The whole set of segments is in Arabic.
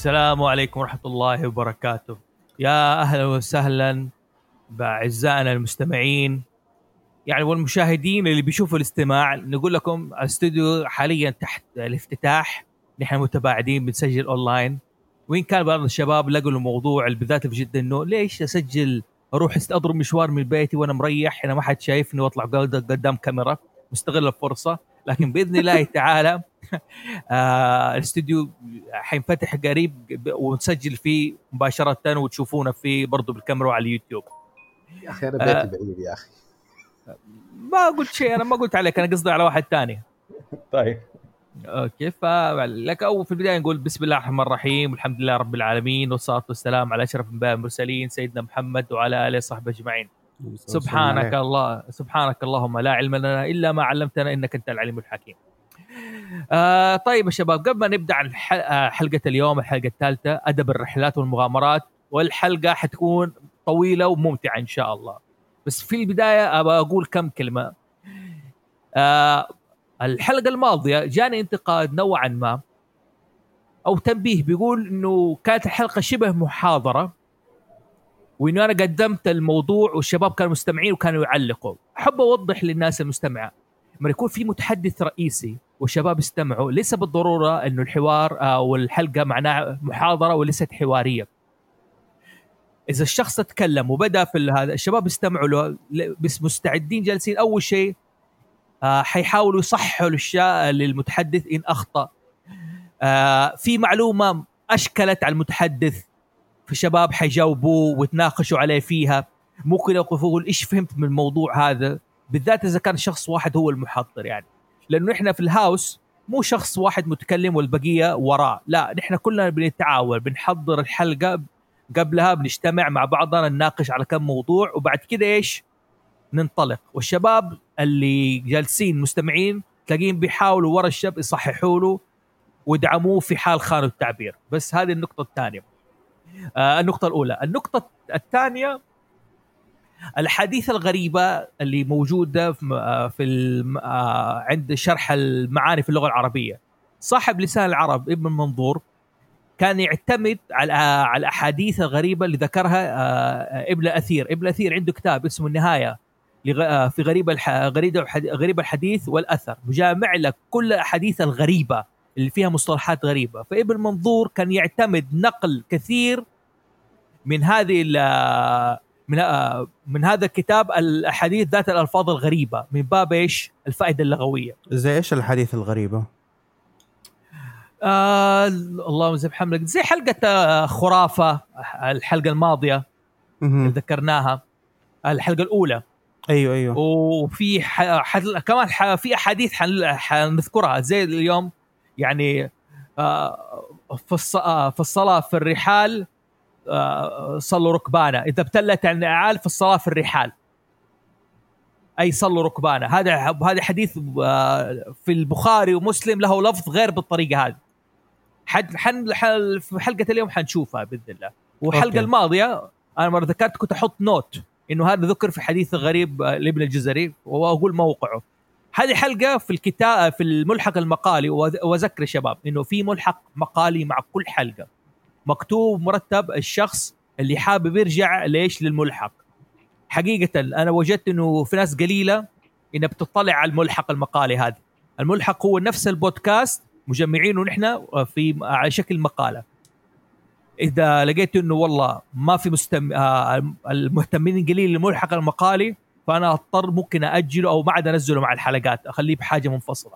السلام عليكم ورحمة الله وبركاته. يا أهلا وسهلا بأعزائنا المستمعين يعني والمشاهدين اللي بيشوفوا الاستماع. نقول لكم الاستوديو حاليا تحت الافتتاح، نحن متباعدين بنسجل أونلاين. وين كان بعض الشباب لقوا الموضوع بالذات في جدة إنه ليش أسجل أروح أضرب مشوار من بيتي وأنا مريح هنا ما حد شايفني وأطلع قدام كاميرا، مستغل الفرصة. لكن بإذن الله تعالى الاستوديو حينفتح قريب ونسجل فيه مباشرة وتشوفونا فيه برضو بالكاميرا وعلى اليوتيوب. يا أخي أنا بيتي بعيد يا أخي. ما قلت شيء، أنا ما قلت عليك، أنا قصدي على واحد تاني. طيب أوكي، فلك أو في البداية نقول بسم الله الرحمن الرحيم والحمد لله رب العالمين والصلاة والسلام على أشرف الأنبياء والمرسلين سيدنا محمد وعلى آله وصحبه أجمعين. سبحانك اللهم لا علم لنا إلا ما علمتنا إنك أنت العليم الحكيم. طيب يا شباب، قبل ما نبدأ عن حلقة اليوم، الحلقة الثالثة، أدب الرحلات والمغامرات، والحلقة حتكون طويلة وممتعة إن شاء الله. بس في البداية أبغى أقول كم كلمة. الحلقة الماضية جاني انتقاد نوعا ما أو تنبيه، بيقول إنه كانت الحلقة شبه محاضرة، وإنه أنا قدمت الموضوع والشباب كانوا مستمعين وكانوا يعلقوا. أحب أوضح للناس المستمعة، لما يكون في متحدث رئيسي والشباب استمعوا، ليس بالضرورة أنه الحوار أو الحلقة معناها محاضرة وليست حوارية. إذا الشخص تكلم وبدأ في هذا الشباب استمعوا له بس مستعدين جالسين، أول شيء حيحاولوا يصححوا للمتحدث إن أخطأ. في معلومة أشكلت على المتحدث، في شباب حيجاوبوه وتناقشوا عليه فيها، ممكن يقول إيش فهمت من الموضوع هذا، بالذات إذا كان شخص واحد هو المحضر. يعني لأنه إحنا في الهاوس مو شخص واحد متكلم والبقية وراه، لا، نحن كلنا بنتعاون، بنحضر الحلقة قبلها، بنجتمع مع بعضنا نناقش على كم موضوع، وبعد كده إيش ننطلق. والشباب اللي جالسين مستمعين تلاقين بيحاولوا ورا الشاب يصححوا له ويدعموه في حال خانوا التعبير. بس هذه النقطة الثانية. النقطة الأولى. النقطة الثانية، الحديث الغريبة اللي موجودة في عند شرح المعاني في اللغة العربية. صاحب لسان العرب ابن منظور كان يعتمد على الأحاديث الغريبة اللي ذكرها ابن أثير. ابن أثير عنده كتاب اسمه النهاية في غريب الحديث والأثر، مجامع لك كل الأحاديث الغريبة اللي فيها مصطلحات غريبة. فابن منظور كان يعتمد نقل كثير من هذه من هذا الكتاب الأحاديث ذات الألفاظ الغريبة من باب إيش الفائدة اللغوية. زي إيش الحديث الغريبة؟ اللهم زي محمد، زي حلقة خرافة الحلقة الماضية اللي ذكرناها، الحلقة الأولى. أيوة. وفي كمان في أحاديث حنذكرها زي اليوم، يعني في الصلاة في الرحال صلوا ركبانا، إذا ابتلت عن النعال في الصلاة في الرحال أي صلوا ركبانا. هذا حديث في البخاري ومسلم له لفظ غير بالطريقة هذه. في حلقة اليوم حنشوفها بإذن الله. وحلقة الماضية أنا مرة ذكرت كنت أحط نوت إنه هذا ذكر في حديث غريب لابن الجزري وأقول موقعه. هذه حلقة في الكتاب في الملحق المقالي، وذكر الشباب إنه في ملحق مقالي مع كل حلقة مكتوب مرتب الشخص اللي حابب يرجع ليش للملحق. حقيقة أنا وجدت إنه في ناس قليلة إنها بتطلع على الملحق المقالي هذا. الملحق هو نفس البودكاست مجمعينه نحن على شكل مقالة. إذا لقيت إنه والله ما في المهتمين قليل للملحق المقالي، فأنا أضطر ممكن أجله أو ما عاد أنزله مع الحلقات، أخليه بحاجة منفصلة.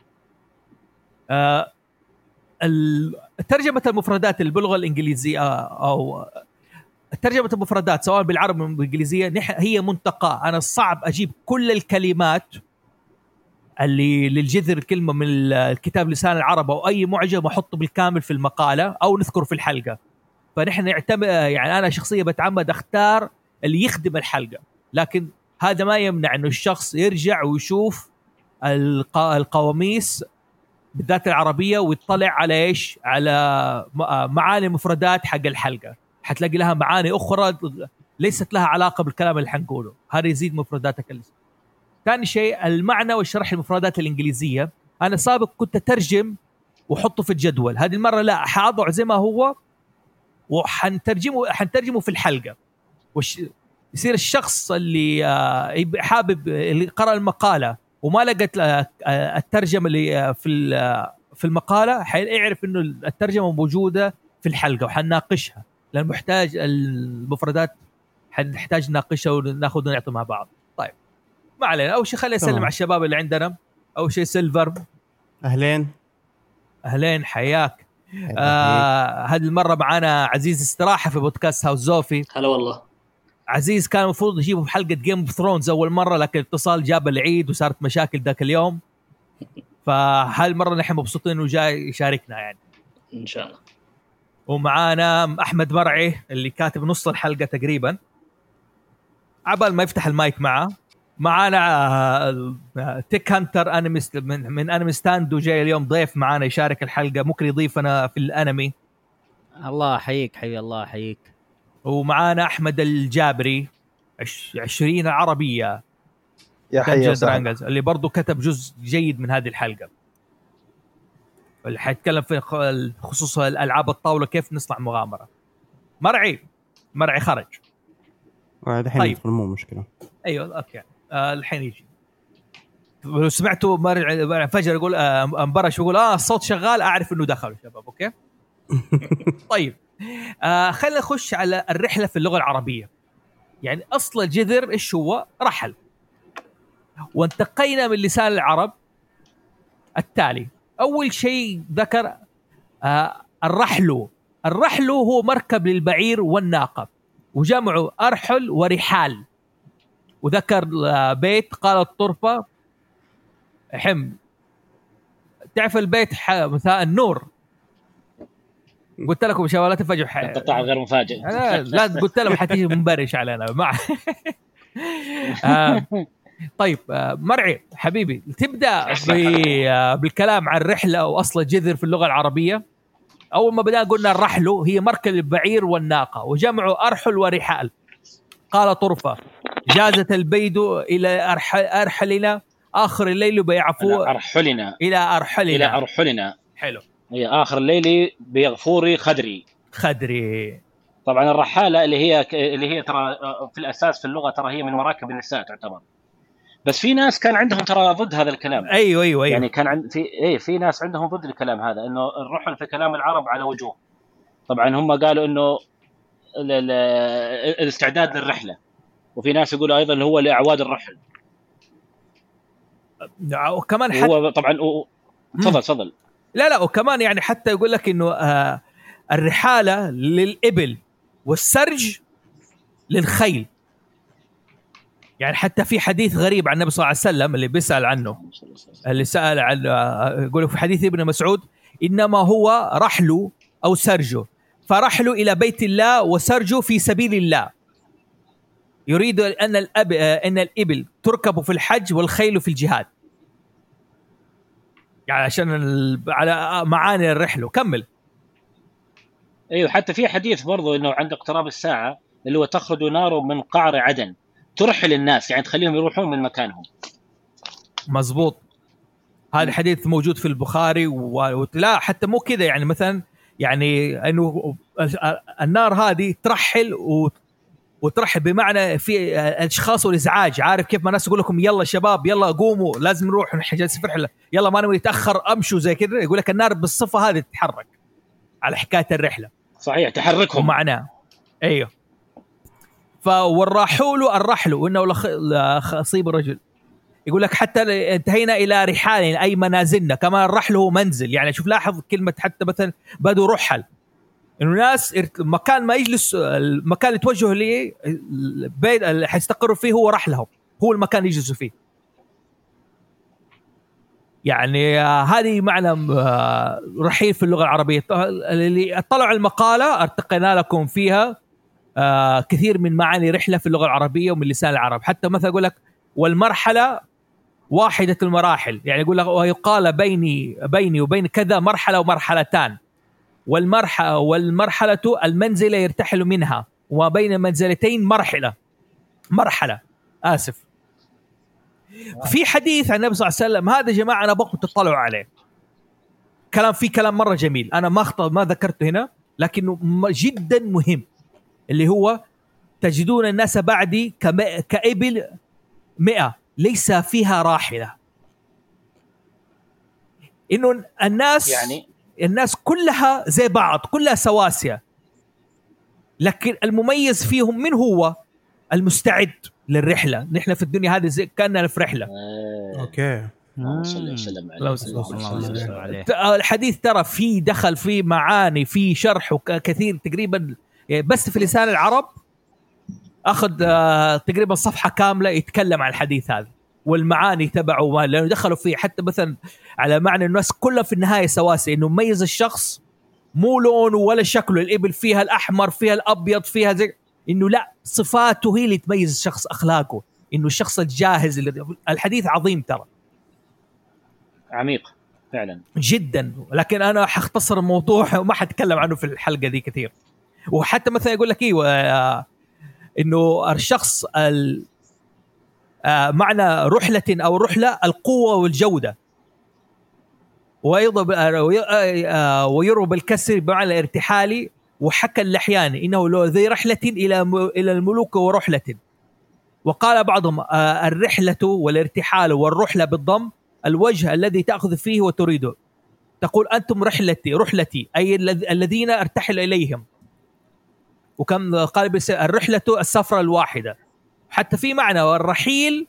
ترجمة المفردات باللغة الإنجليزية أو ترجمة المفردات سواء بالعربي أو بالإنجليزية هي منتقى. أنا صعب أجيب كل الكلمات اللي للجذر الكلمة من الكتاب لسان العرب أو أي معجم وأحطه بالكامل في المقالة أو نذكره في الحلقة. فنحن نعتمد، يعني أنا شخصيا بتعمد أختار اللي يخدم الحلقة، لكن هذا ما يمنع إنه الشخص يرجع ويشوف القواميس بالذات العربية ويطلع على إيش، على معاني مفردات حق الحلقة. حتلاقي لها معاني أخرى ليست لها علاقة بالكلام اللي حنقوله، هذا يزيد مفرداتك اللسان. ثاني شيء المعنى والشرح المفردات الإنجليزية. أنا سابق كنت أترجم وحطه في الجدول. هذه المرة لا، حاضع زي ما هو حنترجمه في الحلقة. يصير الشخص اللي حابب اللي قرأ المقالة وما لقت الترجمة اللي في المقالة حيعرف إنه الترجمة موجودة في الحلقة وحنناقشها، لأن محتاج المفردات حنحتاج نناقشها وناخذ ونعطي مع بعض. طيب ما علينا. أول شيء خلينا نسلم على الشباب اللي عندنا. أول شيء سيلفر، أهلين حياك. هذه المرة معانا عزيز استراحة في بودكاست هاوس زوفي. هلا والله. عزيز كان المفروض نجيبه في حلقة جيم اوف ثرونز أول مرة، لكن اتصال جاب العيد وصارت مشاكل ذاك اليوم، فهالمرة نحن مبسوطين إنه جاي يشاركنا يعني إن شاء الله. ومعانا أحمد مرعي اللي كاتب نص الحلقة تقريبا، عبال ما يفتح المايك معانا تيك هانتر أنيميست من أنيميستاند، وجاي اليوم ضيف معانا يشارك الحلقة، ممكن يضيفنا في الأنمي. الله حيك حي الله حيك. ومعانا أحمد الجابري 20 عربية يا حي اللي برضو كتب جزء جيد من هذه الحلقة، اللي حيتكلم في خصوص الألعاب الطاولة كيف نصنع مغامرة. مرعي خرج طيب مو مشكلة. أيوة أوكي. الحين يجي. لو سمعتوا مرعي فجر يقول انبرش يقول الصوت شغال، أعرف إنه دخل شباب. أوكي طيب خلينا نخش على الرحلة في اللغة العربية. يعني أصل الجذر إيش هو؟ رحل. وانتقينا من لسان العرب التالي. أول شيء ذكر الرحل هو مركب للبعير والناقة، وجمعه أرحل ورحال. وذكر بيت قال الطرفة تعرف البيت مثلا النور. قلت لكم شباب لا تفاجئوا قطع غير مفاجئ. لا قلت لهم حتيجي منبرش علينا مع طيب مرعي حبيبي، تبدأ بالكلام عن الرحلة وأصل الجذر في اللغة العربية. أول ما بدأنا قلنا الرحل هي مركب البعير والناقة، وجمعه أرحل ورحال. قال طرفة جازت البيد إلى أرحلنا آخر الليل بيعفو إلى أرحلنا. حلو. هي آخر الليل بيغفوري خدري. طبعا الرحالة اللي هي ترى في الأساس في اللغة ترى هي من مراكب النساء تعتبر، بس في ناس كان عندهم ترى ضد هذا الكلام. أيوة. يعني كان في ناس عندهم ضد الكلام هذا، إنه الرحل في كلام العرب على وجوه. طبعا هم قالوا إنه الاستعداد للرحلة، وفي ناس يقولوا أيضا اللي هو لأعواد الرحل. وكمان هو طبعا تفضل. لا وكمان يعني حتى يقول لك إنه الرحالة للإبل والسرج للخيل. يعني حتى في حديث غريب عن النبي صلى الله عليه وسلم اللي بيسأل عنه، اللي سأل عنه يقول في حديث ابن مسعود إنما هو رحل أو سرج، فرحل إلى بيت الله وسرج في سبيل الله. يريد أن الإبل تركب في الحج والخيل في الجهاد، يعني عشان على معاني الرحلة. كمل. ايوه حتى في حديث برضو انه عند اقتراب الساعه اللي هو تخرج نار من قعر عدن ترحل الناس، يعني تخليهم يروحون من مكانهم. مزبوط. هذا الحديث موجود في البخاري ولا حتى مو كذا، يعني مثلا يعني انه النار هذه ترحل وترحل بمعنى في الاشخاص والازعاج. عارف كيف ما الناس يقول لكم يلا شباب يلا قوموا لازم نروح نحجز في رحله، يلا ما نبغى نتاخر امشوا زي كذا. يقول لك النار بالصفه هذه تتحرك على حكايه الرحله. صحيح تحركهم معناه. ايوه. فالرحول الرحل وانه لخصيب الرجل. يقول لك حتى انتهينا الى رحال اي منازلنا، كمان الرحل هو منزل. يعني شوف لاحظ كلمه حتى مثلا بدو رحل، انه ناس مكان ما يجلس، المكان اللي توجهوا ليه البيت اللي حيستقروا فيه هو رحلهم، هو المكان يجلسوا فيه. يعني هذه معنى رحيل في اللغة العربية. اللي اطلعوا على المقالة ارتقينا لكم فيها كثير من معاني رحلة في اللغة العربية ومن لسان العرب. حتى مثلا يقول لك والمرحلة واحدة المراحل، يعني يقول لك ويقال بيني وبين كذا مرحلة ومرحلتان، والمرحلة المنزلة يرتحل منها، وبين منزلتين مرحلة آسف. في حديث عن النبي صلى الله عليه وسلم، هذا جماعة أنا بقوا تطلعوا عليه. كلام فيه كلام مرة جميل، أنا ما ذكرته هنا لكنه جدا مهم، اللي هو تجدون الناس بعدي كإبل 100 ليس فيها راحلة. إنه الناس يعني الناس كلها زي بعض، كلها سواسية، لكن المميز فيهم من هو المستعد للرحلة. نحن في الدنيا هذه زي كأننا في رحلة. اوكي. الحديث ترى في دخل في معاني في شرح كثير تقريبا، بس في لسان العرب أخذ تقريبا صفحة كاملة يتكلم عن الحديث هذا والمعاني تبعه، لأنه دخلوا فيه حتى مثلا على معنى الناس كلها في النهاية سواسي، إنه ميز الشخص مو لونه ولا شكله، الإبل فيها الأحمر فيها الأبيض فيها زي، إنه لا صفاته هي اللي تميز الشخص، أخلاقه، إنه الشخص الجاهز الحديث عظيم ترى، عميق فعلا جدا. لكن أنا حختصر الموضوع وما حتكلم عنه في الحلقة دي كثير. وحتى مثلا يقول لك إنه الشخص معنى رحلة أو رحلة القوة والجودة، ويروى بالكسر بمعنى الارتحالي، وحكى اللحيان إنه لو ذي رحلة إلى الملوك ورحلة. وقال بعضهم الرحلة والارتحال والرحلة بالضم الوجه الذي تأخذ فيه وتريده، تقول أنتم رحلتي أي الذين ارتحل إليهم. وكم قال الرحلة السفرة الواحدة، حتى في معنى الرحيل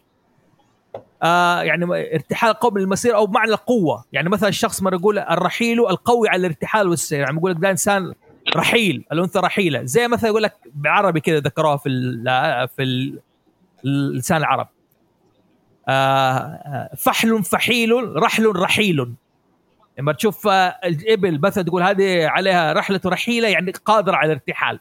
يعني ارتحال قوم المسير أو بمعنى القوة. يعني مثلا الشخص ما يقول الرحيل القوي على الارتحال والسير، يعني يقول لك ده إنسان رحيل، الأنثى رحيلة، زي مثلا يقول لك بعربي كذا ذكروها في اللسان العرب فحل فحيل رحل رحيل. لما تشوف الإبل مثلا تقول هذه عليها رحلة رحيلة، يعني قادرة على الارتحال.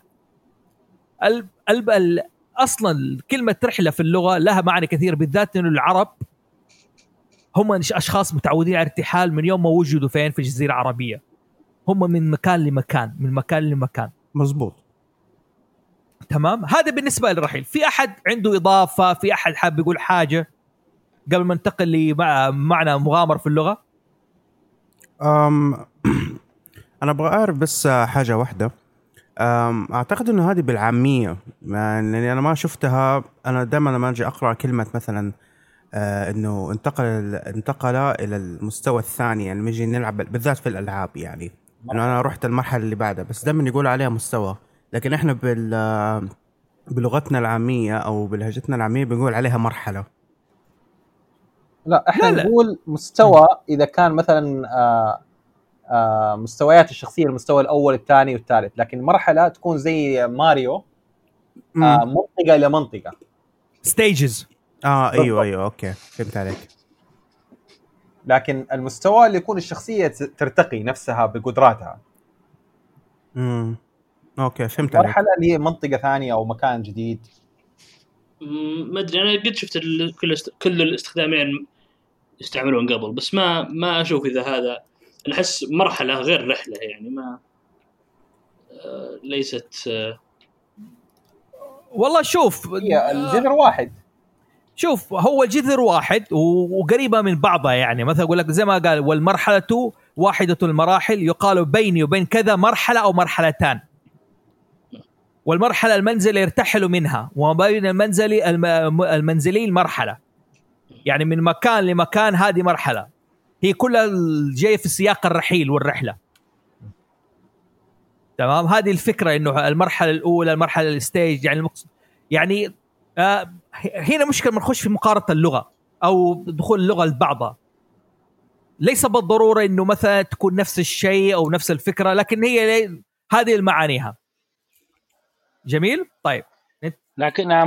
أصلا كلمة رحلة في اللغة لها معنى كثير، بالذات إنه العرب هم أشخاص متعودين على الارتحال من يوم ما وجدوا في الجزيرة العربية، هم من مكان لمكان، من مكان لمكان. مزبوط، تمام. هذا بالنسبة للرحيل. في أحد عنده إضافة؟ في أحد حاب يقول حاجة قبل ما ننتقل لمعنى مغامر في اللغة؟ أنا أبغى أعرف بس حاجة واحدة. أعتقد إنه هذه بالعامية، يعني أنا ما شفتها. أنا دائما لما أجي أقرأ كلمة مثلا إنه انتقل إلى المستوى الثاني، يعني نجي نلعب بالذات في الألعاب، يعني إنه أنا رحت المرحلة اللي بعدها، بس دائما يقول عليها مستوى، لكن إحنا بلغتنا العامية أو بلهجتنا العامية بنقول عليها مرحلة. لا احنا نقول مستوى إذا كان مثلا مستويات الشخصية، المستوى الأول الثاني والثالث، لكن مرحلة تكون زي ماريو منطقة إلى منطقة، stages. أيوة أوكي فهمت عليك. لكن المستوى اللي يكون الشخصية ترتقي نفسها بقدراتها. أوكي فهمت عليك. مرحلة اللي هي منطقة ثانية أو مكان جديد. ما أدري، أنا قد شفت كل الاستخدامين يستعملون قبل، بس ما أشوف إذا هذا، أنا أحس مرحلة غير رحلة، يعني ما ليست والله شوف هي الجذر واحد. شوف هو الجذر واحد وقريبة من بعضها، يعني مثلا أقول لك زي ما قال والمرحلة واحدة المراحل، يقال بيني وبين كذا مرحلة أو مرحلتان، والمرحلة المنزل يرتحل منها، وما بين المنزلين مرحلة، يعني من مكان لمكان هذه مرحلة، هي كلها جاية في سياق الرحيل والرحلة. تمام. هذه الفكرة إنه المرحلة الأولى، المرحلة الستيج، يعني هنا مشكلة بنخش في مقارنة اللغة أو دخول اللغة لبعضها. ليس بالضرورة إنه مثلا تكون نفس الشيء أو نفس الفكرة، لكن هي هذه المعانيها. جميل. طيب لكنها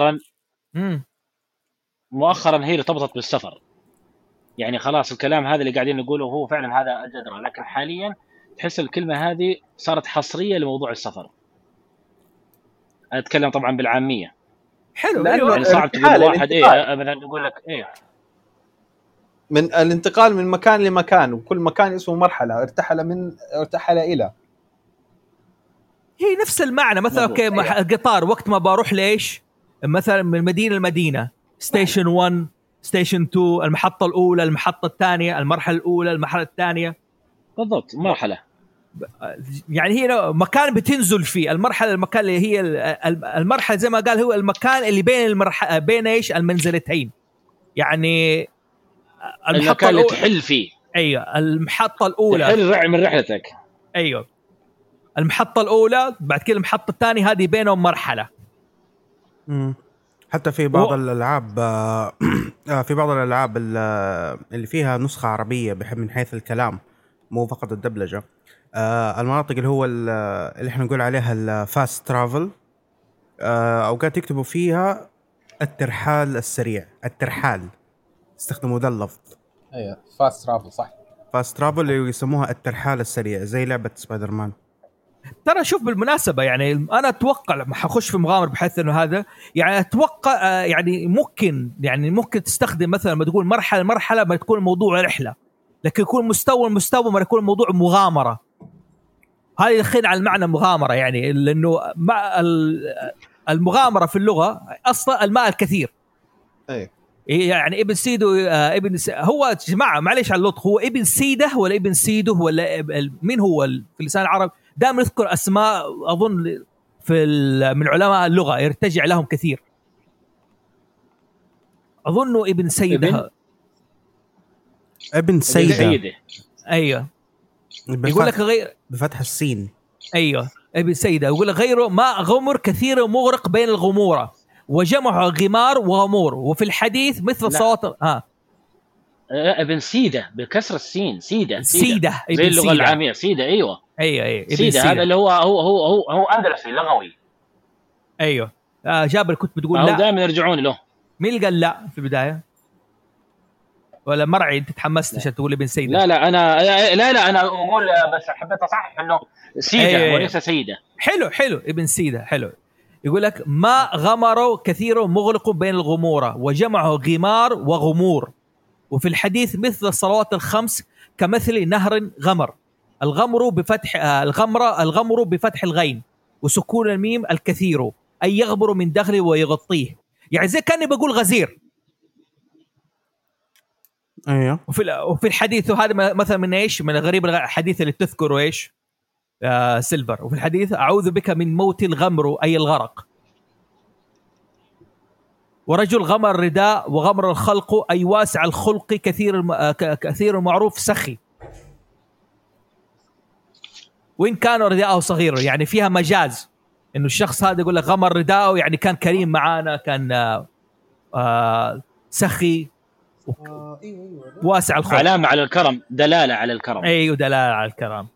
مؤخرا هي ارتبطت بالسفر، يعني خلاص الكلام هذا اللي قاعدين نقوله هو فعلا هذا الجذر، لكن حاليا تحس الكلمة هذه صارت حصرية لموضوع السفر. أتكلم طبعا بالعامية. حلو. يعني صعب تقول واحد مثلا يقول لك من الانتقال من مكان لمكان، وكل مكان اسمه مرحلة، ارتحل إلى، هي نفس المعنى. مثلا القطار وقت ما بروح ليش مثلا من مدينة لمدينة، ستيشن 1 ستيشن 2، المحطة الأولى المحطة الثانية، المرحلة الأولى المرحلة الثانية. بالضبط مرحله، يعني هي مكان بتنزل فيه المرحله، المكان اللي هي المرحله زي ما قال هو المكان اللي بين بين ايش المنزلتين، يعني المكان اللي تحل فيه. ايوه المحطه الاولى تحل من رحلتك. ايوه المحطه الاولى، بعد كده المحطه الثانيه، هذه بينهم مرحله. حتى في بعض الالعاب في بعض الالعاب اللي فيها نسخه عربيه من حيث الكلام مو فقط الدبلجه، المناطق اللي هو اللي احنا نقول عليها الفاست ترافل، اوقات يكتبوا فيها الترحال السريع، الترحال استخدموا ذا اللفظ. ايوه فاست ترافل صح، فاست ترافل اللي يسموها الترحال السريع زي لعبه سبايدر مان. ترى شوف بالمناسبة يعني أنا أتوقع ما حخش في مغامر بحيث إنه هذا يعني أتوقع يعني ممكن تستخدم مثلا ما تقول مرحلة ما تكون الموضوع رحلة، لكن يكون مستوى ما يكون الموضوع مغامرة. هذا يدخل على المعنى مغامرة، يعني لأنه مع المغامرة في اللغة أصلا الماء الكثير. أي يعني ابن سيدو هو جماعة معليش على اللطخ، هو ابن سيده ولا ابن سيده ولا مين هو في اللسان العربي؟ دائما نذكر اسماء اظن من علماء اللغه يرتجع لهم كثير. اظنه ابن سيده. ابن سيده ايوه يقول لك غير بفتح السين. ايوه ابن سيده يقول لك غيره ماء غمر كثير مغرق بين الغموره وجمع غمار وغمور وفي الحديث مثل صوت ابن سيده بكسر السين. سيده زي اللغه العاميه. سيده ايوه سيده هذا اللي هو اندلسي لغوي. ايوه جابر كنت بتقول لا دائما يرجعون له. مين اللي قال لا في البدايه ولا مرعي؟ انت تحمست عشان تقول ابن سيده. لا انا اقول بس حبيت اصحح انه سيده وليس سيده. حلو ابن سيده حلو. يقول لك ما غمروا كثير مغلق بين الغموره وجمعوا غمار وغمور وفي الحديث مثل الصلوات الخمس كمثل نهر غمر. الغمر بفتح الغمر بفتح الغين وسكون الميم الكثير أي يغبر من داخله ويغطيه، يعني زي كأني بقول غزير. ايوه وفي الحديث هذا مثلا من ايش؟ من الغريب الحديث اللي تذكره ايش؟ سيلفر. وفي الحديث أعوذ بك من موت الغمر أي الغرق. ورجل غمر الرداء وغمر الخلق أي واسع الخلق كثير معروف سخي وإن كان رداءه صغير، يعني فيها مجاز إنه الشخص هذا يقول لك غمر رداءه يعني كان كريم معانا، كان سخي واسع الخلق. علامة على الكرم، دلالة على الكرم. أيوه دلالة على الكرم.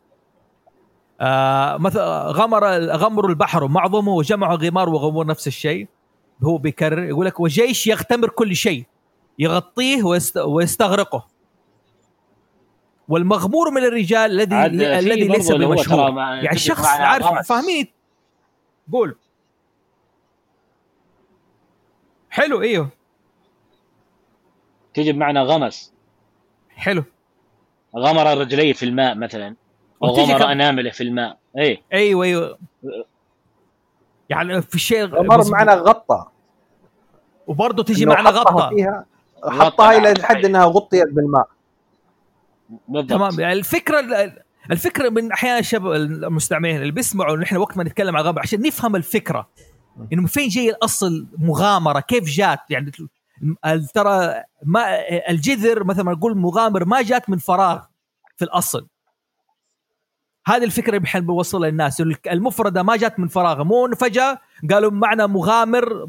مثل غمر البحر معظمه وجمع غمار وغمور نفس الشيء. هو بيكرر يقول لك وجيش يغتمر كل شيء يغطيه ويستغرقه. والمغمور من الرجال الذي ليس بمشهور، يعني الشخص عارف فاهمين. قول حلو. ايوه تجي بمعنى غمس. حلو. غمر رجليه في الماء مثلا، او غمر انامله في الماء. ايوه يعني في شيء غمر معنى غطى، وبرضه تيجي معنى غطى فيها حطها الى حد انها غطيت بالماء. بالضبط. تمام. يعني الفكره من احيانا الشباب المستمعين اللي بيسمعوا نحن وقت ما نتكلم عن الغمر عشان نفهم الفكره انه فين جاي الاصل مغامره، كيف جات. يعني ترى ما الجذر مثلا ما نقول مغامر ما جات من فراغ في الاصل. هذه الفكره اللي بنحب نوصلها للناس، المفرده ما جات من فراغ، مو فجاه قالوا معنى مغامر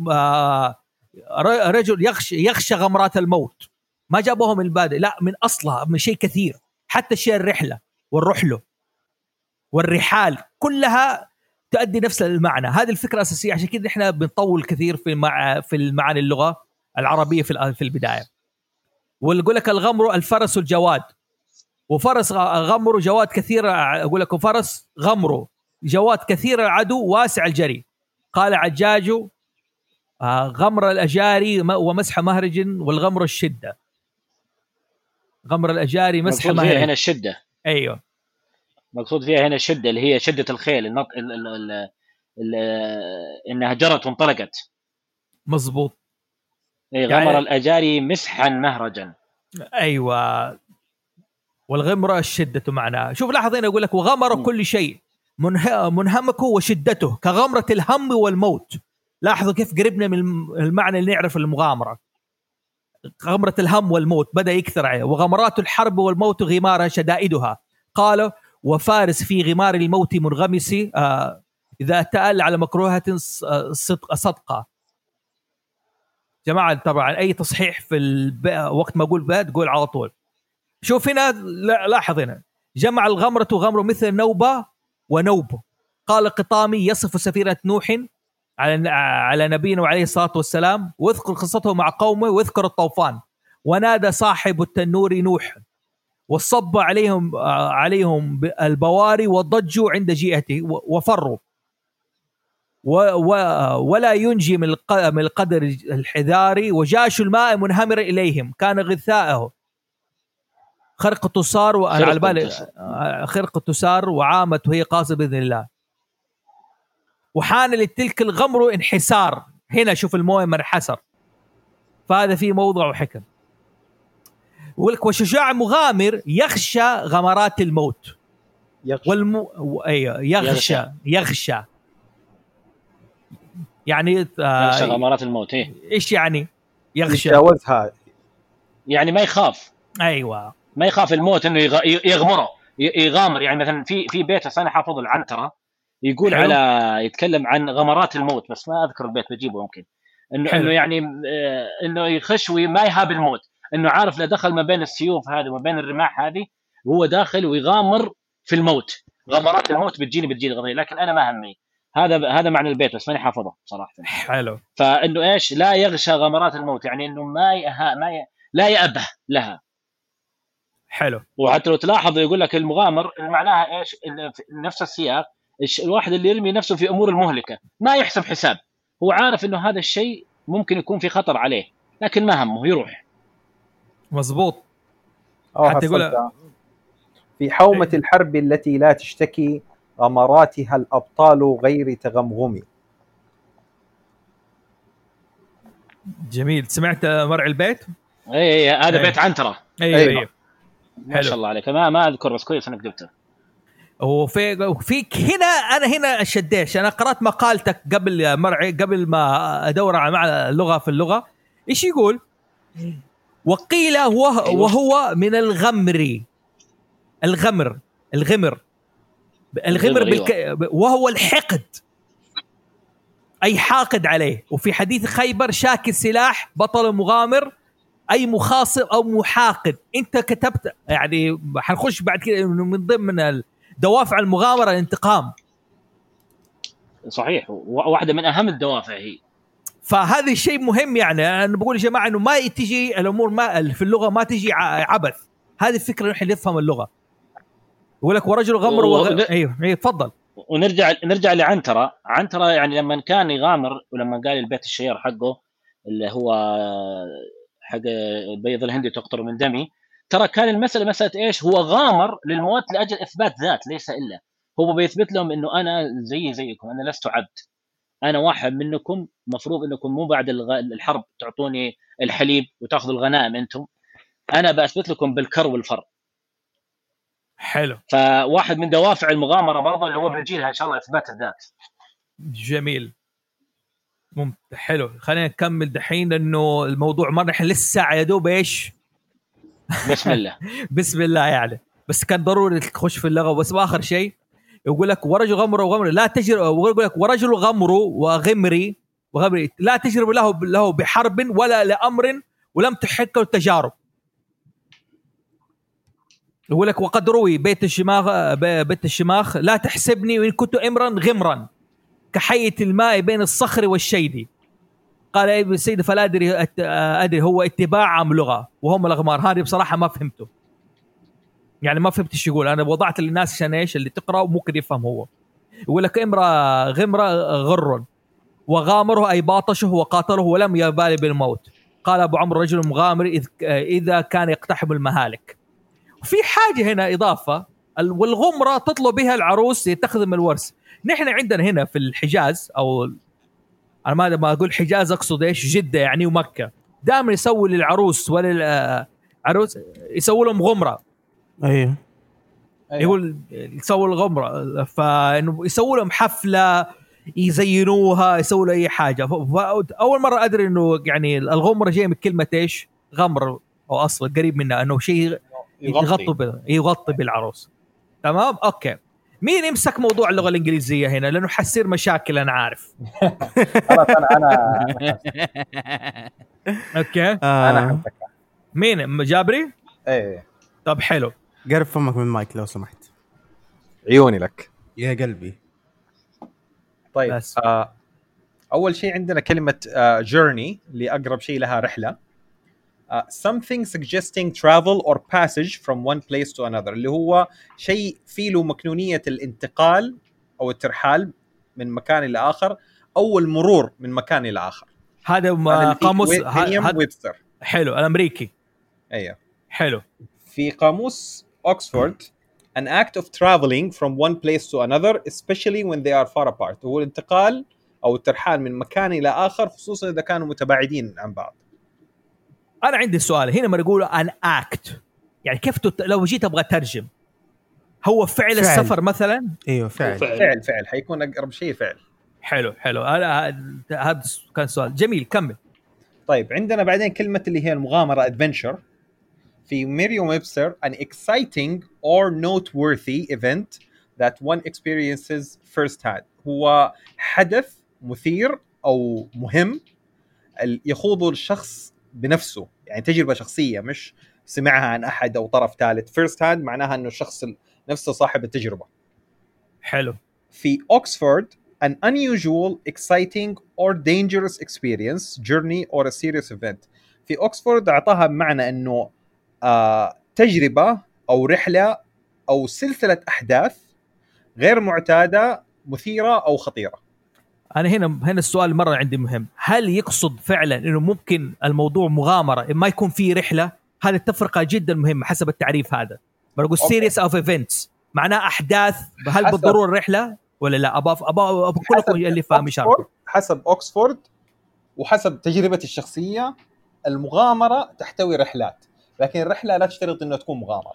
رجل يخشى غمرات الموت، ما جابوها من البادئ، لا من اصلها من شيء كثير. حتى شيء الرحله والرحله والرحال كلها تؤدي نفس المعنى. هذه الفكره الاساسيه، عشان كده احنا بنطول كثير في المعاني اللغه العربيه في البدايه. ويقول لك الغمر الفرس الجواد، وفرس غمر جواد كثير. اقول لكم فرس غمره جواد كثير العدو واسع الجري. قال عجاج غمر الأجاري ومسح مهرج والغمر الشدة. غمر الأجاري مسح مهرج. فيها هنا الشدة. أيوه مقصود فيها هنا الشدة اللي هي شدة الخيل، إنها جرت وانطلقت. مزبوط. غمر الأجاري مسحا مهرجا. أيوه. والغمرة الشدة معناها. شوف لاحظ هنا يقول لك وغمر كل شيء منهمكه وشدته كغمرة الهم والموت. لاحظوا كيف قربنا من المعنى اللي نعرف المغامرة. غمرة الهم والموت بدأ يكثر عليه. وغمرات الحرب والموت غمارها شدائدها. قال وفارس في غمار الموت منغمس إذا تأل على مكروهة صدقة. جماعة طبعا أي تصحيح في وقت ما أقول باد قول على طول. شوف هنا لاحظ هنا جمع الغمرة غمر مثل نوبة ونوب. قال قطامي يصف سفينة نوح على نبينا وعليه الصلاة والسلام واذكر قصته مع قومه واذكر الطوفان ونادى صاحب التنور نوح وصب عليهم البواري وضجوا عند جيئته وفروا ولا ينجي من القدر الحذاري وجاش الماء منهمر إليهم كان غثاءه خرقة صار وعلى بالي خرقة صار وعامت وهي قاصة بإذن الله وحان لتلك الغمر انحسار. هنا شوف المويه منحسر فهذا فيه موضع وحكم. وشجاع مغامر يخشى غمرات الموت يغشى يعني يغشى غمرات الموت. ايش يعني يغشى؟ يتجاوزها يعني ما يخاف. ايوه ما يخاف الموت انه يغمره يغامر. يعني مثلا في بيت انا حافظ العنترة يقول حلو. على يتكلم عن غمرات الموت بس ما اذكر البيت بجيبه ممكن انه يعني انه يخش وما يهاب الموت انه عارف لا دخل ما بين السيوف هذه وما بين الرماح هذه وهو داخل ويغامر في الموت. غمرات الموت بتجيني غضي لكن انا ما همني. هذا معنى البيت بس ماني حافظه صراحه. حلو. فانه ايش لا يغشى غمرات الموت يعني انه لا يأبه لها. حلو. وحتى لو تلاحظ يقول لك المغامر معناها ايش نفس السياق الواحد اللي يرمي نفسه في امور المهلكه ما يحسب حساب. هو عارف انه هذا الشيء ممكن يكون في خطر عليه لكن ما همه يروح. مظبوط. حتى يقول في حومة الحرب التي لا تشتكي غمراتها الأبطال غير تغمغم. جميل. سمعت مرعي البيت؟ اي هذا بيت عنترة. ايوه ما شاء الله عليك. ما اذكر بس كويس انك جبته. وفيك هنا شديش. انا قرأت مقالتك قبل مرعي قبل ما ادور على معنى اللغة في اللغة. ايش يقول؟ وقيل وهو من الغمر وهو الحقد أي حاقد عليه. وفي حديث خيبر شاك السلاح بطل مغامر أي مخاصم أو محاقد. أنت كتبت يعني حنخش بعد كده من ضمن دوافع المغامرة الانتقام. صحيح واحدة من أهم الدوافع هي. فهذا الشيء مهم. يعني أنا بقول يا جماعة إنه ما تجي الأمور ما في اللغة ما تجي عبث. هذه الفكرة نحن نفهم اللغة. يقول لك ورجل غمر ايوه تفضل. ونرجع لعنترة. يعني لما كان يغامر ولما قال البيت الشهير حقه اللي هو حق بيض الهندي تقطر من دمي ترى كان المسألة مسألة ايش؟ هو غامر للموت لأجل إثبات ذات ليس إلا هو بيثبت لهم انه انا زيكم انا لست عبد انا واحد منكم مفروض انكم مو بعد الحرب تعطوني الحليب وتاخذوا الغنائم انتم انا بثبت لكم بالكر والفر. حلو. فواحد من دوافع المغامرة برضه اللي هو بنجيلها إن شاء الله إثبات الذات. جميل. حلو. خلينا نكمل دحين لأنه الموضوع مرة نحن لسه يا دوب إيش بسم الله بسم الله يعني. بس كان ضروري تخش في اللغة. بس آخر شيء يقول لك ورجل غمر لا تجرب. يقول لك ورجل غمر وغمري لا تجرب له بحرب ولا لأمر ولم تحك التجارب. يقول لك وقد روي بيت الشماخ لا تحسبني وإن كنت امرا غمرا كحية الماء بين الصخر والشيد. قال ابن السيد فلا أدري هو اتباع أم لغة وهم الأغمار. هذه بصراحة ما فهمته يعني ما فهمت ايش يقول. أنا وضعت للناس عشان ايش اللي تقرأ وممكن يفهم هو. يقول لك امرأة غمرة غر وغامره أي باطشه وقاتله ولم يبالي بالموت. قال أبو عمرو رجل مغامر إذا كان يقتحم المهالك. في حاجة هنا إضافة والغمرة تطلب بها العروس يتخذم الورث. نحن عندنا هنا في الحجاز أو أنا ما أقول حجاز أقصد إيش جدة يعني ومكة دائما يسوي للعروس وللعروس يسوي لهم غمرة ايوه يقول يسووا الغمره، فانه يسووا لهم حفله يزينوها، يسووا له اي حاجه. اول مره ادري انه يعني الغمره جايه من كلمه ايش، غمر، او اصلا قريب منها انه شيء يغطي بالعروس. تمام اوكي. مين يمسك موضوع اللغه الانجليزيه هنا، لانه حصير مشاكل انا عارف. خلاص انا اوكي انا حمسكها. مين جابري؟ ايه طب حلو، قرب فمك من المايك لو سمحت. عيوني لك يا قلبي. طيب بس. اول شيء عندنا كلمه journey اللي اقرب شيء لها رحله. something suggesting travel or passage from one place to another، اللي هو شيء فيه له مكنونيه الانتقال او الترحال من مكان الى اخر، او المرور من مكان الى اخر. هذا قاموس ويبستر. حلو الامريكي. ايوه حلو. في قاموس اوكسفورد an act of traveling from one place to another especially when they are far apart، هو الانتقال او الترحال من مكان الى اخر خصوصا اذا كانوا متباعدين عن بعض. انا عندي سؤال هنا، ما يقولوا an act يعني كيف لو جيت ابغى اترجم، هو فعل السفر مثلا؟ ايوه فعل حيكون اقرب شيء فعل. حلو هذا كان سؤال جميل. كمل. طيب عندنا بعدين كلمه اللي هي المغامره adventure. في ميريوم ويبستر an exciting or noteworthy event that one experiences firsthand، هو حدث مثير او مهم يخوضه الشخص بنفسه، يعني تجربه شخصيه مش سمعها عن احد او طرف ثالث. first hand معناها انه الشخص نفسه صاحب التجربه. حلو. في اوكسفورد an unusual exciting or dangerous experience journey or a serious event. في اوكسفورد اعطاها بمعنى انه تجربه او رحله او سلسله احداث غير معتاده مثيره او خطيره. انا هنا السؤال مره عندي مهم، هل يقصد فعلا انه ممكن الموضوع مغامره ما يكون فيه رحله؟ هذه التفرقه جدا مهمه حسب التعريف هذا. بقول سيريس اوف ايفنتس معناه احداث، هل بالضروره رحله ولا لا؟ ابى كلكم اللي فاهم يشاركوا. حسب اوكسفورد وحسب تجربتي الشخصيه المغامره تحتوي رحلات، لكن الرحله لا تشترط انها تكون مغامره.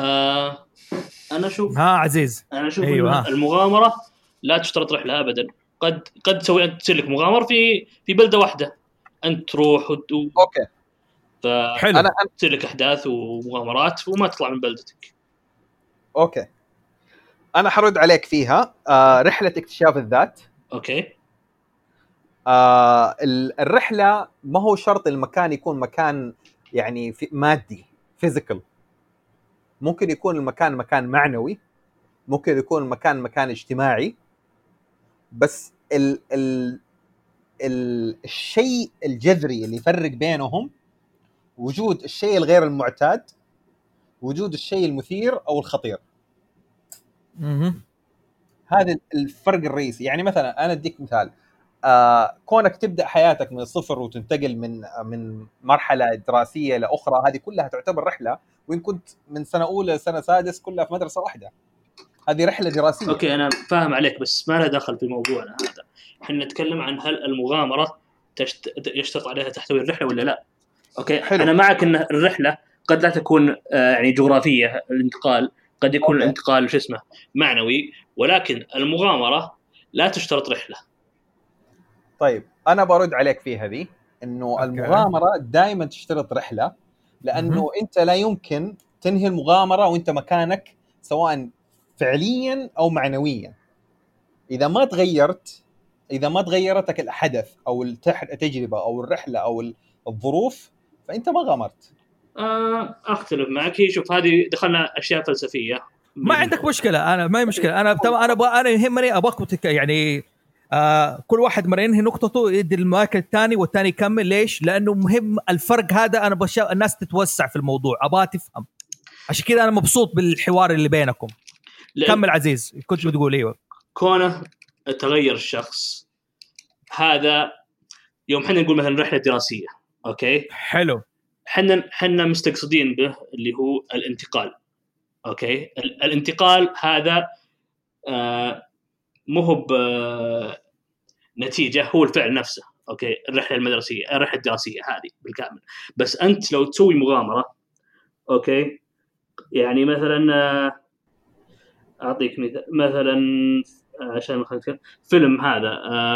انا اشوف عزيز، انا اشوف المغامره لا تشترط رحله ابدا. قد تسوي انت تصير لك مغامره في بلده واحده، انت تروح اوكي حلو. انا تصير لك احداث ومغامرات وما تطلع من بلدتك. اوكي انا حرد عليك فيها. رحله اكتشاف الذات. اوكي. الرحله ما هو شرط المكان يكون مكان يعني مادي فيزيكال، ممكن يكون المكان مكان معنوي، ممكن يكون المكان مكان اجتماعي. بس الشيء الجذري اللي يفرق بينهم وجود الشيء الغير المعتاد، وجود الشيء المثير او الخطير. هذا الفرق الرئيسي. يعني مثلا انا اديك مثال، كونك تبدا حياتك من الصفر وتنتقل من مرحله دراسيه لاخرى، هذه كلها تعتبر رحله. وان كنت من سنه اولى لسنه سادس كلها في مدرسه واحده، هذه رحله دراسيه. اوكي انا فاهم عليك، بس ما لها دخل في موضوعنا هذا. احنا نتكلم عن هل المغامره يشترط عليها تحتوي الرحله ولا لا. اوكي حلو. انا معك ان الرحله قد لا تكون يعني جغرافيه، الانتقال قد يكون أوكي. الانتقال شو اسمه معنوي، ولكن المغامره لا تشترط رحله. طيب انا برد عليك في هذه انه المغامره دائما تشترط رحله، لانه انت لا يمكن تنهي المغامره وانت مكانك سواء فعليا او معنويا. اذا ما تغيرتك الحدث او التجربه او الرحله او الظروف فانت ما غامرت. اختلف معك. هي شوف هذه دخلنا اشياء فلسفيه. ما عندك مشكله، انا ما هي مشكله. انا يهمني ابغاك يعني كل واحد مرة ينهي نقطته يدي المايك الثاني والثاني يكمل. ليش؟ لانه مهم الفرق هذا. انا الناس تتوسع في الموضوع، ابغى تفهم. عشان كذا انا مبسوط بالحوار اللي بينكم. كمل عزيز، كنت بتقول ايوه. كونه تغير الشخص هذا يوم حنا نقول مثلا رحله دراسيه، اوكي حلو، حنا مستقصدين به اللي هو الانتقال. اوكي الانتقال هذا مو هو نتيجه، هو الفعل نفسه. اوكي الرحله المدرسيه الرحله الدراسيه هذه بالكامل. بس انت لو تسوي مغامره، اوكي يعني مثلا اعطيك مثلا عشان فيلم هذا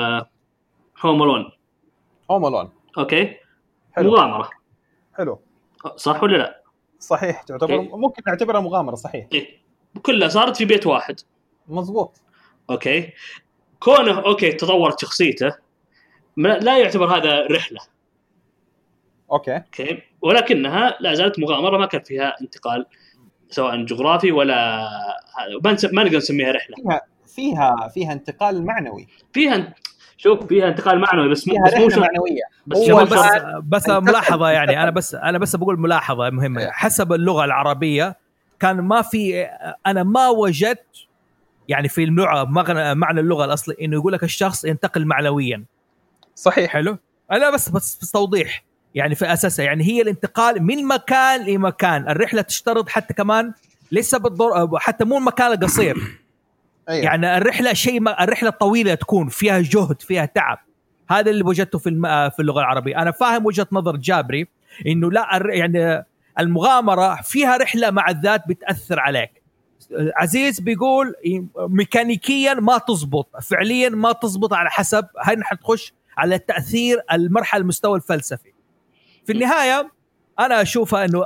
هوم ألون. اوكي حلو. مغامره. حلو صح ولا لا؟ صحيح، تعتبر ممكن نعتبرها مغامره. صحيح كلها صارت في بيت واحد. مزبوط. اوكي كونه اوكي تطورت شخصيته لا يعتبر هذا رحله. اوكي ولكنها لا زالت مغامره، ما كان فيها انتقال سواء جغرافي ولا ما نقدر نسميها رحله. فيها انتقال معنوي. فيها انتقال معنوي بس فيها مو معنويه. بس ملاحظه يعني انا بس بقول ملاحظه مهمه. حسب اللغه العربيه كان ما في، انا ما وجدت يعني في النوع معنى اللغه الاصلي انه يقول لك الشخص ينتقل معنويا. صحيح حلو. انا بس توضيح يعني في اساسها، يعني هي الانتقال من مكان لمكان. الرحله تشترط حتى كمان ليس بالضروره حتى مو المكان القصير. أيوة. يعني الرحله الرحله الطويله تكون فيها جهد فيها تعب. هذا اللي وجدته في اللغه العربيه. انا فاهم وجهه نظر جابري انه لا يعني المغامره فيها رحله مع الذات بتاثر عليك. عزيز بيقول ميكانيكيا ما تزبط، فعليا ما تزبط، على حسب هل حتخش على تاثير المرحله المستوى الفلسفي. في النهايه انا اشوفها انه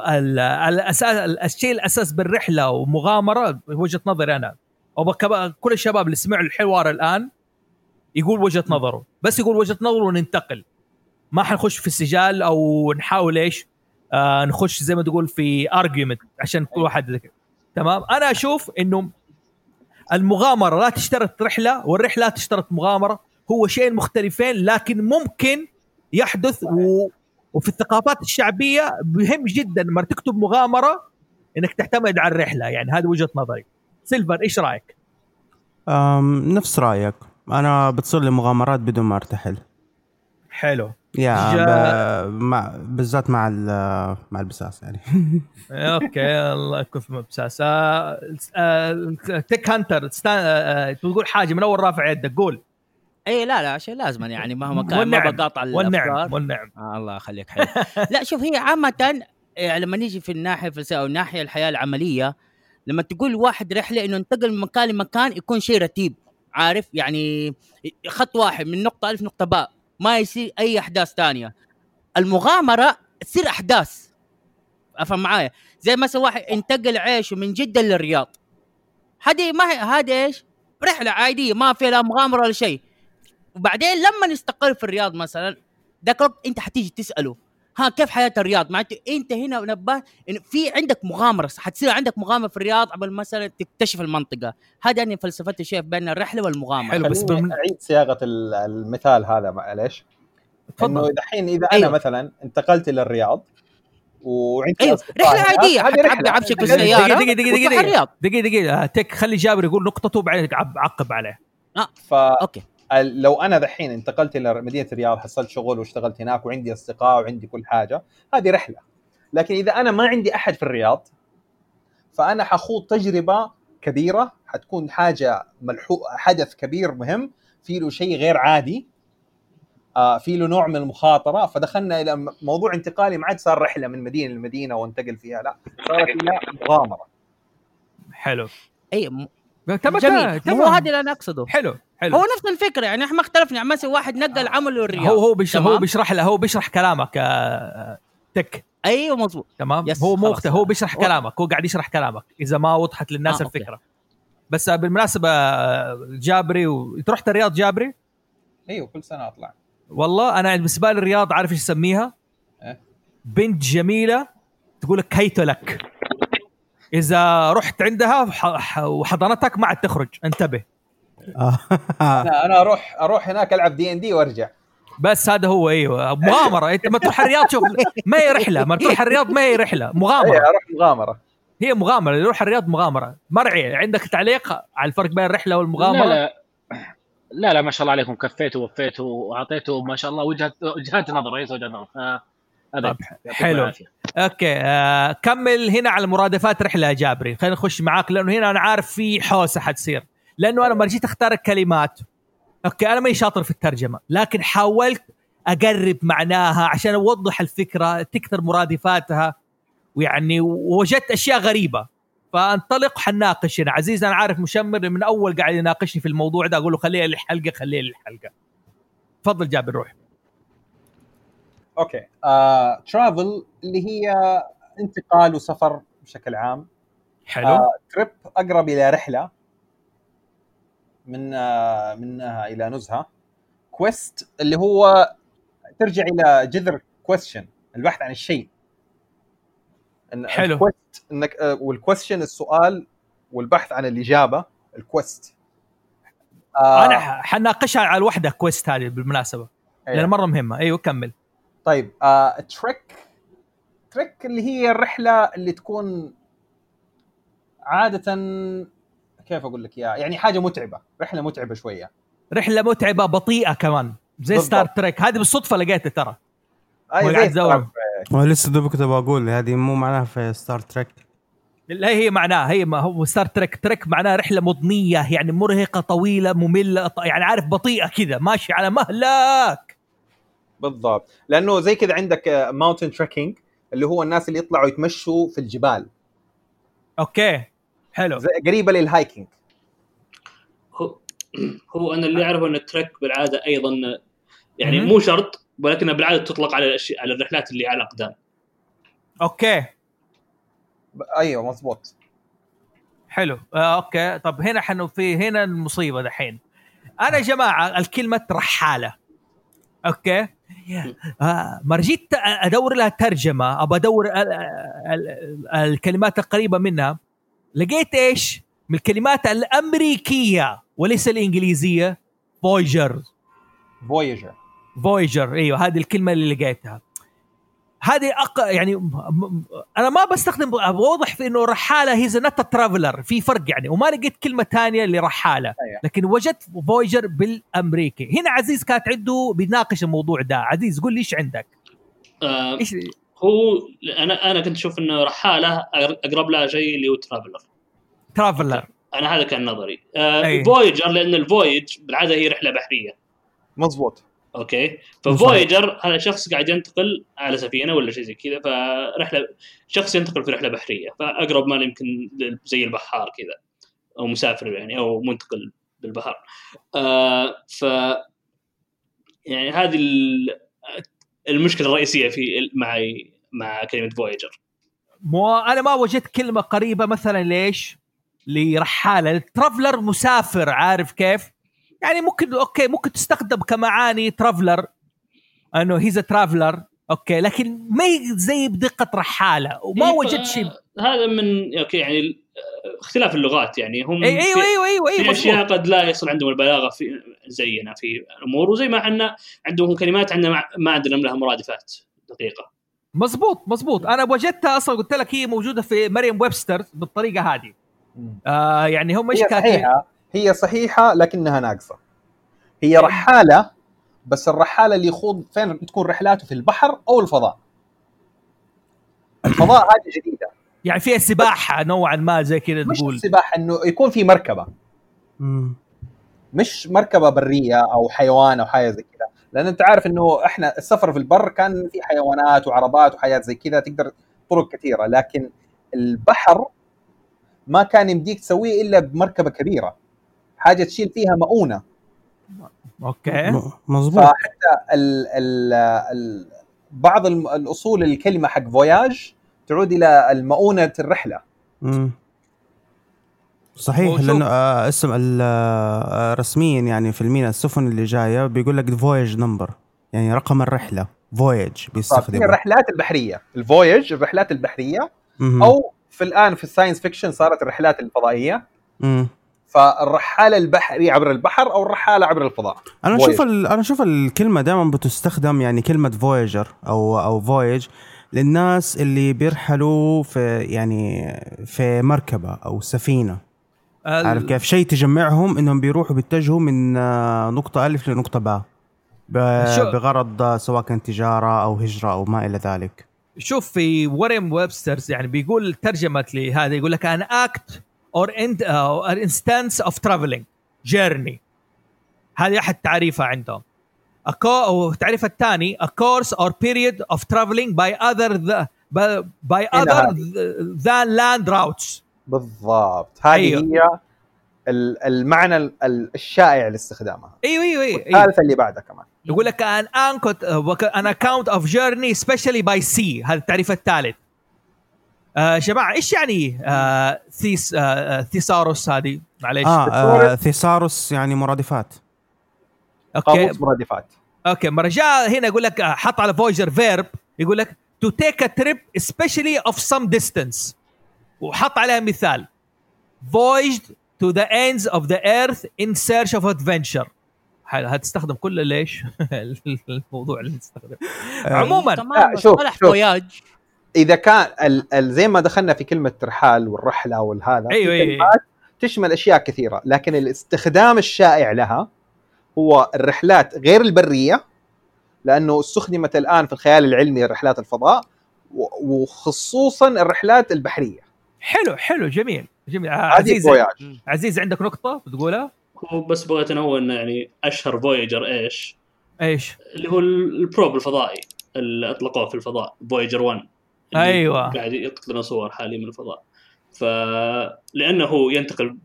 الشيء الاساس بالرحله ومغامره وجهه نظري انا، كل الشباب اللي سمعوا الحوار الان يقول وجهه نظره، بس يقول وجهه نظره وننتقل. ما حنخش في السجال او نحاول ايش نخش زي ما تقول في ارجيومنت عشان كل واحد ذكر. تمام. انا اشوف انه المغامره لا تشترط رحله والرحله لا تشترط مغامره، هو شيء مختلفين لكن ممكن يحدث. وفي الثقافات الشعبيه مهم جدا لما تكتب مغامره انك تعتمد على الرحله. يعني هذه وجهه نظري. سيلفر ايش رايك؟ نفس رايك. انا بتصير لي مغامرات بدون ما ارتحل. حلو. بالذات مع البساس يعني. اوكي الله يكون في بساس. تيك هانتر تقول حاجه من اول رافع يدك قول. اي لا شيء لازم يعني مهما كان ما بقاطع الافكار. والنعم. الله يخليك حلو. لا شوف هي عامه لما نيجي في الناحيه الفلسفيه او ناحيه الحياه العمليه، لما تقول واحد رحله انه انتقل من مكان لمكان يكون شيء رتيب، عارف يعني خط واحد من نقطه الف نقطه باء، ما يصير اي احداث تانية. المغامره تصير احداث، افهم معايا؟ زي مثلا واحد انتقل عيشه من جده للرياض، هذه ما هي هذه ايش رحله عاديه ما فيها لا مغامره ولا شيء. وبعدين لما نستقر في الرياض مثلا ذاك الوقت انت حتيجي تساله ها كيف حياه الرياض، معناته انت هنا نبه إن في عندك مغامره، حتصير عندك مغامره في الرياض قبل مثلا تكتشف المنطقه. هذا يعني فلسفه الشيء بين الرحله والمغامره. حلو. بس اعيد صياغه المثال هذا معلش. انه دحين اذا انا مثلا انتقلت الى الرياض وعندي رحله عاديه حتعبي عبشك بالسياره. دقيقه تك خلي جابر يقول نقطته بعدين عقب عليه. اوكي. لو انا دحين انتقلت الى مدينه الرياض، حصلت شغل واشتغلت هناك وعندي اصدقاء وعندي كل حاجه، هذه رحله. لكن اذا انا ما عندي احد في الرياض فانا حخوض تجربه كبيره، حتكون حاجه حدث كبير مهم، في له شيء غير عادي، في له نوع من المخاطره. فدخلنا الى موضوع انتقالي، ما عاد صار رحله من مدينه لمدينه وانتقل فيها، لا صارت الى مغامره. حلو. تمام. هو هذا اللي انا اقصده. حلو. هو نفس الفكره يعني احنا ما اختلفنا. يعني مثلا واحد نقل عمله الرياض، هو بيشرح كلامك تك. ايوه مظبوط تمام. هو بيشرح كلامك، هو قاعد يشرح كلامك اذا ما وضحت للناس الفكره. أوكي. بس بالمناسبه جابري رحت الرياض جابري؟ ايوه كل سنه اطلع. والله انا بالنسبه لي الرياض عارف ايش اسميها؟ بنت جميله تقول لك كيت لك، اذا رحت عندها وحضنتك ما عاد تخرج، انتبه. انا اروح هناك العب D&D وارجع بس. هذا هو. ايوه مغامره. انت ما تروح الرياض شوف ما هي رحله، ما تروح الرياض ما هي رحله، مغامره. اروح مغامره، هي مغامره. يروح الرياض مغامره. مرعي عندك تعليق على الفرق بين الرحله والمغامره؟ لا ما شاء الله عليكم، كفيتوا ووفيتوا وعطيتوا ما شاء الله وجهات نظر. رئيس وجهه نظر. حلو. اوكي كمل هنا على مرادفات رحله جابري. خلينا نخش معاك لانه هنا انا عارف في حوسه حتصير، لانه انا ما جيت اختار الكلمات. اوكي انا ماني شاطر في الترجمه، لكن حاولت اقرب معناها عشان اوضح الفكره، تكثر مرادفاتها. ويعني وجدت اشياء غريبه، فانطلق حناقش هنا. عزيز انا عارف مشمر من اول قاعد يناقشني في الموضوع ده، اقول له خليها للحلقه. تفضل جابر روح. اوكي. ترافل اللي هي انتقال وسفر بشكل عام. حلو. تريب اقرب الى رحله منها الى نزهه. كويست اللي هو ترجع الى جذر كويستشن، البحث عن الشيء. حلو. الكويست انك والكويستشن السؤال، والبحث عن الاجابه الكويست. انا حناقشها على الوحده كويست هذه بالمناسبه، لان مره مهمه. ايوه كمل. طيب تريك اللي هي الرحله اللي تكون عاده، كيف اقول لك اياها، يعني حاجه متعبه، رحله متعبه شويه، رحله متعبه بطيئه كمان زي بالضبط. ستار تريك هذه بالصدفه لقيتها ترى. لسه دوبك كنت بقول هذه مو معناها في ستار تريك. لا هي معناها، هي ما هو ستار تريك معناها رحله مضنيه، يعني مرهقه طويله ممله، يعني عارف بطيئه كذا ماشي على مهلك. بالضبط، لانه زي كذا عندك ماونتن تريكينج اللي هو الناس اللي يطلعوا يتمشوا في الجبال. اوكي حلو. قريبه للهايكينج. هو انا اللي اعرفه ان التريك بالعاده ايضا يعني مو شرط، ولكنها بالعاده تطلق على الاشياء، على الرحلات اللي على الاقدام. اوكي ايوه مظبوط. حلو. اوكي طب هنا هنا المصيبه دحين. انا يا جماعه الكلمه رحاله اوكي ما رجيت ادور لها ترجمه، ابى ادور الكلمات القريبه منها، لقيت ايش من الكلمات الامريكيه وليس الانجليزيه. فويجر. ايوه هذه الكلمه اللي لقيتها. هذه يعني انا ما بستخدم، واضح في انه رحاله هي نوت ترافلر، في فرق يعني، وما لقيت كلمه تانية لرحاله. لكن وجدت فويجر بالامريكي. هنا عزيز كانت عنده بيناقش الموضوع ده. عزيز قول لي ايش عندك. إيش هو انا كنت اشوف انه رحاله اقرب لها شيء اللي هو ترافلر. انا هذا كان نظري. فويجر لان الفويج بالعاده هي رحله بحريه. مظبوط. اوكي ففويجر هذا شخص قاعد ينتقل على سفينه ولا شيء زي كذا، فرحله شخص ينتقل في رحله بحريه، فاقرب ما يمكن زي البحار كذا، او مسافر يعني، او منتقل بالبحر. ف يعني هذه المشكله الرئيسيه في مع كلمه فويجر. انا ما وجدت كلمه قريبه مثلا ليش لرحاله. الترافلر مسافر، عارف كيف يعني، ممكن تستخدم كمعاني ترافلر انه هيز ترافلر اوكي، لكن ما زي بدقه رحاله، وما وجدت شيء. هذا من اوكي يعني اختلاف اللغات يعني. هم ايوه في اشياء قد لا يصل عندهم البلاغه في زينا في الامور، وزي ما احنا عندهم كلمات عندنا ما عندنا لها مرادفات دقيقه. مزبوط. انا وجدتها اصلا، قلت لك هي موجوده في مريم ويبستر بالطريقه هذه. يعني هم ايش هي صحيحه لكنها ناقصه. هي رحاله، بس الرحاله اللي يخوض فين تكون رحلاته في البحر او الفضاء. الفضاء هذه جديده، يعني فيها سباحه نوعا ما زي كذا تقول. مش سباحه، انه يكون في مركبه. مش مركبه بريه او حيوان او حاجه زي كذا، لان انت عارف انه احنا السفر في البر كان في حيوانات وعربات وحاجات زي كذا، تقدر طرق كثيره، لكن البحر ما كان يمديك تسويه الا بمركبه كبيره، حاجه تشيل فيها مؤونه. اوكي مظبوط. فحتى بعض الاصول الكلمه حق فوياج تعود الى المؤونه الرحله. صحيح، لانه اسم رسميا يعني في المينا السفن اللي جايه بيقول لك فويج نمبر، يعني رقم الرحله فويج بيستخدمه. الرحلات البحريه، الفويج الرحلات البحريه. او في الان في الساينس فيكشن صارت الرحلات الفضائيه. فالرحاله البحري عبر البحر او الرحاله عبر الفضاء. انا اشوف الكلمه دائما بتستخدم، يعني كلمه فويجر او فويج للناس اللي بيرحلوا في مركبه او سفينه. عارف كيف شيء تجمعهم انهم بيروحوا بيتجهوا من نقطه الف لنقطه باء بغرض سواء كان تجاره او هجره او ما الى ذلك. شوف في وريم ويبسترز يعني بيقول ترجمه لهذا، يقول لك an act or an instance of traveling journey. هذه أحد تعريفها عندهم. أو تعريف الثاني a course or period of traveling by other than land routes. بالضبط، هذه هي المعنى الشائع لاستخدامها. ايوه الثالثة اللي بعدها كمان يقول لك an account of journey especially by sea. هذا التعريف الثالث. جماعة ايش يعني ثيساروس هذه؟ معليش. ثيساروس يعني مرادفات. اوكي مرادفات. اوكي مرجع هنا يقول لك حط على فويجر فيرب، يقول لك to take a trip especially of some distance، وحط عليها مثال voyaged to the ends of the earth in search of adventure. هتستخدم كل ليش الموضوع اللي نستخدم عموما. شوف اذا كان زي ما دخلنا في كلمه ترحال والرحله والهذا أيوة. تشمل اشياء كثيره، لكن الاستخدام الشائع لها هو الرحلات غير البريه، لانه استخدمت الان في الخيال العلمي رحلات الفضاء، وخصوصا الرحلات البحريه. حلو جميل. عزيز عندك نقطه بتقولها؟ هو بس بغيت انوه انه يعني اشهر فويجر ايش اللي هو البروب الفضائي اللي اطلقوه في الفضاء، فويجر 1. ايوه قاعد يلقط لنا صور حاليا من الفضاء، فلانه ينتقل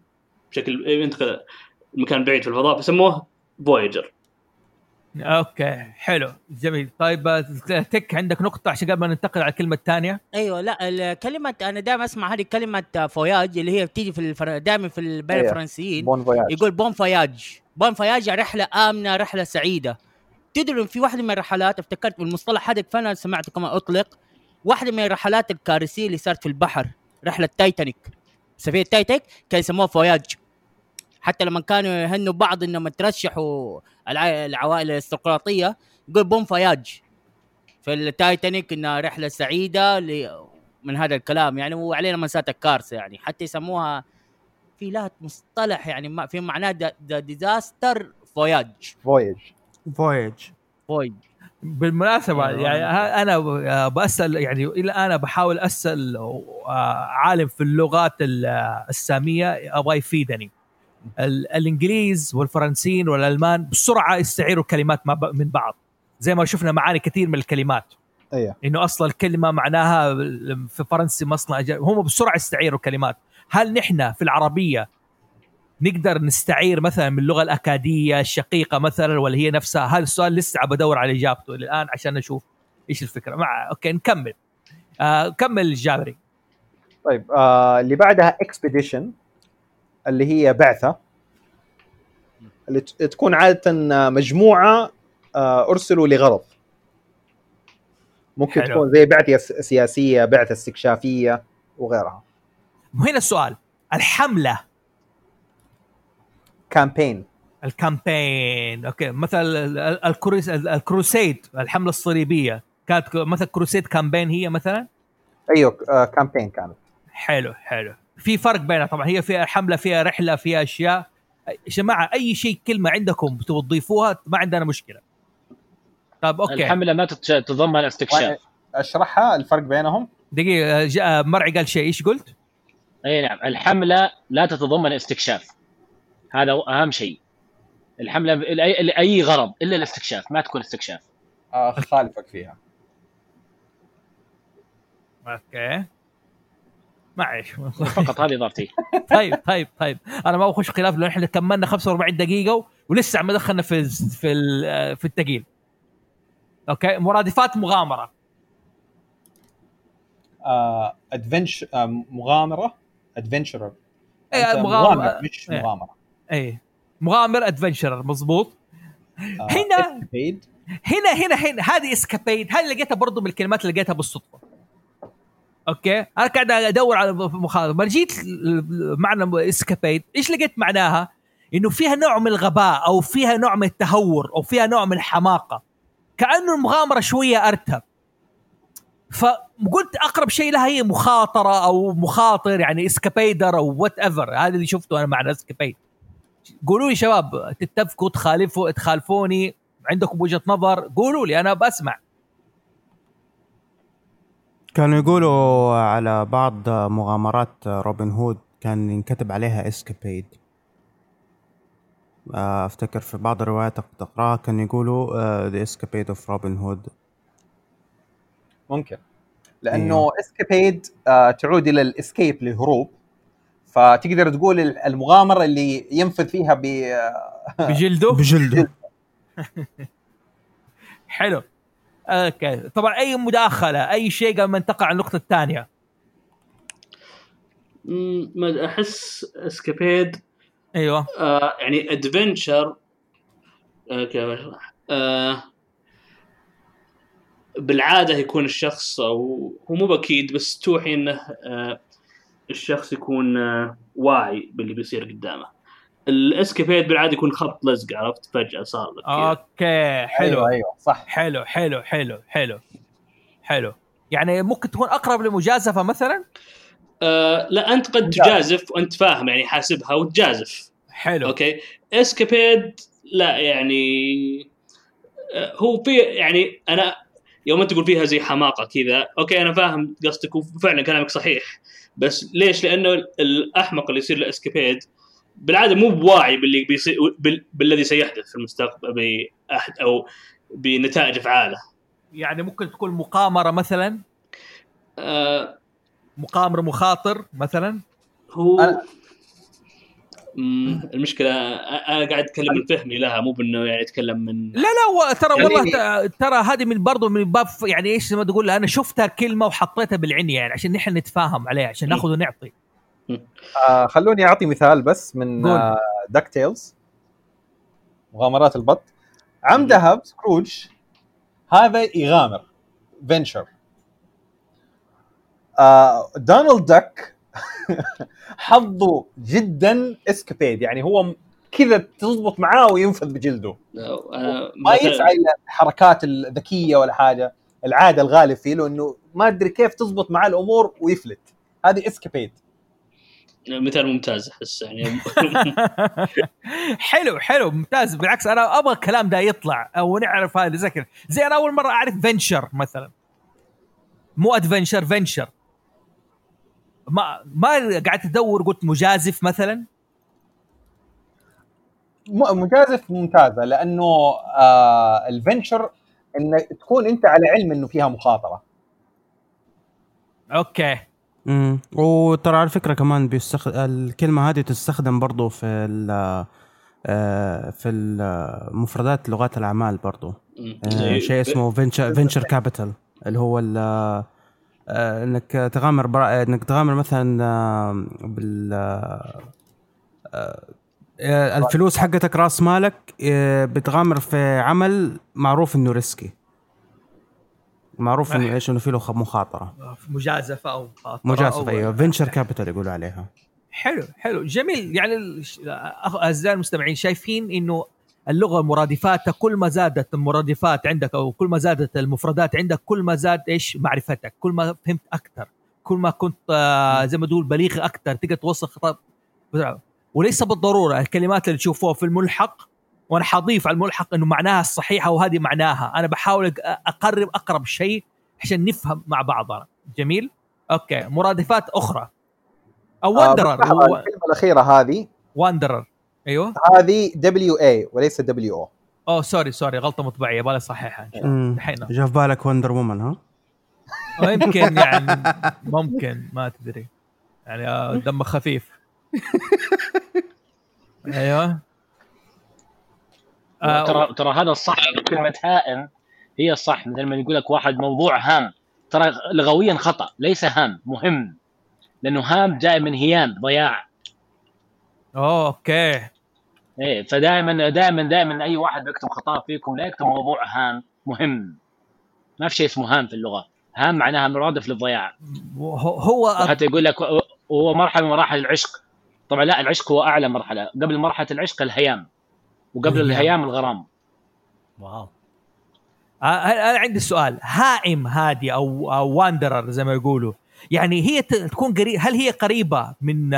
المكان بعيد في الفضاء فسموه فويجر. اوكي حلو جميل. طيب تك عندك نقطه عشان قبل ما ننتقل على الكلمه الثانيه؟ ايوه لا الكلمه انا دائما اسمع هذه كلمه فوياج اللي هي بتيجي في دائما في البلد الفرنسيين يقول بون فوياج رحله امنه، رحله سعيده. تدرون في واحده من الرحلات افتكرت المصطلح هذا فانا سمعته كمان اطلق، واحده من الرحلات الكارثيه اللي صارت في البحر، رحله تايتانيك، سفينه تايتانيك كان يسموها فوياج. حتى لما كانوا يهنوا بعض انهم ترشحوا العوائل الارستقراطيه يقول بون فوياج في التايتانيك انها رحله سعيده من هذا الكلام يعني، وعلينا مسات الكارثه يعني، حتى يسموها في لها مصطلح يعني ما في معناه ديزاستر فوياج. بالمناسبة يعني أنا بأسأل يعني إلى أنا بحاول أسأل عالم في اللغات السامية أبغى يفيدني. الإنجليز والفرنسيين والألمان بسرعة يستعيروا كلمات من بعض، زي ما شفنا معاني كثير من الكلمات. أيه. إنه أصلا الكلمة معناها في فرنسي مصنع هم بسرعة يستعيروا كلمات. هل نحن في العربية نقدر نستعير مثلا من اللغة الأكادية الشقيقة مثلا، ولا هي نفسها؟ هذا السؤال لسه بدور على إجابته الآن عشان نشوف إيش الفكرة. أوكي نكمل. كمل الجابري. طيب اللي بعدها expedition اللي هي بعثة، اللي تكون عادة مجموعة أرسلوا لغرض، ممكن حلو. تكون زي بعثة سياسية، بعثة استكشافية وغيرها. وهنا السؤال، الحملة الكامبين اوكي، مثل الكروسيد، الحمله الصليبيه كانت مثل كروسيد كامبين هي مثلا. ايوه كامبين كانت. حلو في فرق بينها طبعا، هي فيها حمله فيها رحله فيها اشياء. يا جماعه اي شيء كلمه عندكم تضيفوها ما عندنا مشكله. طب اوكي الحمله ما تتضمن استكشاف. اشرحها الفرق بينهم دقيقه. مرعي قال شيء، ايش قلت؟ اي نعم، الحمله لا تتضمن استكشاف، هذا اهم شيء. الحمله لاي غرض الا الاستكشاف، ما تكون استكشاف. خالفك فيها. اوكي معلش فقط هذه ضرتي. طيب انا ما بخش خلاف لانه احنا كملنا 45 دقيقه ولسه عم دخلنا في التقيل. اوكي مرادفات مغامره. ادفنتشر مغامره ادفنتشرر. مغامره مش مغامره. مغامر ادفنتشرر مزبوط. هنا هذه اسكابيد، هذه لقيتها برضو من الكلمات اللي لقيتها بالصدفه. اوكي انا قاعد ادور على مخاطب، ما جيت معنى اسكابيد ايش لقيت معناها؟ انه فيها نوع من الغباء او فيها نوع من التهور او فيها نوع من الحماقه، كانه المغامره شويه ارتب. فقلت اقرب شيء لها هي مخاطره او مخاطر، يعني اسكابيدر او وات ايفر. هذا اللي شفته انا معنى اسكابيد. قولوا لي شباب، تتفقوا تخالفوني، عندكم وجهة نظر قولوا لي انا بسمع. كانوا يقولوا على بعض مغامرات روبن هود كان ينكتب عليها اسكابيد. افتكر في بعض الروايات تقراها كان يقولوا the escapade of Robin Hood. ممكن لانه اسكيبيد تعود الى الاسكيب للهروب، فتقدر تقول المغامره اللي ينفذ فيها بجلده. حلو. اوكي طبعا اي مداخله اي شيء قبل ما ننتقل على النقطه الثانيه. ما احس اسكيبيد ايوه يعني ادفنتشر بالعاده يكون الشخص او هو مو باكيد بس توحي انه الشخص يكون واعي باللي بيصير قدامه. الاسكيبيد بالعاده يكون خط لزق، عرفت، فجاه صار لك. اوكي حلو. ايوه صح. حلو يعني ممكن تكون اقرب لمجازفه مثلا. لا انت قد تجازف وانت فاهم يعني حاسبها وتجازف. حلو. اوكي اسكيبيد لا يعني هو في يعني انا يوم انت تقول فيها زي حماقه كذا، اوكي انا فاهم قصدك وفعلا كلامك صحيح، بس ليش؟ لانه الاحمق اللي يصير له اسكيبيد بالعاده مو بواعي باللي بيصير بالذي سيحدث في المستقبل باحد او بنتائج افعاله. يعني ممكن تكون مقامره مثلا. مقامر مخاطر مثلا. هو المشكله انا قاعد اتكلم من فهمي لها، مو بانه يعني اتكلم من لا ترى يعني والله ترى هذه من برضو من باب يعني ايش ما تقول، انا شفتها كلمه وحطيتها بالعنيه يعني عشان نحن نتفاهم عليها عشان ناخذ ونعطي. خلوني اعطي مثال بس من داك تيلز، مغامرات البط. عم ذهب سكروج هذا يغامر فينشر. دونالد داك حظه جدا اسكيبيد، يعني هو كذا تضبط معاه وينفذ بجلده، ما يسعى الى الحركات الذكيه ولا حاجه. العاده الغالب فيه له انه ما ادري كيف تضبط معاه الامور ويفلت. هذه اسكيبيد. مثال ممتاز احس يعني. حلو ممتاز. بالعكس انا ابغى الكلام ده يطلع او نعرف هذا ذكر. زي انا اول مره اعرف فينشر مثلا، مو ادفنشر، فينشر. ما قاعد ادور قلت مجازف مثلا. مجازف ممتازه لانه الفينشر انك تكون انت على علم انه فيها مخاطره. اوكي. وترى على فكره كمان الكلمه هذه تستخدم برضو في المفردات لغات الاعمال برضو. شيء اسمه فينشر كابيتال اللي هو انك تغامر انك تغامر مثلا الفلوس حقتك راس مالك، بتغامر في عمل معروف انه ريسكي، معروف انه ايش، انه فيه له مخاطره، مجازفه او مجازفه. ايوه فينشر كابيتال يقولوا عليها. حلو جميل. يعني اعزائي المستمعين شايفين انه اللغه مرادفاتها كل ما زادت المرادفات عندك او كل ما زادت المفردات عندك كل ما زاد ايش معرفتك، كل ما فهمت اكثر، كل ما كنت زي ما تقول بليغ اكثر، تقدر توصل خطاب. وليس بالضروره الكلمات اللي تشوفوها في الملحق، وانا حضيف على الملحق انه معناها الصحيحه وهذه معناها، انا بحاول اقرب شيء عشان نفهم مع بعضنا. جميل. اوكي مرادفات اخرى او واندرر. الكلمه الاخيره هذه واندرر. ايوه هذه WA وليس WO. سوري غلطه مطبعيه يبغى اصححها ان شاء الله. الحين جاء في بالك وندر وومن؟ ها يمكن يعني ممكن ما تدري يعني دم خفيف. ايوه ترى هذا الصح. كلمه هائم هي الصح. مثل ما يقول لك واحد موضوع هام، ترى لغويا خطا، ليس هام، مهم، لانه هام جاي من هيام، ضياع. اوكي. ايه فدائما اي واحد بيكتب خطاب فيكم لا يكتب موضوع هام، مهم. ما في شيء اسمه هام في اللغه. هام معناها مرادف للضياع. هو حتى يقول لك هو مرحله من مراحل العشق. طبعا لا، العشق هو اعلى مرحله. قبل مرحله العشق الهيام، وقبل الهيام الغرام. واو. انا عندي سؤال. هائم هذه او واندرر زي ما يقولوا، يعني هي تكون قريبه، هل هي قريبه من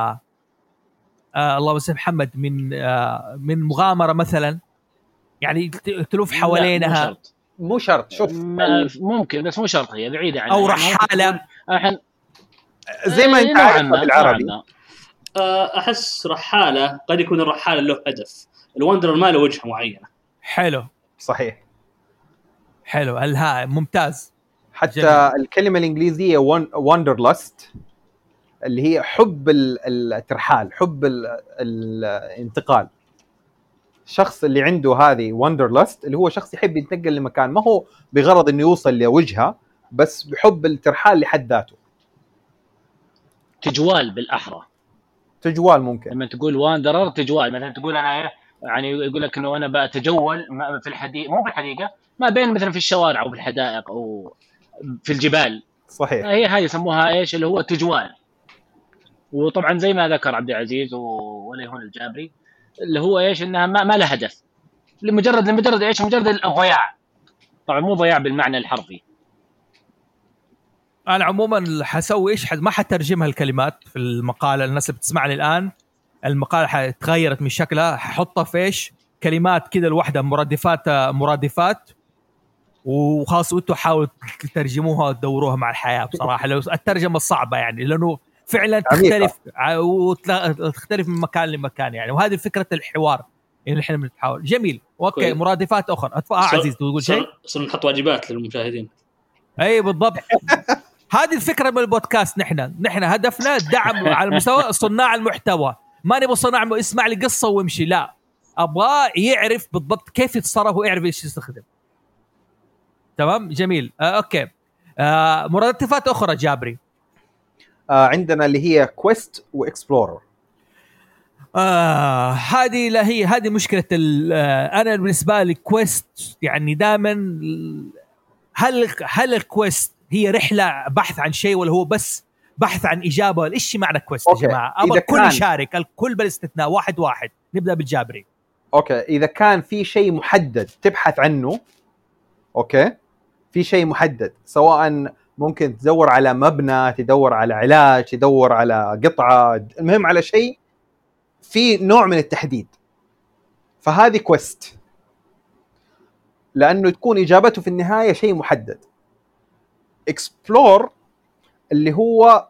الله وسلم محمد من مغامره مثلا، يعني تلوف حوالينها؟ مو شرط. شوف ممكن بس مو شرط، هي بعيده عنها. او رحاله الحين زي ما انت عارف بالعربي. احس رحاله قد يكون الرحاله له هدف، الواندرر ما له وجهه معينه. حلو صحيح. الهاء ممتاز. حتى جميل. الكلمه الانجليزيه wanderlust اللي هي حب الترحال، حب الانتقال. الشخص اللي عنده هذه wanderlust اللي هو شخص يحب ينتقل لمكان، ما هو بغرض انه يوصل لوجهه، بس بحب الترحال لحد ذاته. تجوال بالاحرى، تجوال ممكن. لما تقول واندرر تجوال، مثلا تقول انا يعني يقول لك انه انا بتجول في الحديقه، مو في الحديقه، ما بين مثلا في الشوارع او في الحدائق او في الجبال. صحيح. هي هذه يسموها ايش اللي هو تجوال. وطبعا زي ما ذكر عبد العزيز وليهون الجابري اللي هو ايش انها ما لها هدف، لمجرد ايش، مجرد الضياع. طبعا مو ضياع بالمعنى الحرفي. انا عموما حسوي ايش، ما حترجمها الكلمات في المقاله. الناس اللي بتسمعني الان المقاله حتغيرت من شكلها، ححطها في ايش كلمات كذا الوحده، مرادفات وخلاص. وانتوا حاولوا تترجموها وتدوروها مع الحياه. بصراحه لو الترجمه صعبه يعني، لانه فعلا تختلف من مكان لمكان يعني. وهذه فكره الحوار اللي احنا بنحاول. جميل. اوكي. مرادفات اخرى. عزيز تقول شيء؟ صرنا نحط واجبات للمشاهدين. اي بالضبط. هذه الفكره من البودكاست. نحن هدفنا دعم على مستوى صناع المحتوى. ما نبغى صناع اسمع لي قصه وامشي، لا، ابغى يعرف بالضبط كيف يتصرف ويعرف ايش يستخدم. تمام. جميل. اوكي. مرادفات اخرى جابري. عندنا اللي هي كويست واكسبلورر. هذه مشكله. انا بالنسبه لي كويست يعني دائما، هل الكويست هي رحله بحث عن شيء، ولا هو بس بحث عن اجابه؟ ايش معنى كويست يا جماعه؟ ابغى الكل يشارك، الكل بالاستثناء. واحد. نبدا بالجابري. اوكي. اذا كان في شيء محدد تبحث عنه، اوكي، في شيء محدد، سواء ممكن تدور على مبنى، تدور على علاج، تدور على قطعه، المهم على شيء في نوع من التحديد، فهذه كويست، لانه تكون اجابته في النهايه شيء محدد. اكسبلور اللي هو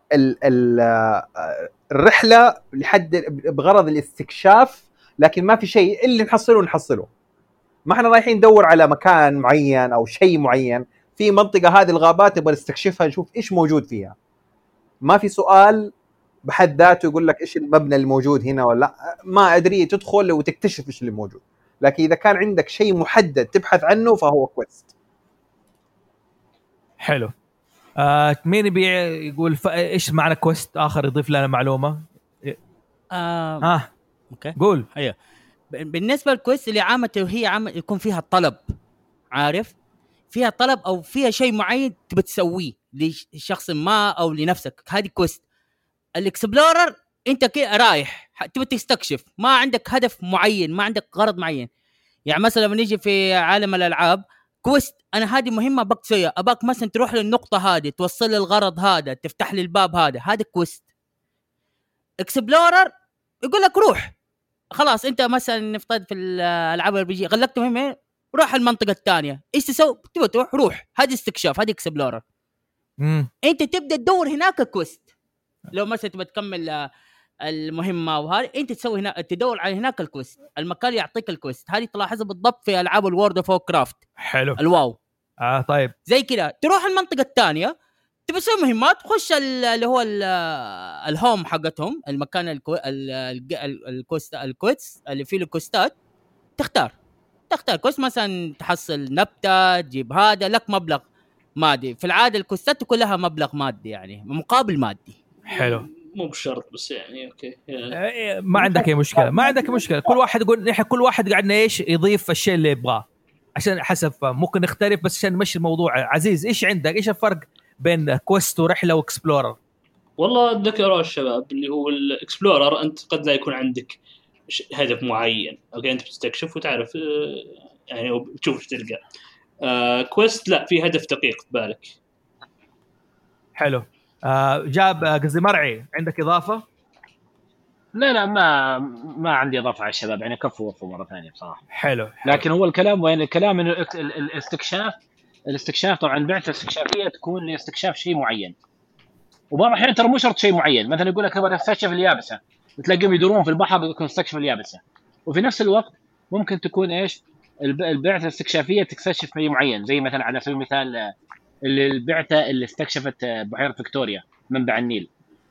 الرحله لحد بغرض الاستكشاف، لكن ما في شيء اللي نحصله. ما احنا رايحين ندور على مكان معين او شيء معين، في منطقه هذه الغابات نبغى نستكشفها، نشوف ايش موجود فيها. ما في سؤال بحد ذاته يقول لك ايش المبنى اللي موجود هنا ولا لا، ما ادري، تدخل وتكتشف ايش اللي موجود. لكن اذا كان عندك شيء محدد تبحث عنه فهو كويست. حلو. مين يقول ايش معنى كويست اخر يضيف لنا معلومه؟ اوكي قول. ايوه. بالنسبه للكويست اللي هي يكون فيها طلب، عارف، فيها طلب او فيها شيء معين تبي تسويه لشخص ما او لنفسك، هذه كويست. الاكسبلورر انت كده رايح تبي تستكشف، ما عندك هدف معين، ما عندك غرض معين. يعني مثلا لما نيجي في عالم الالعاب كويست، انا هذه مهمه بقى اباك مثلا تروح للنقطه هذه، توصل لي الغرض هذا، تفتح لي الباب هذا كويست. اكسبلورر يقول لك روح، خلاص انت مثلا نفترض في الالعاب الRPG غلقت مهمه، روح المنطقه الثانيه، ايش تسوي؟ تبغى تروح، روح، هذه استكشاف، هذه اكسبلورر. انت تبدا تدور هناك كويست. لو مثلا تبغى تكمل المهمه وهذه، انت تسوي هنا، تدور على هناك الكويست، المكان يعطيك الكويست. هذه تلاحظها بالضبط في العاب الورد اوف كرافت. حلو. الواو. طيب زي كذا تروح المنطقه الثانيه، تبي تسوي مهمات، خش اللي هو الهوم حقتهم، المكان الكويست اللي فيه الكوستات، تختار كويست، مثلا تحصل نبته، تجيب هذا، لك مبلغ مادي. في العاده الكوستات كلها مبلغ مادي، يعني مقابل مادي. حلو. مو بشرط، بس يعني اوكي ما عندك اي مشكله، ما عندك مشكله. كل واحد يقول نحن كل واحد قاعدنا ايش يضيف الشيء اللي يبغاه عشان حسب ممكن نختلف، بس عشان نمشي الموضوع. عزيز ايش عندك؟ ايش الفرق بين كويست ورحله واكسبلورر؟ والله ذكروا الشباب اللي هو الاكسبلورر، انت قد لا يكون عندك هدف معين، اوكي، انت بتستكشف وتعرف يعني وبتشوف ايش تلقى. كويست لا، في هدف دقيق في بالك. حلو. جاب قصدي مرعي، عندك اضافه؟ لا ما عندي اضافه على الشباب، يعني كفوا مره ثانيه بصراحه. حلو. لكن هو الكلام وين؟ الكلام انه الاستكشاف طبعا بعثه استكشافيه تكون لاستكشاف شيء معين، وبعض الاحيان ترى مو شرط شيء معين. مثلا يقول لك ابغى استكشف اليابسه، بتلاقيهم يدورون في البحر يكون استكشف اليابسه، وفي نفس الوقت ممكن تكون ايش البعثه الاستكشافيه تكتشف شيء معين، زي مثلا على سبيل المثال اللي البعثة اللي استكشفت بحيرة فيكتوريا منبع النيل.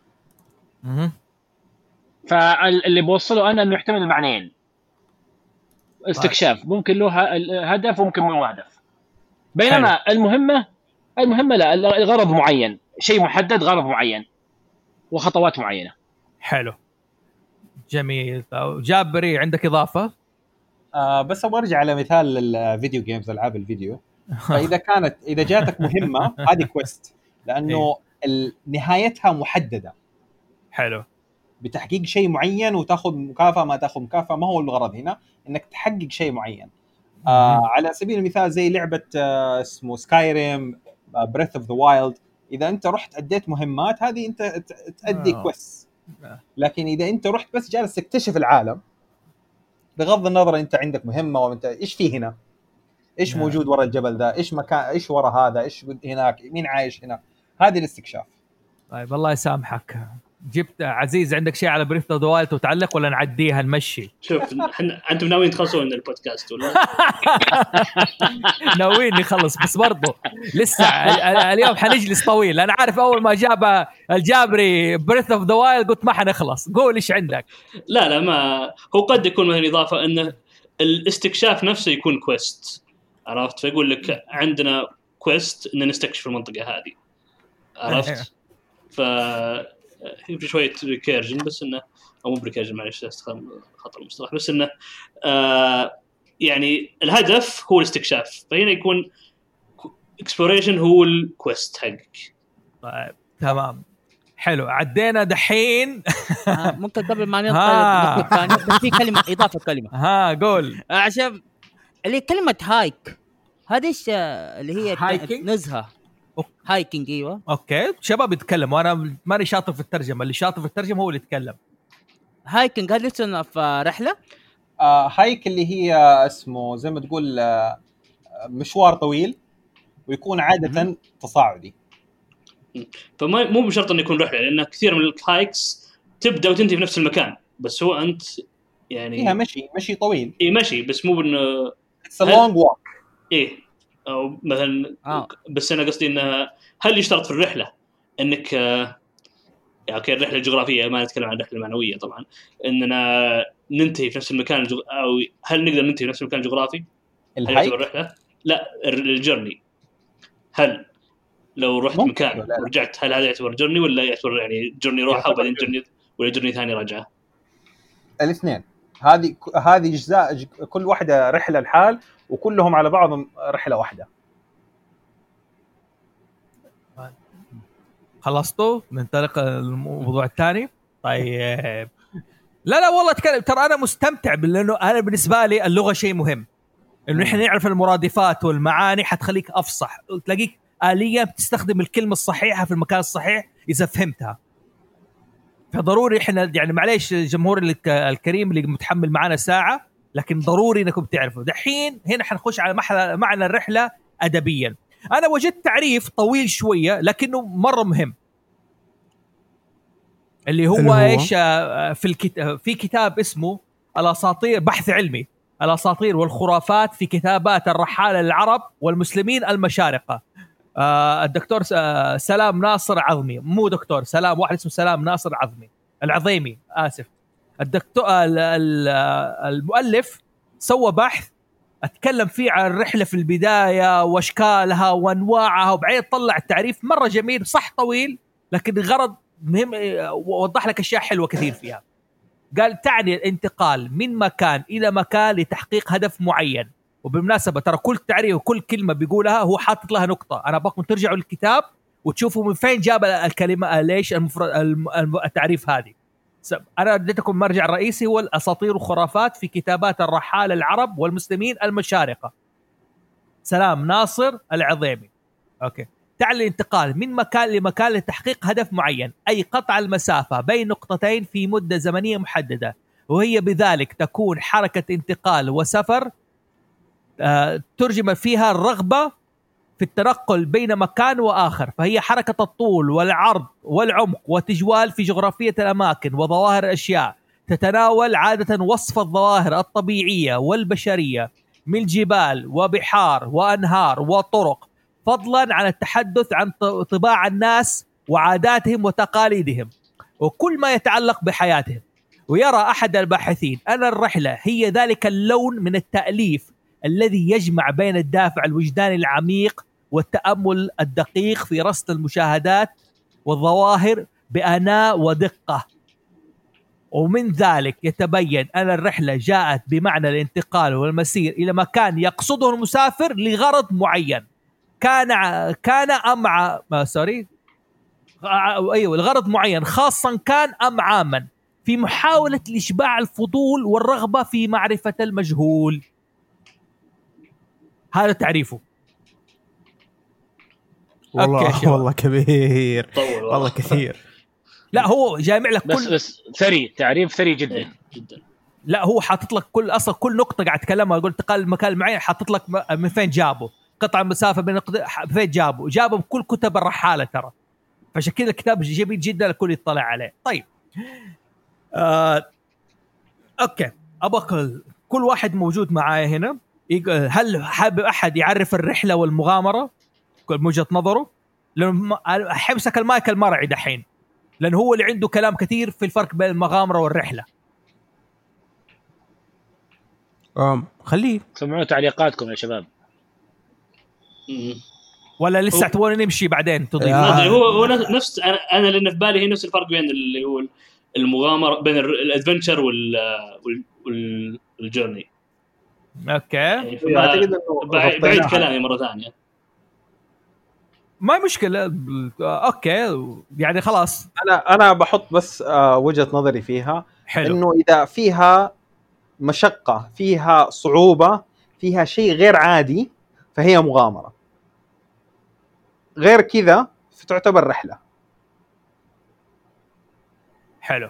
فاللي بوصله أنا إنه يحتمل المعنيين، استكشاف ممكن له هدف وممكن مو هدف، بينما المهمة لا، الغرض معين، شيء محدد، غرض معين وخطوات معينة. حلو جميل. جابري عندك إضافة؟ بس ابغى ارجع على مثال الفيديو جيمز، العاب الفيديو. اذا جاتك مهمه هذه كويست، لانه نهايتها محدده. حلو. بتحقيق شيء معين وتاخذ مكافاه، ما تاخذ مكافاه، ما هو الغرض هنا انك تحقق شيء معين. على سبيل المثال زي لعبه اسمه سكايريم، بريث اوف ذا وايلد، اذا انت رحت اديت مهمات هذه انت تأدي كويست. لكن اذا انت رحت بس جالس تكتشف العالم بغض النظر انت عندك مهمه وانت ايش في هنا، ايش موجود ورا الجبل ده، ايش مكان، ايش ورا هذا، ايش هناك، مين عايش هنا، هذه الاستكشاف. طيب الله يسامحك. جبت عزيز عندك شيء على بريث اوف ذا وايلد وتعلق ولا نعديها نمشي؟ شوف انتم ناويين تخلصون البودكاست ولا؟ ناويين نخلص بس برضو لسه اليوم حنجلس طويل. انا عارف اول ما جاب الجابري بريث اوف ذا وايلد قلت ما حنخلص. قول ايش عندك. لا ما هو قد يكون مثلا اضافه انه الاستكشاف نفسه يكون كويست، عرفت؟ فيقول لك عندنا كويست ان نستكشف المنطقه هذه، عرفت؟ ف في شويه ريكيرجن، بس انه او مو ريكيرجن، معلش استخدام خطا المصطلح، بس انه يعني الهدف هو الاستكشاف، فهنا يكون اكسبلوريشن هو الكويست حقك. طيب تمام حلو. عدينا دحين. ممكن قبل ما ننطلق الثاني بس في كلمه اضافه كلمه. قول. عشان اللي كلمه هايك هذه اللي هي نزهه هايكينج. ايوه اوكي شباب يتكلموا، انا ماني شاطر في الترجمه، اللي شاطر في الترجمه هو اللي يتكلم. هايكينج هل لسه في رحله؟ هايك اللي هي اسمه زي ما تقول مشوار طويل ويكون عاده تصاعدي. فما مو بشرط انه يكون رحله، لان كثير من الهايكس تبدا وتنتهي في نفس المكان، بس هو انت يعني فيها مشي طويل. مشي بس مو انه it's a long walk. او مثلا بس انا قصدي انه هل يشترط في الرحله انك يعني اوكي الرحله الجغرافيه، ما نتكلم عن الرحله المعنويه طبعا، اننا ننتهي في نفس المكان او هل نقدر ننتهي في نفس المكان الجغرافي؟ هل يعتبر رحله؟ لا الجيرني، هل لو رحت مكان ورجعت هل هذا يعتبر جيرني ولا يعتبر يعني جيرني روحه وبعدين جيرني ولا جيرني ثاني رجعه؟ الاثنين. هذه اجزاء، كل واحده رحله الحال وكلهم على بعضهم رحله واحده. خلصتوا ننطلق الموضوع الثاني؟ طيب لا والله اتكلم، ترى انا مستمتع لانه انا بالنسبه لي اللغه شيء مهم، انه احنا نعرف المرادفات والمعاني حتخليك افصح، تلاقيك آلية بتستخدم الكلمة الصحيحة في المكان الصحيح إذا فهمتها. فضروري إحنا يعني معليش الجمهور الكريم اللي متحمل معنا ساعة، لكن ضروري إنكم تعرفوا. دحين هنا حنخش على معنى الرحلة أدبيا. أنا وجدت تعريف طويل شوية لكنه مرة مهم، اللي هو إيش في كتاب اسمه الأساطير، بحث علمي، الأساطير والخرافات في كتابات الرحالة العرب والمسلمين المشارقة. الدكتور سلام ناصر عظمي، مو دكتور سلام، واحد اسمه سلام ناصر العظيمي آسف. الدكتور المؤلف سوى بحث اتكلم فيه عن الرحلة في البداية واشكالها وانواعها، وبعدين طلع التعريف مرة جميل، صح طويل لكن الغرض مهم، ووضح لك اشياء حلوة كثير فيها. قال تعني الانتقال من مكان الى مكان لتحقيق هدف معين. وبالمناسبة ترى كل تعريف وكل كلمة بيقولها هو حاطط لها نقطة، أنا أبغاكم ترجعوا للكتاب وتشوفوا من فين جاب الكلمة، ليش التعريف هذه. أنا اديتكم مرجع رئيسي هو الأساطير والخرافات في كتابات الرحالة العرب والمسلمين المشارقة، سلام ناصر العظيمي. أوكي. تعني الانتقال من مكان لمكان لتحقيق هدف معين، أي قطع المسافة بين نقطتين في مدة زمنية محددة، وهي بذلك تكون حركة انتقال وسفر ترجم فيها الرغبة في التنقل بين مكان وآخر، فهي حركة الطول والعرض والعمق وتجوال في جغرافية الأماكن وظواهر الأشياء، تتناول عادة وصف الظواهر الطبيعية والبشرية من جبال وبحار وأنهار وطرق، فضلا عن التحدث عن طباع الناس وعاداتهم وتقاليدهم وكل ما يتعلق بحياتهم. ويرى أحد الباحثين أن الرحلة هي ذلك اللون من التأليف الذي يجمع بين الدافع الوجداني العميق والتأمل الدقيق في رصد المشاهدات والظواهر بأناء ودقة. ومن ذلك يتبين أن الرحلة جاءت بمعنى الانتقال والمسير إلى مكان يقصده المسافر لغرض معين كان الغرض معين خاصا كان أم عاما، في محاولة لإشباع الفضول والرغبة في معرفة المجهول. هذا تعريفه. والله كبير والله كثير. لا هو جامع لك بس ثري، تعريف ثري جدا جدا. لا هو حاطط لك كل نقطة قاعد تكلمها، قلت قال مكان معين حاطط لك من فين جابه، قطع مسافة بين فين جابه بكل كتب الرحالة ترى، فعشان كذا الكتاب جميل جدا الكل يطلع عليه. طيب اوكي، ابغى كل واحد موجود معايا هنا هل حابب احد يعرف الرحلة والمغامرة من وجهة نظره؟ لأنه حمسك المايك المرعي دحين، لأن هو اللي عنده كلام كثير في الفرق بين المغامرة والرحلة. خليه سمعوا تعليقاتكم يا شباب. ولا لسه تبغون نمشي بعدين تضيف؟ هو نفس انا اللي في بالي هي نفس الفرق بين اللي هو المغامرة، بين الادفنتشر والجورني. اوكي يعني اعتقد انه بعيد كلامي مرة ثانية. ما مشكلة. اوكي يعني خلاص انا بحط بس وجهة نظري فيها. حلو. انه اذا فيها مشقة، فيها صعوبة، فيها شيء غير عادي، فهي مغامرة. غير كذا فتعتبر رحلة. حلو.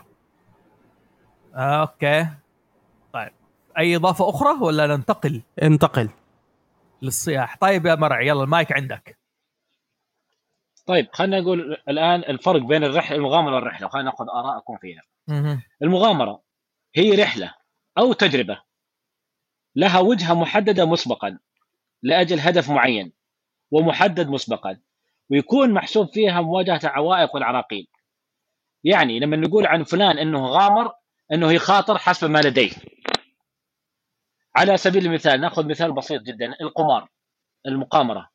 اوكي طيب، اي اضافة اخرى ولا ننتقل للصياح؟ طيب يا مرعي يلا المايك عندك. طيب خلينا نقول الآن الفرق بين المغامرة والرحلة، وخلينا نأخذ آراءكم فيها. المغامرة هي رحلة أو تجربة لها وجهة محددة مسبقا لأجل هدف معين ومحدد مسبقا، ويكون محسوب فيها مواجهة العوائق والعراقيل. يعني لما نقول عن فلان أنه غامر، أنه يخاطر حسب ما لديه. على سبيل المثال نأخذ مثال بسيط جدا، القمار، المقامرة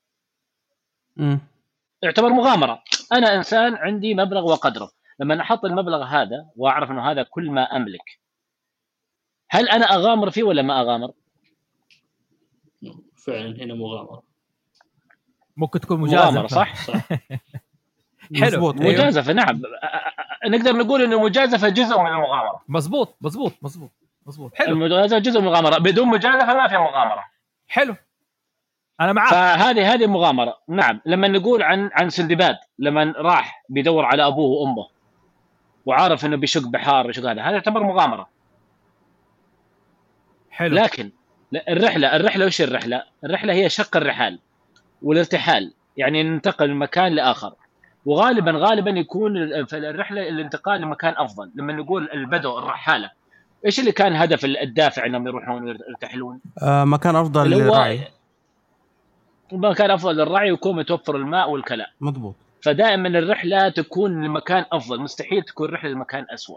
يعتبر مغامرة. أنا إنسان عندي مبلغ وقدره، لما أحط المبلغ هذا وأعرف أنه هذا كل ما أملك، هل أنا أغامر فيه ولا ما أغامر؟ فعلا هنا مغامرة. ممكن تكون مجازفة. صح. حلو. مجازفة نعم، نقدر نقول إنه مجازفة جزء من المغامرة. مزبوط. حلو. المجازفة جزء من المغامرة، بدون مجازفة ما في مغامرة. حلو أنا معاك. فهذه مغامرة. نعم. لما نقول عن سندباد لما راح بيدور على أبوه وأمه وعارف إنه بيشق بحار بيشق هذا يعتبر مغامرة. حلو. لكن الرحلة وش الرحلة هي شق الرحال والارتحال، يعني ننتقل من مكان لآخر، وغالبا يكون في الرحلة الانتقال لمكان أفضل. لما نقول البدو الرحالة، إيش اللي كان هدف الدافع إنهم يروحون ويرتحلون؟ مكان أفضل للرعي. مكان أفضل للرعي ويكون متوفر الماء والكلاء. مضبوط. فدائما الرحلة تكون لمكان أفضل، مستحيل تكون رحلة لمكان أسوأ.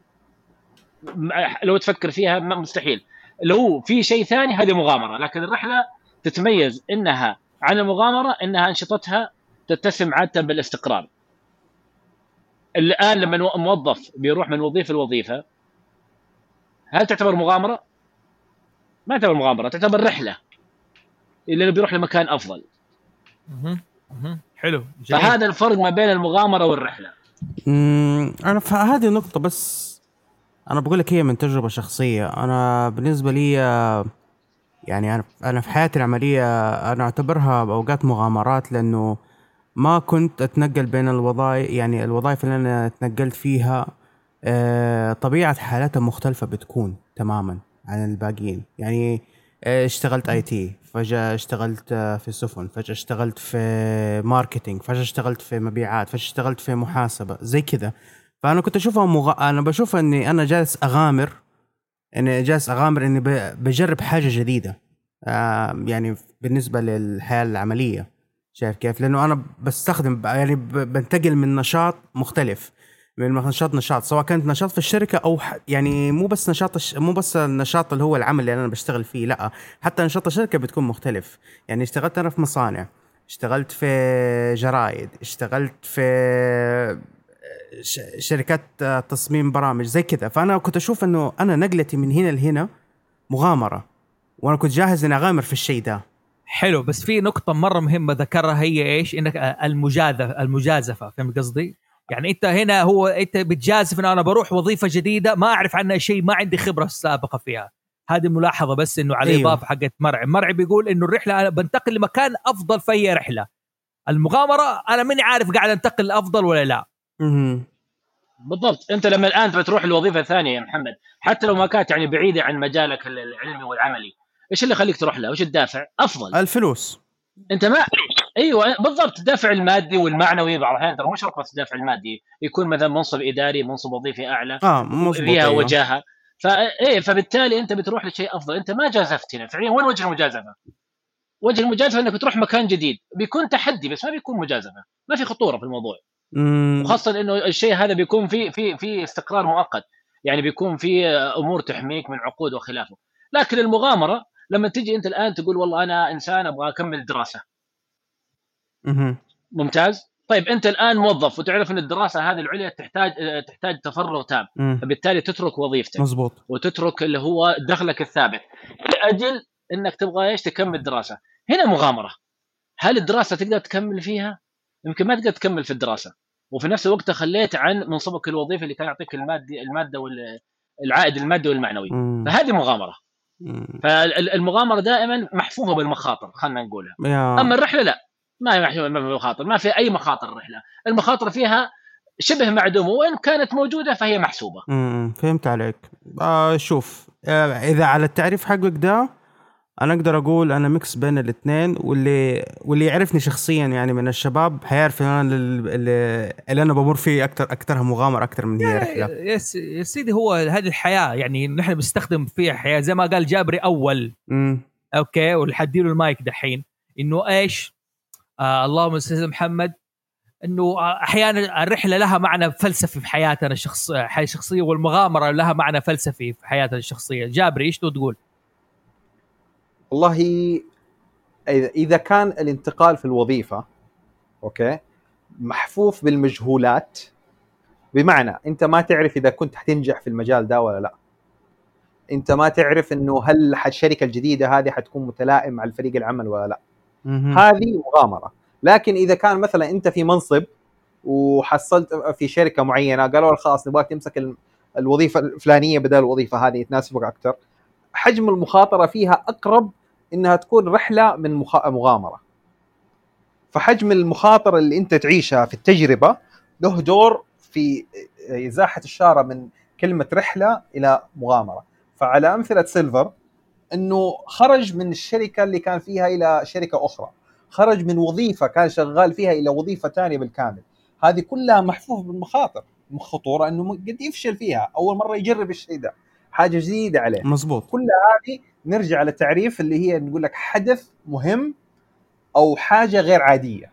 لو تفكر فيها مستحيل. لو في شيء ثاني هذه مغامرة، لكن الرحلة تتميز إنها عن المغامرة إنها أنشطتها تتسم عادة بالاستقرار. الآن لما موظف بيروح من وظيفة لوظيفة، هل تعتبر مغامرة؟ ما تعتبر مغامرة، تعتبر رحلة اللي بيروح لمكان أفضل. حلو. فهذا الفرق ما بين المغامرة والرحلة. أنا في هذه النقطة بس أنا بقول لك هي من تجربة شخصية. أنا بالنسبة لي يعني أنا في حياتي العملية أنا أعتبرها بأوقات مغامرات، لأنه ما كنت أتنقل بين الوظائف. يعني الوظائف اللي أنا تنقلت فيها طبيعة حالاتها مختلفة بتكون تماما عن الباقيين. يعني اشتغلت IT، فجأة اشتغلت في السفن، فجأة اشتغلت في ماركتينج، فجأة اشتغلت في مبيعات، فجأة اشتغلت في محاسبة زي كذا. فأنا كنت أشوفها أنا بشوف أني أنا جالس أغامر، إني بجرب حاجة جديدة. يعني بالنسبة للحياة العملية شايف كيف؟ لانه انا بستخدم يعني بنتقل من نشاط مختلف، من نشاط سواء كانت نشاط في الشركه او يعني مو بس النشاط اللي هو العمل اللي انا بشتغل فيه، لا حتى نشاط الشركه بتكون مختلف. يعني اشتغلت انا في مصانع، اشتغلت في جرايد، اشتغلت في شركات تصميم برامج زي كذا. فانا كنت اشوف انه انا نقلتي من هنا لهنا مغامره، وانا كنت جاهز اني اغامر في الشيء ده. حلو، بس في نقطة مرة مهمة ذكرها، هي إيش؟ إنك المجازفة، فهمت قصدي؟ يعني أنت هنا أنت بتجازف إن أنا بروح وظيفة جديدة ما أعرف عنها شيء، ما عندي خبرة سابقة فيها. هذه ملاحظة بس إنه على إضافة حقت مرعي بيقول إنه الرحلة أنا بنتقل لمكان أفضل في رحلة. المغامرة أنا ماني عارف قاعد أنتقل لأفضل ولا لا. بالضبط. أنت لما الآن بتروح الوظيفة ثانية يا محمد، حتى لو ما كانت يعني بعيدة عن مجالك العلمي والعملي، إيش اللي يخليك تروح له؟ وإيش الدافع؟ أفضل الفلوس. انت ما ايوه بالضبط، الدافع المادي والمعنوي. بعض الاحيان ترى مو شرط بس الدافع المادي، يكون مثلا منصب اداري، منصب وظيفي اعلى، فيها أيوة. وجاهه. فبالتالي انت بتروح لشيء افضل. انت ما جازفت هنا فعليا. وين وجه المجازفه؟ وجه المجازفه انك تروح مكان جديد، بيكون تحدي بس ما بيكون مجازفه، ما في خطوره في الموضوع. وخاصه انه الشيء هذا بيكون في استقرار مؤقت، يعني بيكون في امور تحميك من عقود وخلافه. لكن المغامره لما تجي انت الان تقول والله انا انسان ابغى اكمل دراسه، ممتاز. طيب انت الان موظف وتعرف ان الدراسه هذه العليا تحتاج تفرغ تام، فبالتالي تترك وظيفتك. مزبوط. وتترك اللي هو دخلك الثابت لاجل انك تبغى ايش؟ تكمل دراسه. هنا مغامره. هل الدراسه تقدر تكمل فيها؟ يمكن ما تقدر تكمل في الدراسه، وفي نفس الوقت خليت عن منصبك الوظيفي اللي كان يعطيك الماده والعائد المادي والمعنوي. فهذه مغامره. فالمغامره دائما محفوفه بالمخاطر، خلينا نقولها. اما الرحله لا، ما هي محفوفه بالمخاطر، ما في اي مخاطر. الرحله المخاطر فيها شبه معدومه، وان كانت موجوده فهي محسوبه. فهمت عليك. شوف، اذا على التعريف حقك ده انا اقدر اقول انا ميكس بين الاثنين، واللي يعرفني شخصيا يعني من الشباب حيعرف ان انا اللي انا بمر فيه اكثرها مغامره اكثر من هي رحله. يا سيدي، هو هذه الحياه يعني نحن بنستخدم فيها حياه زي ما قال جابري اول. اوكي، والحديله المايك دحين انه ايش؟ اللهم صل على محمد. انه احيانا الرحله لها معنى فلسفي في حياتنا حياة شخصيه، والمغامره لها معنى فلسفي في حياتنا الشخصيه. جابري ايش تقول؟ والله اذا كان الانتقال في الوظيفه اوكي محفوف بالمجهولات، بمعنى انت ما تعرف اذا كنت حتنجح في المجال ده ولا لا، انت ما تعرف انه هل الشركه الجديده هذه حتكون متلائم مع الفريق العمل ولا لا. هذه مغامره. لكن اذا كان مثلا انت في منصب وحصلت في شركه معينه قالوا خلاص نبغاك تمسك الوظيفه الفلانيه بدل الوظيفه هذه تناسبك اكثر، حجم المخاطره فيها اقرب انها تكون رحله من مغامره. فحجم المخاطره اللي انت تعيشها في التجربه له دور في ازاحه الشاره من كلمه رحله الى مغامره. فعلى امثله سيلفر انه خرج من الشركه اللي كان فيها الى شركه اخرى، خرج من وظيفه كان شغال فيها الى وظيفه ثانيه بالكامل. هذه كلها محفوفه بالمخاطر، خطوره انه قد يفشل فيها، اول مره يجرب الشيء ده، حاجه جديده عليه. مزبوط. كل هذه نرجع على التعريف اللي هي نقول لك حدث مهم او حاجه غير عاديه.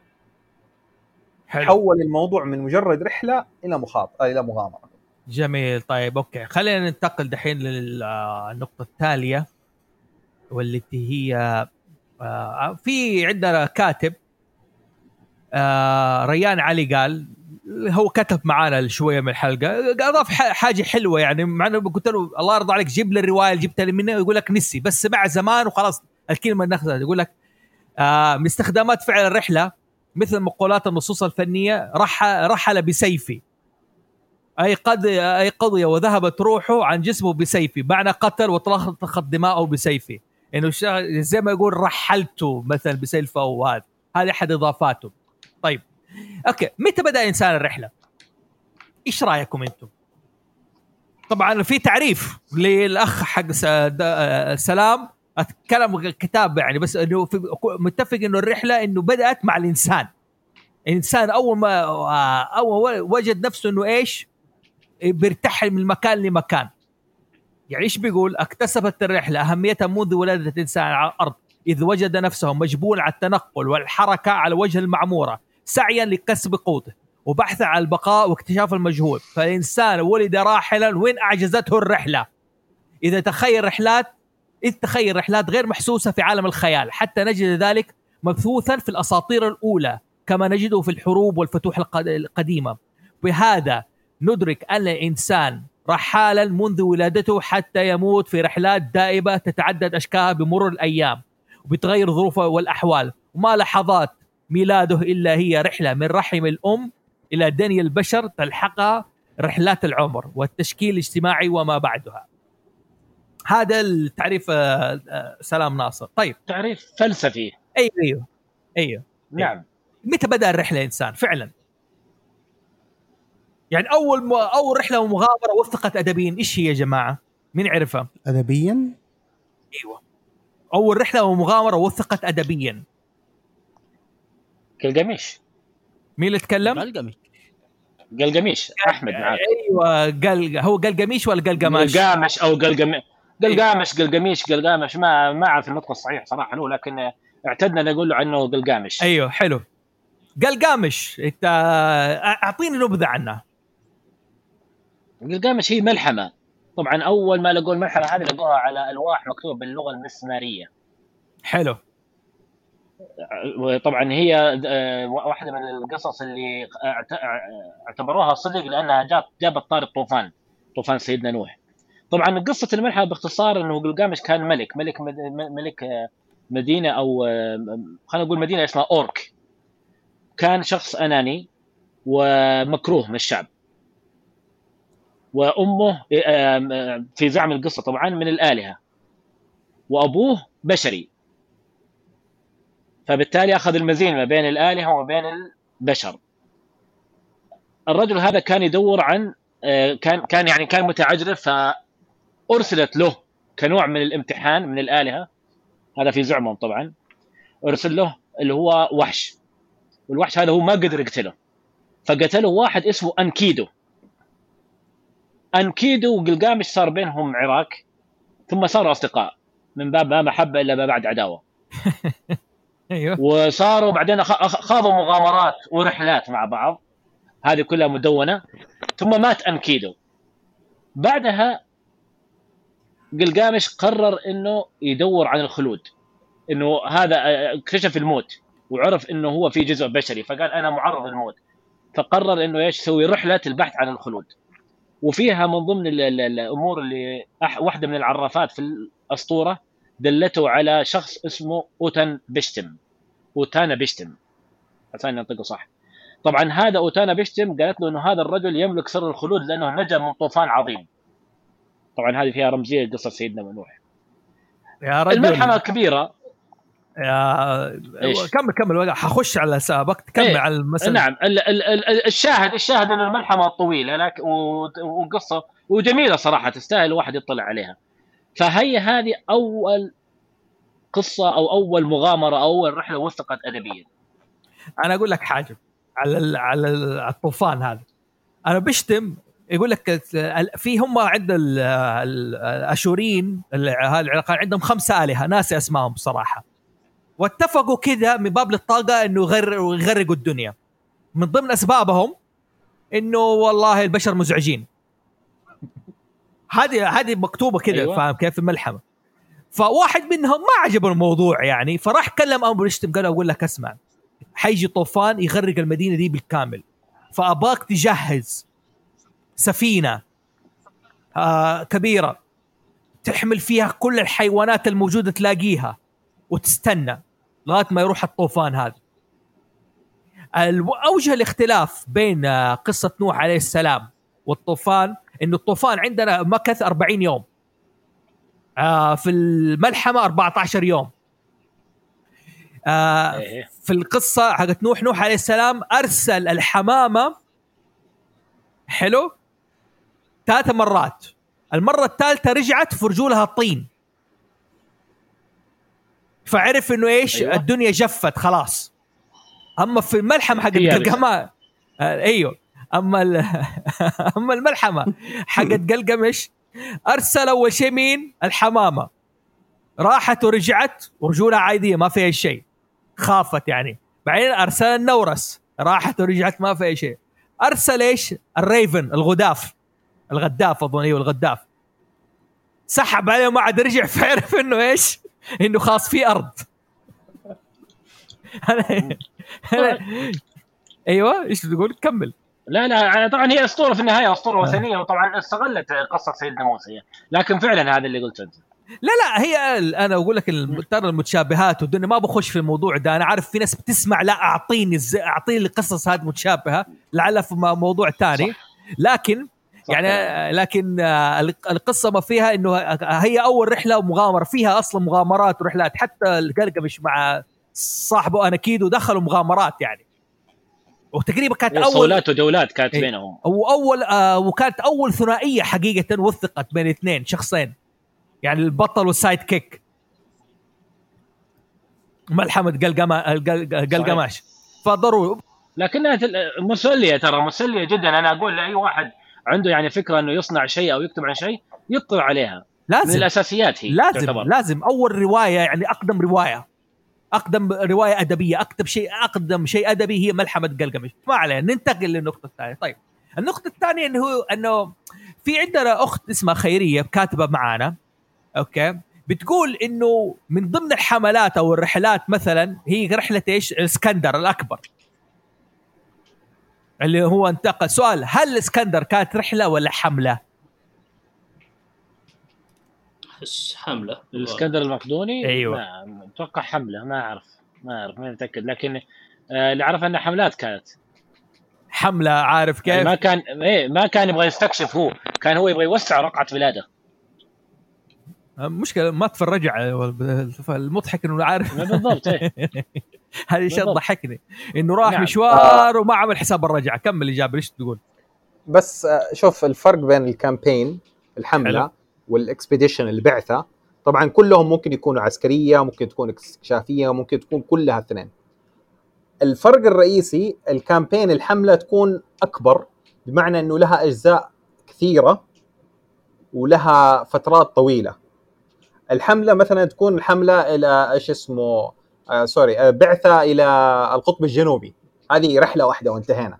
حول الموضوع من مجرد رحله الى مخاطره الى مغامره. جميل. طيب اوكي، خلينا ننتقل دحين للنقطه التاليه، والتي هي في عندنا كاتب ريان علي، قال هو كتب معانا شويه من الحلقه، اضاف حاجه حلوه يعني. مع انه قلت له الله يرضى عليك جيب لي الروايه اللي جبتها منه، يقول لك نسي بس سمع زمان وخلاص الكلمه ناخذها. يقول لك من استخدامات فعل الرحله مثل مقولات النصوص الفنيه رحل بسيفي، اي قضيه وذهبت روحه عن جسمه بسيفي، معنى قتل وطلقت دماءه بسيفي، انه زي ما يقول رحلته مثلا بسيفه. وهذا احد اضافاته. طيب اوكي، متى بدا انسان الرحله؟ ايش رايكم انتم؟ طبعا في تعريف للاخ حق سلام، اتكلم كتاب يعني، بس انه متفق انه الرحله انه بدات مع الانسان اول ما وجد نفسه انه ايش بيرتحل من مكان لمكان. يعني ايش بيقول؟ اكتسبت الرحله اهميتها منذ ولاده الانسان على الارض، إذ وجد نفسه مجبول على التنقل والحركة على وجه المعمورة سعيا لكسب قوته وبحثا عن البقاء واكتشاف المجهول، فالإنسان ولد راحلا وين أعجزته الرحلة. إذ تخيل رحلات غير محسوسة في عالم الخيال، حتى نجد ذلك مبثوثا في الأساطير الأولى كما نجده في الحروب والفتوح القديمة. بهذا ندرك أن الإنسان رحالا منذ ولادته حتى يموت في رحلات دائبة تتعدد أشكالها بمرور الأيام وبتغير ظروفه والأحوال، وما لحظات ميلاده إلا هي رحلة من رحم الأم إلى دنيا البشر تلحقها رحلات العمر والتشكيل الاجتماعي وما بعدها. هذا التعريف سلام ناصر. طيب تعريف فلسفي. ايوه نعم. متى بدأ الرحلة الإنسان فعلا؟ يعني أول رحلة ومغامرة وثقت أدبيا إيش هي يا جماعة؟ مين عرفها؟ أدبيا؟ أيوة، أول رحلة ومغامرة وثقت أدبيا. قلقميش. مين اللي تكلم؟ قلقميش أحمد معاك. أيوة هو قلقميش ولا قلقماش؟ قلقامش أو قلقامش ما أعرف النطق الصحيح صراحة له، لكن اعتدنا نقول له عنه قلقامش. أيوة حلو قلقامش. انت اعطيني نبذة عنه. قلقامش هي ملحمة. طبعا أول ما لقوا الملحمة هذه لقوها على ألواح مكتوبة باللغة المسمارية. حلو. وطبعا هي واحدة من القصص اللي اعتبروها صدق لأنها جابت طار طوفان سيدنا نوح. طبعا قصة الملحمة باختصار أنه قلقامش كان ملك مدينة، أو خلينا نقول مدينة اسمها أورك. كان شخص أناني ومكروه من الشعب، وأمه في زعم القصة طبعا من الآلهة، وأبوه بشري، فبالتالي أخذ المزين ما بين الآلهة وما بين البشر. الرجل هذا كان يدور عن كان متعجرف، فأرسلت له كنوع من الامتحان من الآلهة، هذا في زعمهم طبعا، أرسل له اللي هو وحش، والوحش هذا هو ما قدر يقتله، فقتله واحد اسمه أنكيدو وقلقامش صار بينهم عراك، ثم صاروا أصدقاء من باب ما محبة إلا ما بعد عداوة. أيوه. وصاروا بعدين خاضوا مغامرات ورحلات مع بعض، هذه كلها مدونة. ثم مات أنكيدو. بعدها قلقامش قرر إنه يدور عن الخلود، إنه هذا اكتشف الموت وعرف إنه هو في جزء بشري، فقال أنا معرض للموت، فقرر إنه يسوي رحلة البحث عن الخلود. وفيها من ضمن الأمور اللي واحدة من العرافات في الأسطورة دلته على شخص اسمه أوتانا بيشتم عشان ننطقه صح. طبعا هذا أوتانا بيشتم قالت له إنه هذا الرجل يملك سر الخلود لأنه نجا من طوفان عظيم. طبعا هذه فيها رمزية لقصة سيدنا نوح. يا رجل الملحمة كبيرة. كمل حخش على سابق تكمل على المسألة. نعم. الشاهد ان الملحمة طويلة لكن وقصة وجميلة صراحة تستاهل واحد يطلع عليها. فهي هذه اول قصة او اول مغامرة او اول رحلة وثقت ادبيا. انا اقول لك حاجة على الطوفان هذا. انا بشتم يقول لك في هم عند الاشوريين العلاقة عندهم 5 آلهة ناسي اسمائهم بصراحة، واتفقوا كذا من باب للطاقة انه يغرقوا الدنيا. من ضمن اسبابهم انه والله البشر مزعجين. هذه مكتوبة كذا. أيوة. فاهم كيف الملحمة؟ فواحد منهم ما عجبه الموضوع يعني، فراح كلم أبو رشتم قال اقول لك اسمع، حيجي طوفان يغرق المدينة دي بالكامل، فأباك تجهز سفينة كبيرة تحمل فيها كل الحيوانات الموجودة تلاقيها وتستنى لغاية ما يروح الطوفان هذا. أوجه الاختلاف بين قصة نوح عليه السلام والطوفان إنه الطوفان عندنا مكث 40 يوم، في الملحمة 14 يوم. في القصة حقت نوح عليه السلام أرسل الحمامة حلو 3 مرات، المرة الثالثة رجعت فرجولها الطين، فعرف إنه إيش. أيوة. الدنيا جفت خلاص. أما في الملحمة حقت قلقمة أيوه أما الملحمة حقت قلقمش أرسل أول شيء مين؟ الحمامة. راحت ورجعت ورجولها عاديه ما فيها شيء، خافت يعني. بعدين ارسل النورس، راحت ورجعت ما فيها شيء. ارسل ايش الريفن الغداف اظن، ايوه الغداف، سحب عليه وما عاد رجع، فعرف انه ايش، انه خاص في ارض. ايوه ايش تقول؟ كمل. لا طبعا هي اسطوره في النهايه، اسطوره وثنيه، وطبعا استغلت قصه سيدنا موسى، لكن فعلا هذا اللي قلته انت. لا هي انا اقول لك ترى المتشابهات والدنيا ما بخش في الموضوع ده. انا عارف في ناس بتسمع لا اعطيني القصص هذه متشابهه لعلها في موضوع ثاني، لكن يعني لكن القصه ما فيها انه هي اول رحله مغامره، فيها اصلا مغامرات ورحلات، حتى القلقمش مع صاحبه اناكيدو دخلوا مغامرات يعني، وتقريبا كانت اول صولات ودولات كانت بينهم، وكانت اول ثنائيه حقيقه وثقت بين اثنين شخصين، يعني البطل والسايد كيك، ملحمه قلقماش. فضروري لكنها مسليه، ترى مسليه جدا. انا اقول لاي واحد عنده يعني فكره انه يصنع شيء او يكتب عن شيء يطلع عليها، لازم من الاساسيات هي لازم اول روايه، يعني اقدم روايه ادبيه، اقدم شيء ادبي هي ملحمه قلقمش. ما علينا، ننتقل للنقطه الثانيه. طيب النقطه الثانيه انه في عندنا اخت اسمها خيريه كاتبه معانا، اوكي، بتقول انه من ضمن الحملات او الرحلات مثلا هي رحله ايش الاسكندر الاكبر، اللي هو انتقل. سؤال، هل الاسكندر كانت رحله ولا حمله؟ حمله. الاسكندر المقدوني، ايوه اتوقع حمله، ما اعرف ما متاكد، لكن اللي اعرف انها حملات كانت حمله. عارف كيف؟ ما كان يبغى يستكشف، كان هو يبغى يوسع رقعه بلاده. مشكلة ما تفرج على المضحك انه عارف بالضبط. هذه شيء ضحكني انه راح مشوار وما عمل حساب الرجعه. كمل اجابه، ايش تقول؟ بس شوف الفرق بين الكامبين الحمله والاكسبيديشن البعثه، طبعا كلهم ممكن يكونوا عسكريه، ممكن تكون استكشافيه، ممكن تكون كلها اثنين. الفرق الرئيسي الكامبين الحمله تكون اكبر، بمعنى انه لها اجزاء كثيره ولها فترات طويله. الحمله مثلا تكون الحمله الى ايش اسمه بعثه الى القطب الجنوبي، هذه رحله واحده وانتهينا.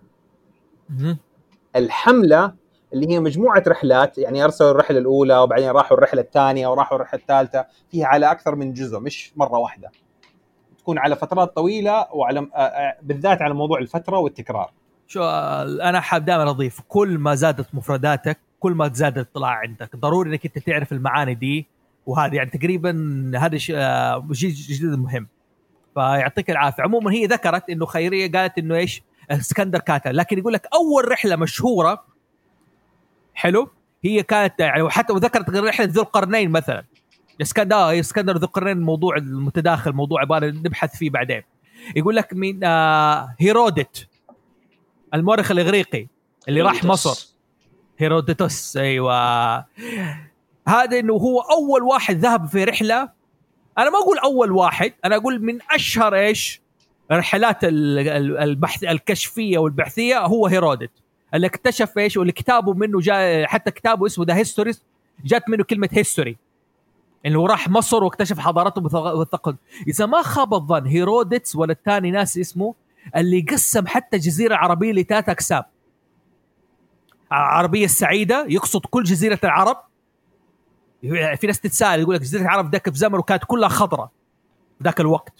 الحمله اللي هي مجموعه رحلات، يعني ارسلوا الرحله الاولى وبعدين راحوا الرحله الثانيه وراحوا الرحله الثالثه، فيها على اكثر من جزء مش مره واحده، تكون على فترات طويله، وعلى بالذات على موضوع الفتره والتكرار. شو انا حاب دائما اضيف، كل ما زادت مفرداتك كل ما زاد الاطلاع عندك، ضروري انك انت تعرف المعاني دي، وهذا يعني تقريبا هذا شيء جدا مهم، فيعطيك العافيه. عموما هي ذكرت انه خيريه قالت انه ايش اسكندر كاتب، لكن يقول لك اول رحله مشهوره حلو هي كانت يعني، وحتى وذكرت رحله ذو القرنين مثلا. اسكندر ذو القرنين الموضوع المتداخل، موضوع عباره نبحث فيه بعدين. يقول لك من هيرودوت المؤرخ الاغريقي اللي راح مصر، هيرودوتوس، ايوه، هذا انه هو اول واحد ذهب في رحله. انا ما اقول اول واحد، انا اقول من اشهر ايش رحلات البحث الكشفيه والبحثيه هو هيرودوت، اللي اكتشف ايش، واللي كتابه منه جاء، حتى كتابه اسمه ذا هيستوريز جات منه كلمه هيستوري، انه راح مصر واكتشف حضارته والثقافه. اذا ما خاب الظن هيرودوتس ولا الثاني ناس اسمه اللي قسم حتى الجزيره العربيه لثلاث اقسام. العربيه السعيده يقصد كل جزيره العرب، في ناس تتساءل يقول لك جزيره العرب ذاك في زمن وكانت كلها خضراء ذاك الوقت،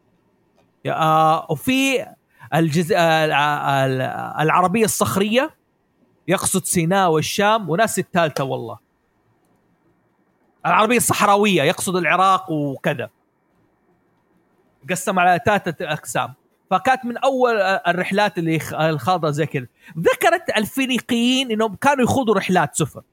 وفي العربيه الصخريه يقصد سيناء والشام، وناس الثالثه والله العربيه الصحراويه يقصد العراق وكذا، قسم على ثلاثه اقسام. فكانت من اول الرحلات اللي خاضها زي كذا. ذكرت الفينيقيين انهم كانوا يخوضوا رحلات سفر.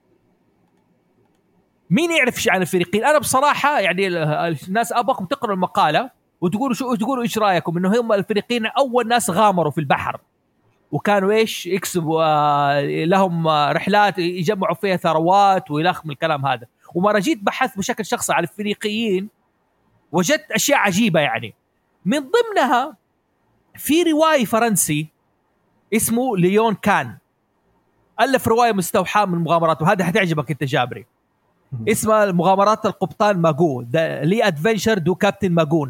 مين يعرف شيء عن الفينيقيين؟ انا بصراحه يعني الناس ابغاكم تقرأوا المقاله وتقولوا ايش رايكم، انه هم الفينيقيين اول ناس غامروا في البحر، وكانوا ايش يكسبوا لهم رحلات يجمعوا فيها ثروات ويلخم الكلام هذا. وما جيت بحث بشكل شخصي على الفينيقيين وجدت اشياء عجيبه، يعني من ضمنها في روايه فرنسي اسمه ليون كان، الف روايه مستوحاه من المغامرات، وهذا حتعجبك انت جابري. اسمها مغامرات القبطان ماجو، لي ادفنشر دو كابتن ماجون.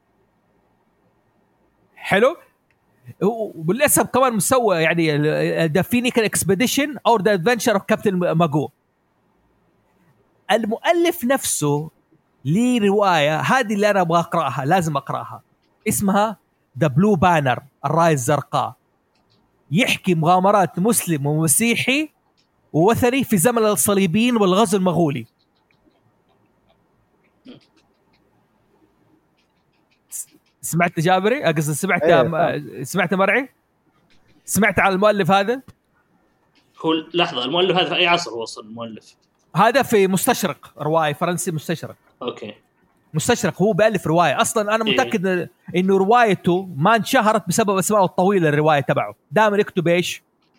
حلو. وبالاسم كمان مسوى يعني ذا فينيكال اكسبيديشن او ذا ادفنشر اوف كابتن ماجو. المؤلف نفسه لي روايه هذه اللي انا ابغى اقراها، لازم اقراها، اسمها ذا بلو بانر، الرايه الزرقاء. يحكي مغامرات مسلم ومسيحي ووثني في زمن الصليبيين والغزو المغولي. سمعت جابري؟ أقصد سمعت مرعي؟ سمعت عن المؤلف هذا؟ هو لحظة، المؤلف هذا في أي عصر وصل المؤلف؟ هذا في مستشرق، رواية فرنسي مستشرق. أوكي. مستشرق هو بألف رواية أصلا. أنا متأكد إنه روايته ما انشهرت بسبب أسماءه الطويلة. الرواية تبعه دائما يكتب إيش؟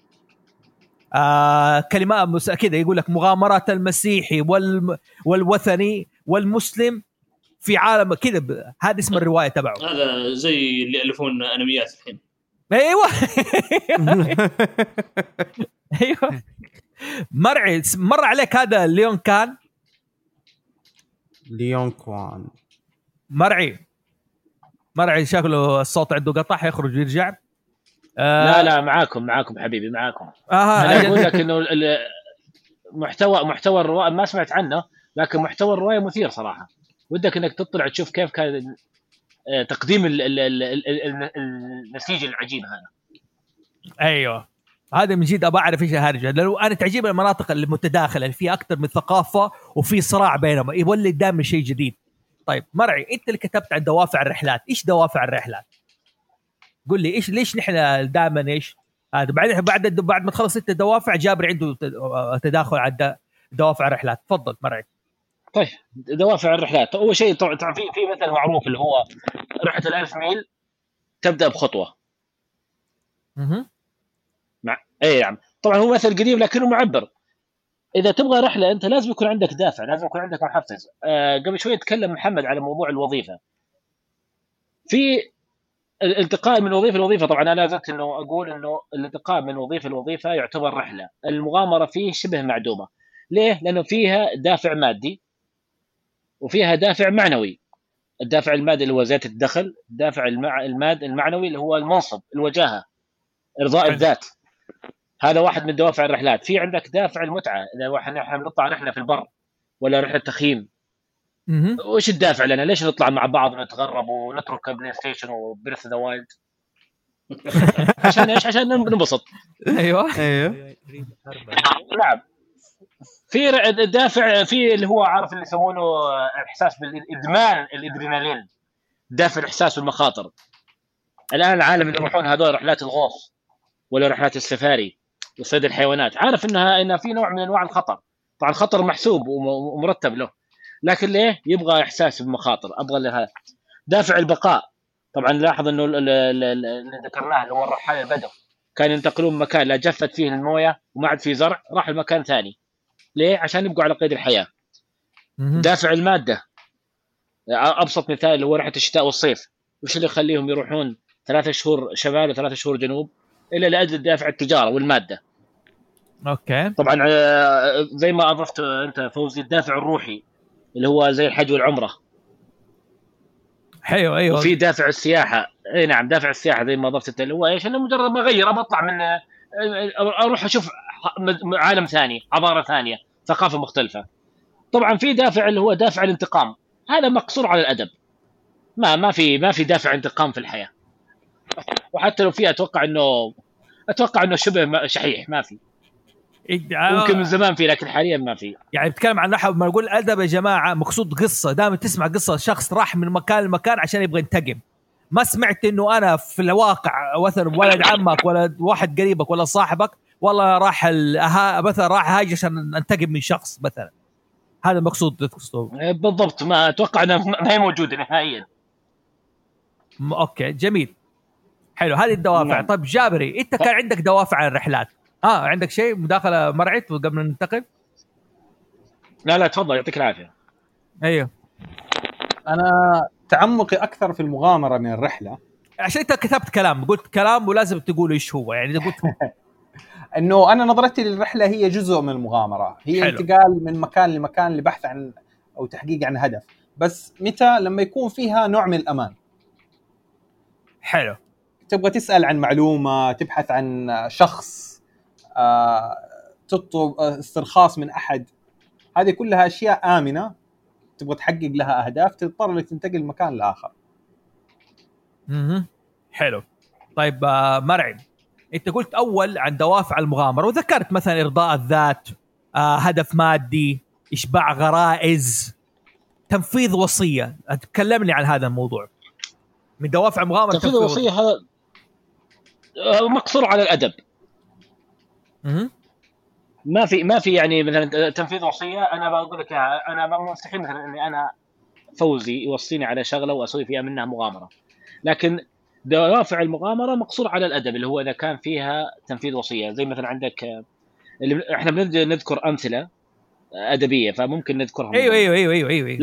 كلمات كذا، يقول لك مغامرات المسيحي والوثني والمسلم في عالم كذا. هذا اسم الرواية تبعه. هذا زي اللي يألفون أنميات الحين. ايوه. ايوه. مرعي مر عليك هذا ليون كوان. مرعي شكله الصوت عنده قطع، يخرج ويرجع. لا معاكم حبيبي معاكم. انا اقول لك انه محتوى الرواية ما سمعت عنه، لكن محتوى الرواية مثير صراحة. ودك انك تطلع تشوف كيف كان تقديم النسيج العجيب هذا. ايوه هذا من جد ابى اعرف ايش هرجه، لانه انا تعجبني المناطق المتداخله اللي فيها اكثر من ثقافه وفي صراع بينهم، يولد دائما شيء جديد. طيب مرعي، انت اللي كتبت عن دوافع الرحلات، ايش دوافع الرحلات؟ قل لي ايش، ليش نحن دائما ايش هذا؟ بعد ما تخلص انت الدوافع، جابر عنده تداخل على دوافع الرحلات. تفضل مرعي. طيب دوافع الرحلات، اول شيء طبعا في مثل معروف اللي هو رحله 1000 ميل تبدا بخطوه. اي نعم، طبعا هو مثل قديم لكنه معبر. اذا تبغى رحله انت لازم يكون عندك دافع، لازم يكون عندك محفز. قبل شوي تكلم محمد على موضوع الوظيفه. في الانتقال من وظيفه لوظيفه، طبعا انا لازلت انه اقول انه الانتقال من وظيفه لوظيفه يعتبر رحله. المغامره فيه شبه معدومه. ليه؟ لانه فيها دافع مادي وفيها دافع معنوي. الدافع المادي اللي هو زيادة الدخل، الدافع المعنوي اللي هو المنصب، الوجاهة، إرضاء الذات. هذا واحد من دوافع الرحلات. في عندك دافع المتعة، إذا احنا نطلع رحلة في البر ولا رحلة تخييم، وش الدافع لنا؟ ليش نطلع مع بعض ونتغرب ونترك بلاي ستيشن وبريث ذا وايلد؟ عشان ايش؟ عشان ننبسط. ايوه نعم. في دافع في اللي هو عارف اللي يسمونه احساس بالادمان، الادرينالين، دافع الاحساس بالمخاطر. الان العالم اللي يروحون هذول رحلات الغوص ولا رحلات السفاري وصيد الحيوانات، عارف انها في نوع من انواع الخطر. طبعا الخطر محسوب ومرتب له، لكن ليه يبغى احساس بالمخاطر؟ ابغى لها دافع البقاء. طبعا لاحظ انه اللي ذكرناه اللي هو الرحال البدو كان ينتقلون من مكان لا جفت فيه المويه وما عاد فيه زرع، راح لمكان ثاني. ليه؟ عشان يبقوا على قيد الحياه. دافع الماده، ابسط مثال اللي هو رحله الشتاء والصيف. وش اللي يخليهم يروحون 3 شهور شمال و3 شهور جنوب؟ الا لاجل دافع التجاره والماده. اوكي. طبعا زي ما اضفت انت فوزي، الدافع الروحي اللي هو زي الحج والعمره. ايوه. وفي دافع السياحه. اي نعم، دافع السياحه زي ما اضفت انت اللي هو ايش؟ انه مجرد ما اغير، اطلع من اروح اشوف عالم ثاني، حضاره ثانيه، ثقافه مختلفه. طبعا في دافع اللي هو دافع الانتقام. هذا مقصور على الادب. ما في دافع انتقام في الحياه. وحتى لو في اتوقع انه شبه شحيح، ما في. ممكن من زمان في، لكن حاليا ما في. يعني بتكلم عن نحو ما نقول الادب يا جماعه، مقصود قصه. دائما تسمع قصه شخص راح من مكان لمكان عشان يبغى ينتقم. ما سمعت انه انا في الواقع مثلا ولد عمك ولا واحد قريبك ولا صاحبك والله راح مثلا راح هاجي عشان انتقم من شخص مثلا. هذا المقصود بالضبط. ما اتوقع انها ما هي موجوده نهائيا. اوكي جميل حلو. هذه الدوافع. طيب جابري، انت كان عندك دوافع عن الرحلات. عندك شيء مداخله مرعت قبل ما ننتقل؟ لا تفضل، يعطيك العافيه. ايوه انا تعمقي اكثر في المغامره من الرحله، عشان انت كتبت كلام، قلت كلام ولازم تقول ايش هو. يعني اذا قلت انه انا نظرتي للرحله هي جزء من المغامره، هي حلو. انتقال من مكان لمكان لبحث عن او تحقيق عن هدف، بس متى؟ لما يكون فيها نوع من الامان. حلو. تبغى تسال عن معلومه، تبحث عن شخص، تطلب استرخاص من احد، هذه كلها اشياء امنه تبغى تحقق لها اهداف، تضطر انك تنتقل من مكان لاخر. حلو. طيب مرعي، انت قلت اول عن دوافع المغامره وذكرت مثلا ارضاء الذات، هدف مادي، اشباع غرائز، تنفيذ وصيه. تكلمني عن هذا الموضوع من دوافع المغامره. تنفيذ الوصيه هذا مقصور على الادب. ما في يعني مثلا تنفيذ وصيه. انا بقول لك انا مستحيل مثلا اني انا فوزي يوصيني على شغله واسوي فيها منها مغامره، لكن دوافع المغامره مقصور على الادب، اللي هو اذا كان فيها تنفيذ وصيه. زي مثلا عندك اللي احنا نذكر امثله ادبيه فممكن نذكرها. ايوه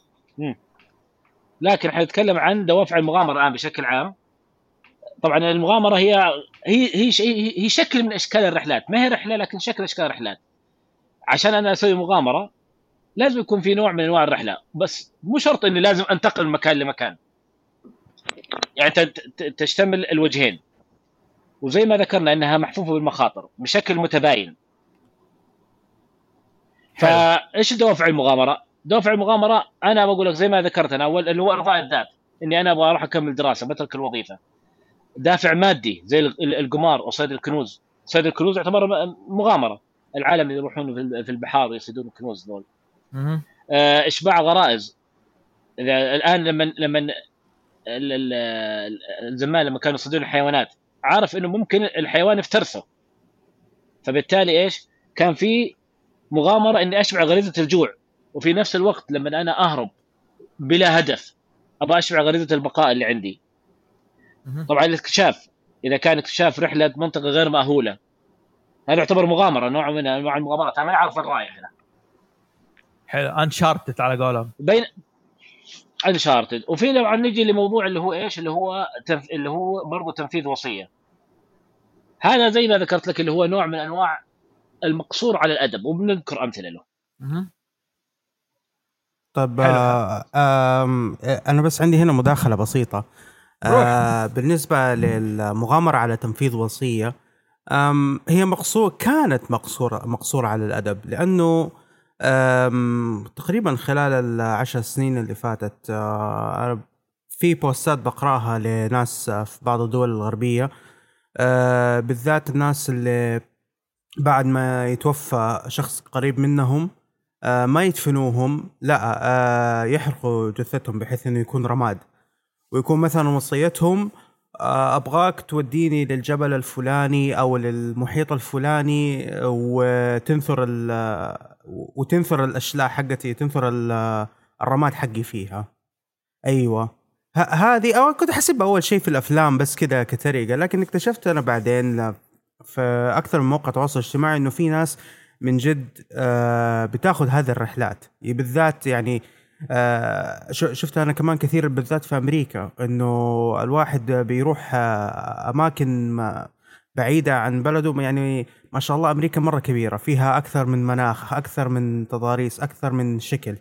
لكن احنا نتكلم عن دوافع المغامره الان بشكل عام. طبعا المغامره هي شكل من اشكال الرحلات، ما هي رحله لكن شكل اشكال الرحلات. عشان انا اسوي مغامره لازم يكون في نوع من انواع الرحله، بس مو شرط اني لازم انتقل من مكان لمكان. يعني تشتمل الوجهين، وزي ما ذكرنا انها محفوفه بالمخاطر بشكل متباين. فايش دوافع المغامره؟ دوافع المغامره انا بقول لك زي ما ذكرت انا اول، اللي هو ارضاء الذات، اني انا ابغى اروح اكمل دراسه بترك الوظيفه. دافع مادي زي القمار وصيد الكنوز. صيد الكنوز يعتبر مغامره، العالم اللي يروحون في البحار يصيدون الكنوز دول. اشباع غرائز. اذا الان لما الزمان لما كانوا يصيدون الحيوانات عارف انه ممكن الحيوان يفترسه، فبالتالي ايش كان في مغامره اني اشبع غريزه الجوع، وفي نفس الوقت لما انا اهرب بلا هدف ابغى اشبع غريزه البقاء اللي عندي. طبعا الاكتشاف، اذا كان اكتشاف رحله منطقه غير مأهوله هذا يعتبر مغامره، نوع من انواع المغامرات. انا ما اعرف وين رايح هنا. حلو. انشارتد على قولهم. بين انشارتد. وفي طبعا نجي لموضوع اللي هو ايش، اللي هو برضه تنفيذ وصيه. هذا زي ما ذكرت لك اللي هو نوع من انواع المقصور على الادب، وبنذكر امثله له. طيب انا بس عندي هنا مداخله بسيطه. بالنسبه للمغامره على تنفيذ وصيه، هي كانت مقصوره على الادب، لانه تقريبا خلال 10 سنين اللي فاتت في بوستات بقراها لناس في بعض الدول الغربيه، بالذات الناس اللي بعد ما يتوفى شخص قريب منهم ما يدفنوهم، لا يحرقوا جثتهم بحيث انه يكون رماد، ويكون مثلا وصيتهم ابغاك توديني للجبل الفلاني او للمحيط الفلاني وتنثر الاشلاء حقتي، تنثر الرماد حقي فيها. ايوه هذه أو كنت احسبها اول شيء في الافلام بس كذا كطريقه، لكن اكتشفت انا بعدين في اكثر من موقع تواصل اجتماعي انه في ناس من جد بتاخذ هذه الرحلات بالذات. يعني شفت أنا كمان كثير بالذات في أمريكا إنه الواحد بيروح أماكن بعيدة عن بلده. يعني ما شاء الله أمريكا مرة كبيرة، فيها أكثر من مناخ، أكثر من تضاريس، أكثر من شكل.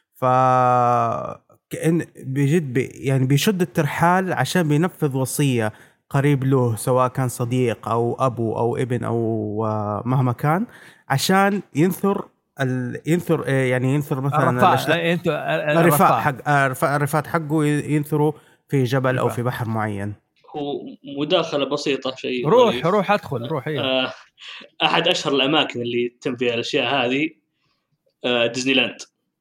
بجد يعني بيشد الترحال عشان بينفذ وصية قريب له، سواء كان صديق أو أبو أو ابن أو مهما كان، عشان ينثر مثلا الرفات حقه ينثروا في جبل او في بحر معين. هو مداخله بسيطه شيء. روح ادخل روح. احد اشهر الاماكن اللي تم فيها الاشياء هذه ديزني لاند.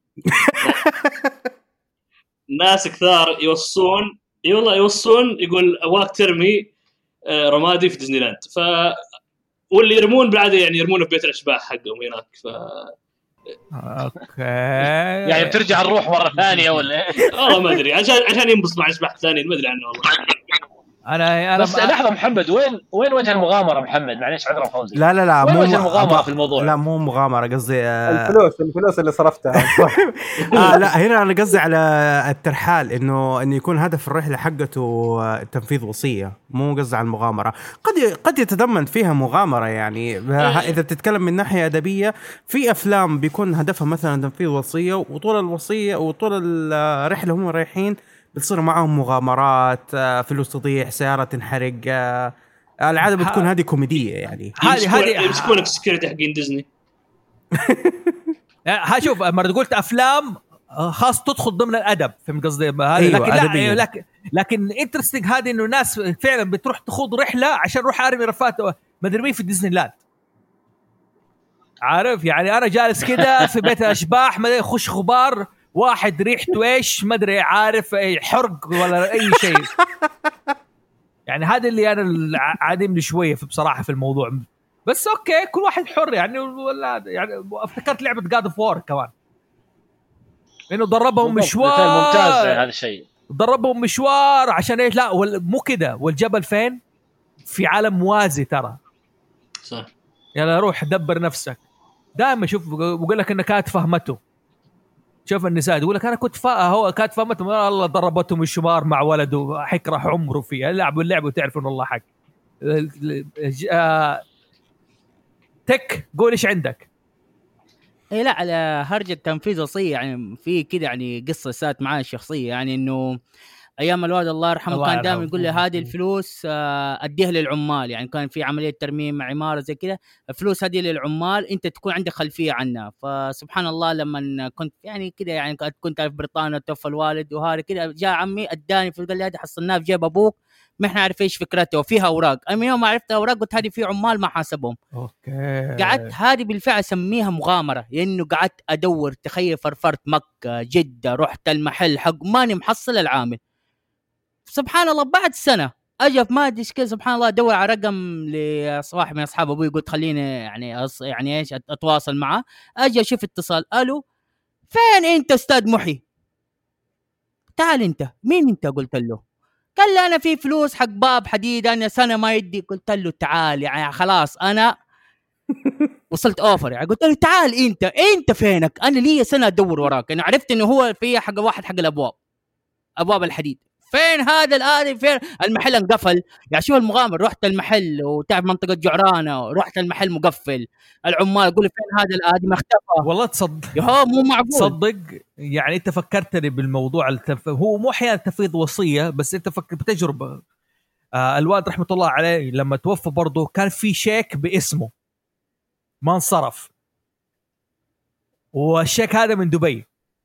ناس كثار يوصون يقول ابغاك ترمي رمادي في ديزني لاند، واللي يرمون بالعاده يعني يرمونه في بيت الاشباح حقهم هناك. اوكي يعني بترجع الروح مره ثانيه ولا ايش؟ والله ما ادري، عشان ينبسط مع اشباح ثانيين، ما ادري عنه والله. انا بس لحظه محمد، وين وجه المغامره محمد؟ معليش عذرا فوزي. لا وين مو وجه المغامره في الموضوع؟ لا مو مغامره، قصدي الفلوس اللي صرفتها. لا هنا انا قصدي على الترحال، انه يكون هدف الرحله حقته تنفيذ وصيه، مو قصدي على المغامره. قد يتضمن فيها مغامره يعني. اذا بتتكلم من ناحيه ادبيه، في افلام بيكون هدفها مثلا تنفيذ وصيه، وطول الوصيه وطول الرحله هم رايحين بتصير معهم مغامرات، فلوس تضيع، سياره تنحرق. العاده بتكون هذه كوميديه يعني. هذه يمسكونك سكيورتي حقين ديزني. شوف مرة قلت افلام خاص تدخل ضمن الادب، فهمت قصدي؟ أيوة لكن انترستينج هذه انه ناس فعلا بتروح تخوض رحله عشان روح ارمي رفات ما ادري مين في ديزني لاند، عارف يعني. انا جالس كده في بيت الاشباح، ما يخش غبار واحد ريحته ايش ما ادري، عارف حرق ولا اي شيء. يعني هذا اللي انا عادمني شويه في بصراحه في الموضوع. بس اوكي كل واحد حر يعني. ولا يعني افتكرت لعبه جاد اوف وور كمان، انه ضربهم مشوار ممتاز هذا الشيء، ضربهم مشوار عشان ايش؟ لا مو كده، والجبل فين؟ في عالم موازي ترى. صح. يلا روح دبر نفسك. دائما شوف بقول لك انها كانت فهمته. شوف النساء تقول لك انا كنت هو كانت فهمته، الله ضربتهم الشمار مع ولده حكره عمره فيها. لعبوا اللعبه وتعرفوا انه الله حق. تك قول ايش عندك؟ اي لا، على هرجة تنفيذ وصية يعني. في كده يعني قصة سات معايا الشخصية، يعني انه ايام الوالد الله يرحمه كان دائما يقول لي هذه الفلوس اديها للعمال. يعني كان في عملية ترميم عمارة زي كده، الفلوس هذه للعمال، انت تكون عندك خلفية عنها. فسبحان الله لما كنت يعني كده، يعني كنت في بريطانيا توفى الوالد وهذا كده، جاء عمي اداني في، قال لي هذه حصلناها في جيب ابوك، ما احنا عارف ايش فكرته، وفيها اوراق. انا يوم ما عرفت اوراق قلت هذه في عمال ما حاسبهم. اوكي قعدت هذه بالفعل اسميها مغامره، لانه قعدت ادور. تخيل فرفرت مكه جده، رحت المحل حق ماني محصل العامل. سبحان الله بعد سنه اجى ما ادري ايش كذا، سبحان الله ادور على رقم لصاحب من اصحاب ابوي، قلت خليني يعني ايش اتواصل معه. اجي اشوف اتصال، الو فين انت استاذ محي؟ تعال انت مين انت؟ قلت له. قال لي انا في فلوس حق باب حديد، انا سنه ما يدي. قلت له تعال يعني خلاص انا وصلت اوفر. يعني قلت له تعال انت فينك؟ انا لي سنه ادور وراك. انا عرفت انه هو في حق واحد حق ابواب الحديد. فين هذا الآن؟ فين المحل؟ انقفل. يعني شو المغامر؟ رحت المحل وتعرف منطقه جعرانه، رحت المحل مقفل، العمال يقول فين هذا الآدمي؟ اختفى. والله تصدق يا مو معقول. تصدق يعني انت فكرتني بالموضوع هو مو احيانا تفويض وصيه، بس انت فكر بتجربه. الوالد رحمه الله عليه لما توفى برضه كان في شيك باسمه ما انصرف، والشيك هذا من دبي.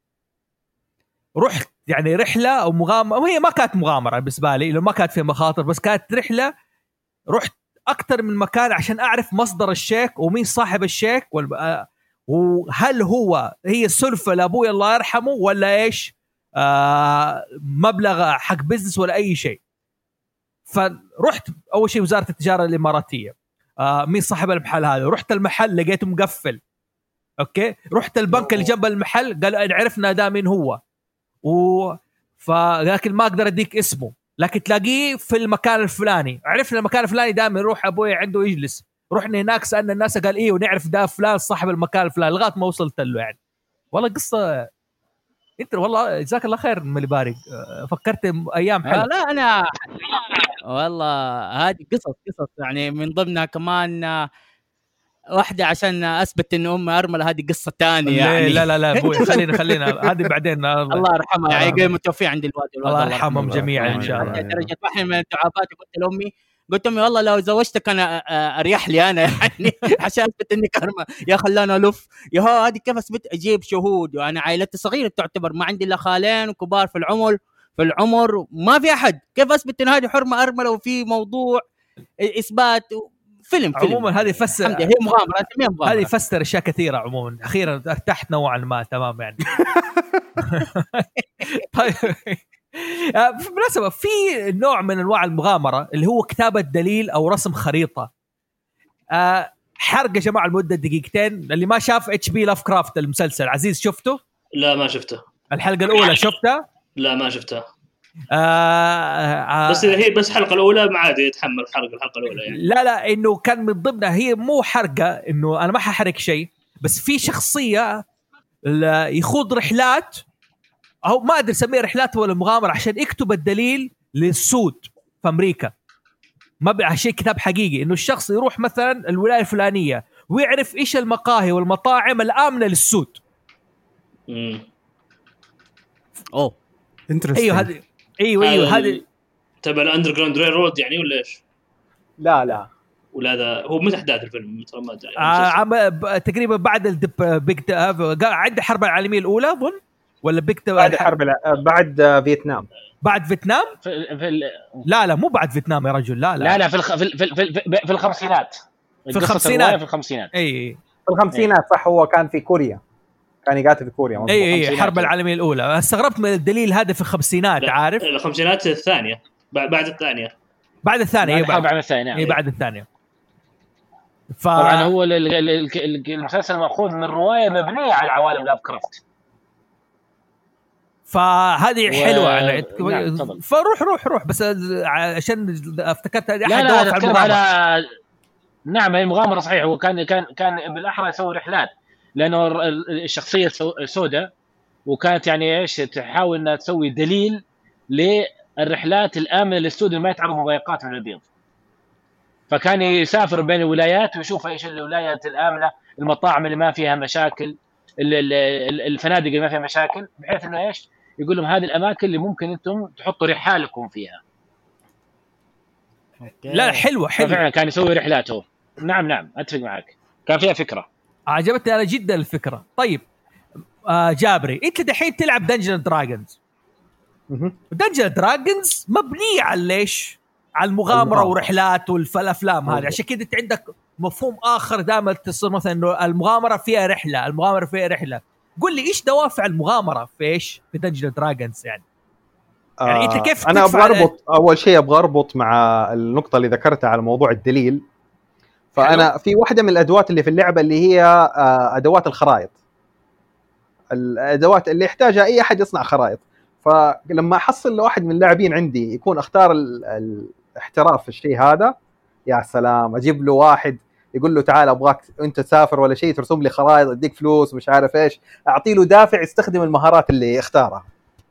رحت يعني رحله او مغامره، وهي ما كانت مغامره بالنسبه لي لو ما كانت فيها مخاطر، بس كانت رحله. رحت اكثر من مكان عشان اعرف مصدر الشيك ومين صاحب الشيك، وهل هي سلفه لابوي الله يرحمه ولا ايش، مبلغ حق بزنس ولا اي شيء. فرحت اول شيء وزاره التجاره الاماراتيه، مين صاحب المحل هذا؟ رحت المحل لقيته مقفل. اوكي رحت البنك اللي جنب المحل، قال عرفنا ده مين هو، لكن ما اقدر اديك اسمه، لكن تلاقيه في المكان الفلاني. عرفنا المكان الفلاني دائما نروح ابوي عنده يجلس. رحنا هناك سالنا الناس، قال ايه ونعرف ده فلان صاحب المكان الفلاني، لغايه ما وصلت له. يعني والله قصه. انت والله جزاك الله خير ملي بارق، فكرت ايام حلوه. لا انا والله هذه قصص يعني من ضمنها كمان واحدة عشان اثبت ان امي ارمله. هذه قصه ثانيه يعني. لا ابوي خلينا هذه بعدين. الله يرحمها يعني قيمه متوفي عند الوالد. الله يرحمهم جميعا ان شاء الله. درجه واحد من الدعابات قلت لامي والله لو زوجتك انا اريح لي انا يعني عشان اثبت اني كرمه. يا خلاني الف يا هذه كيف اثبت؟ اجيب شهود، وانا عائلتي صغيره تعتبر، ما عندي الا خالين وكبار في العمر ما في احد. كيف اثبت ان هذه حرمه ارمله وفي موضوع اثبات؟ فيلم عموما هذه فسر، هي مغامره، هذه فسر اشياء كثيره. عموما اخيرا ارتحت نوعا ما تمام يعني. طيب بالمناسبه في نوع من انواع المغامره اللي هو كتابه دليل او رسم خريطه. حرق يا جماعه المده دقيقتين. اللي ما شاف HP لاف كرافت المسلسل، عزيز شفته؟ لا ما شفته. الحلقه الاولى شفتها؟ لا ما شفتها. بس إذا هي بس الحلقة الأولى ما عاد يتحمل الحلقة الأولى يعني. لا إنه كان من ضمنها، هي مو حرقة، إنه أنا ما ححرق شيء، بس في شخصية يخوض رحلات، أو ما أدري سميه رحلات ولا مغامرة، عشان يكتب الدليل للسود في أمريكا. ما بقى شيء كتاب حقيقي، إنه الشخص يروح مثلا الولاية الفلانية ويعرف إيش المقاهي والمطاعم الآمنة للسود. أوه أيوه هذه، أيوه هذه تبع الأندرغراوند ريل رود يعني ولا إيش؟ لا ولا هذا هو متى أحداث الفيلم ما أدري. تقريبا بعد البيج عند الحرب العالمية الأولى أظن، ولا بيج بعد بعد فيتنام. بعد فيتنام لا مو بعد فيتنام يا رجل، لا في الخمسينات. في الخمسينات في الخمسينات صح. هو كان في كوريا، كان يقاتل في كوريا. اي الحرب العالميه الاولى. استغربت من الدليل هذا في الخمسينات. عارف الخمسينات الثانيه بعد الثانيه بعد الثانيه بعد الثانيه بعد الثانيه. طبعا هو المسلسل مأخوذ من روايه مبنيه على عوالم لافكرافت، فهذه حلوه. فروح بس عشان افتكرت هذه احد دوافع المغامره. نعم المغامره صحيح. هو كان بالاحرى يسوي رحلات، لانه الشخصيه سوداء، وكانت يعني ايش تحاول انها تسوي دليل للرحلات الامنه للسود اللي ما يتعرضوا مضايقات من البيض. فكان يسافر بين الولايات ويشوف ايش الولايات الامنه، المطاعم اللي ما فيها مشاكل، الفنادق اللي ما فيها مشاكل، بحيث انه ايش يقول لهم هذه الاماكن اللي ممكن انتم تحطوا رحالكم فيها. لا حلوه فعلا كان يسوي رحلاته. نعم اتفق معك، كان فيها فكره عجبتني انا جدا الفكره. طيب جابري، انت دحين تلعب دنجن دراجونز. دنجن دراجونز مبنيه على ليش؟ على المغامره ورحلات والافلام هذه. عشان كذا انت عندك مفهوم اخر دائما تصير مثلا انه المغامره فيها رحله. قل لي ايش دوافع المغامره في ايش في دنجن دراجونز يعني؟ يعني انت كيف انا ابغى اربط اول شيء مع النقطه اللي ذكرتها على موضوع الدليل. فانا في واحده من الادوات اللي في اللعبه اللي هي ادوات الخرائط، الادوات اللي يحتاجها اي احد يصنع خرائط. فلما احصل لواحد من اللاعبين عندي يكون اختار الاحتراف في الشيء هذا، يا سلام، اجيب له واحد يقول له تعال ابغاك انت تسافر ولا شيء ترسم لي خرائط اديك فلوس مش عارف ايش، اعطي له دافع يستخدم المهارات اللي اختارها.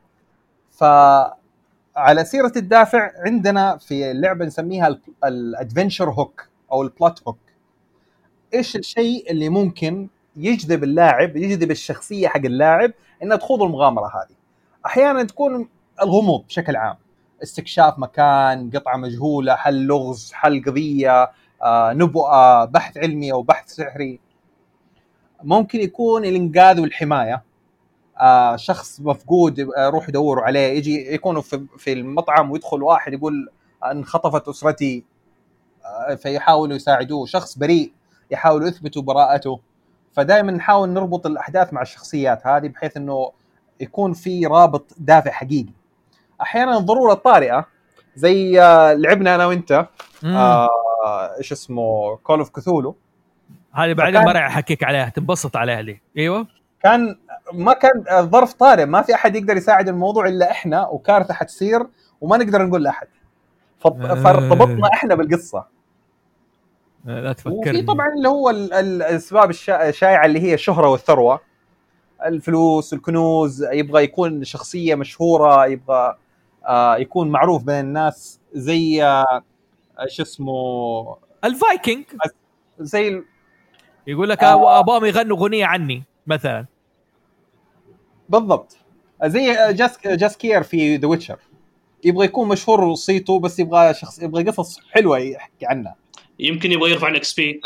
فعلى سيرة الدافع، عندنا في اللعبة نسميها الادفنشر هوك او البلوت هوك. ايش الشيء اللي ممكن يجذب اللاعب، يجذب الشخصية حق اللاعب انها تخوض المغامرة هذه؟ احيانا تكون الغموض بشكل عام، استكشاف مكان، قطعة مجهولة، حل لغز، حل قضية، نبؤة، بحث علمي او بحث سحري. ممكن يكون الانقاذ والحماية، شخص مفقود روح يدوروا عليه، يجي يكونوا في المطعم ويدخل واحد يقول انخطفت أسرتي، فيحاولوا يساعدوه. شخص بريء يحاولوا يثبتوا براءته. فدائما نحاول نربط الأحداث مع الشخصيات هذه بحيث أنه يكون في رابط دافع حقيقي. أحيانا الضرورة الطارئة، زي لعبنا أنا وإنت إيش اسمه كول اوف كثولو، هذه بعدين ما راح أحكيك عليها، تنبسط عليها لي. أيوة، ما كان ظرف طارئ، ما في أحد يقدر يساعد الموضوع إلا إحنا، وكارثة حتصير وما نقدر نقول لأحد، فارتبطنا إحنا بالقصة. لا تفكرني. وفي طبعا اللي هو الأسباب الشائعة اللي هي الشهرة والثروة، الفلوس، الكنوز، يبغى يكون شخصية مشهورة، يبغى يكون معروف بين الناس، زي ايش اسمه الفايكنج، زي يقول لك ابغاهم يغنوا اغنيه عني مثلا. بالضبط، زي جاسكير في ذا ويتشر، يبغى يكون مشهور وصيته، بس يبغى يبغى قصص حلوه يحكي عنها. يمكن يبغى يرفع الاكس بي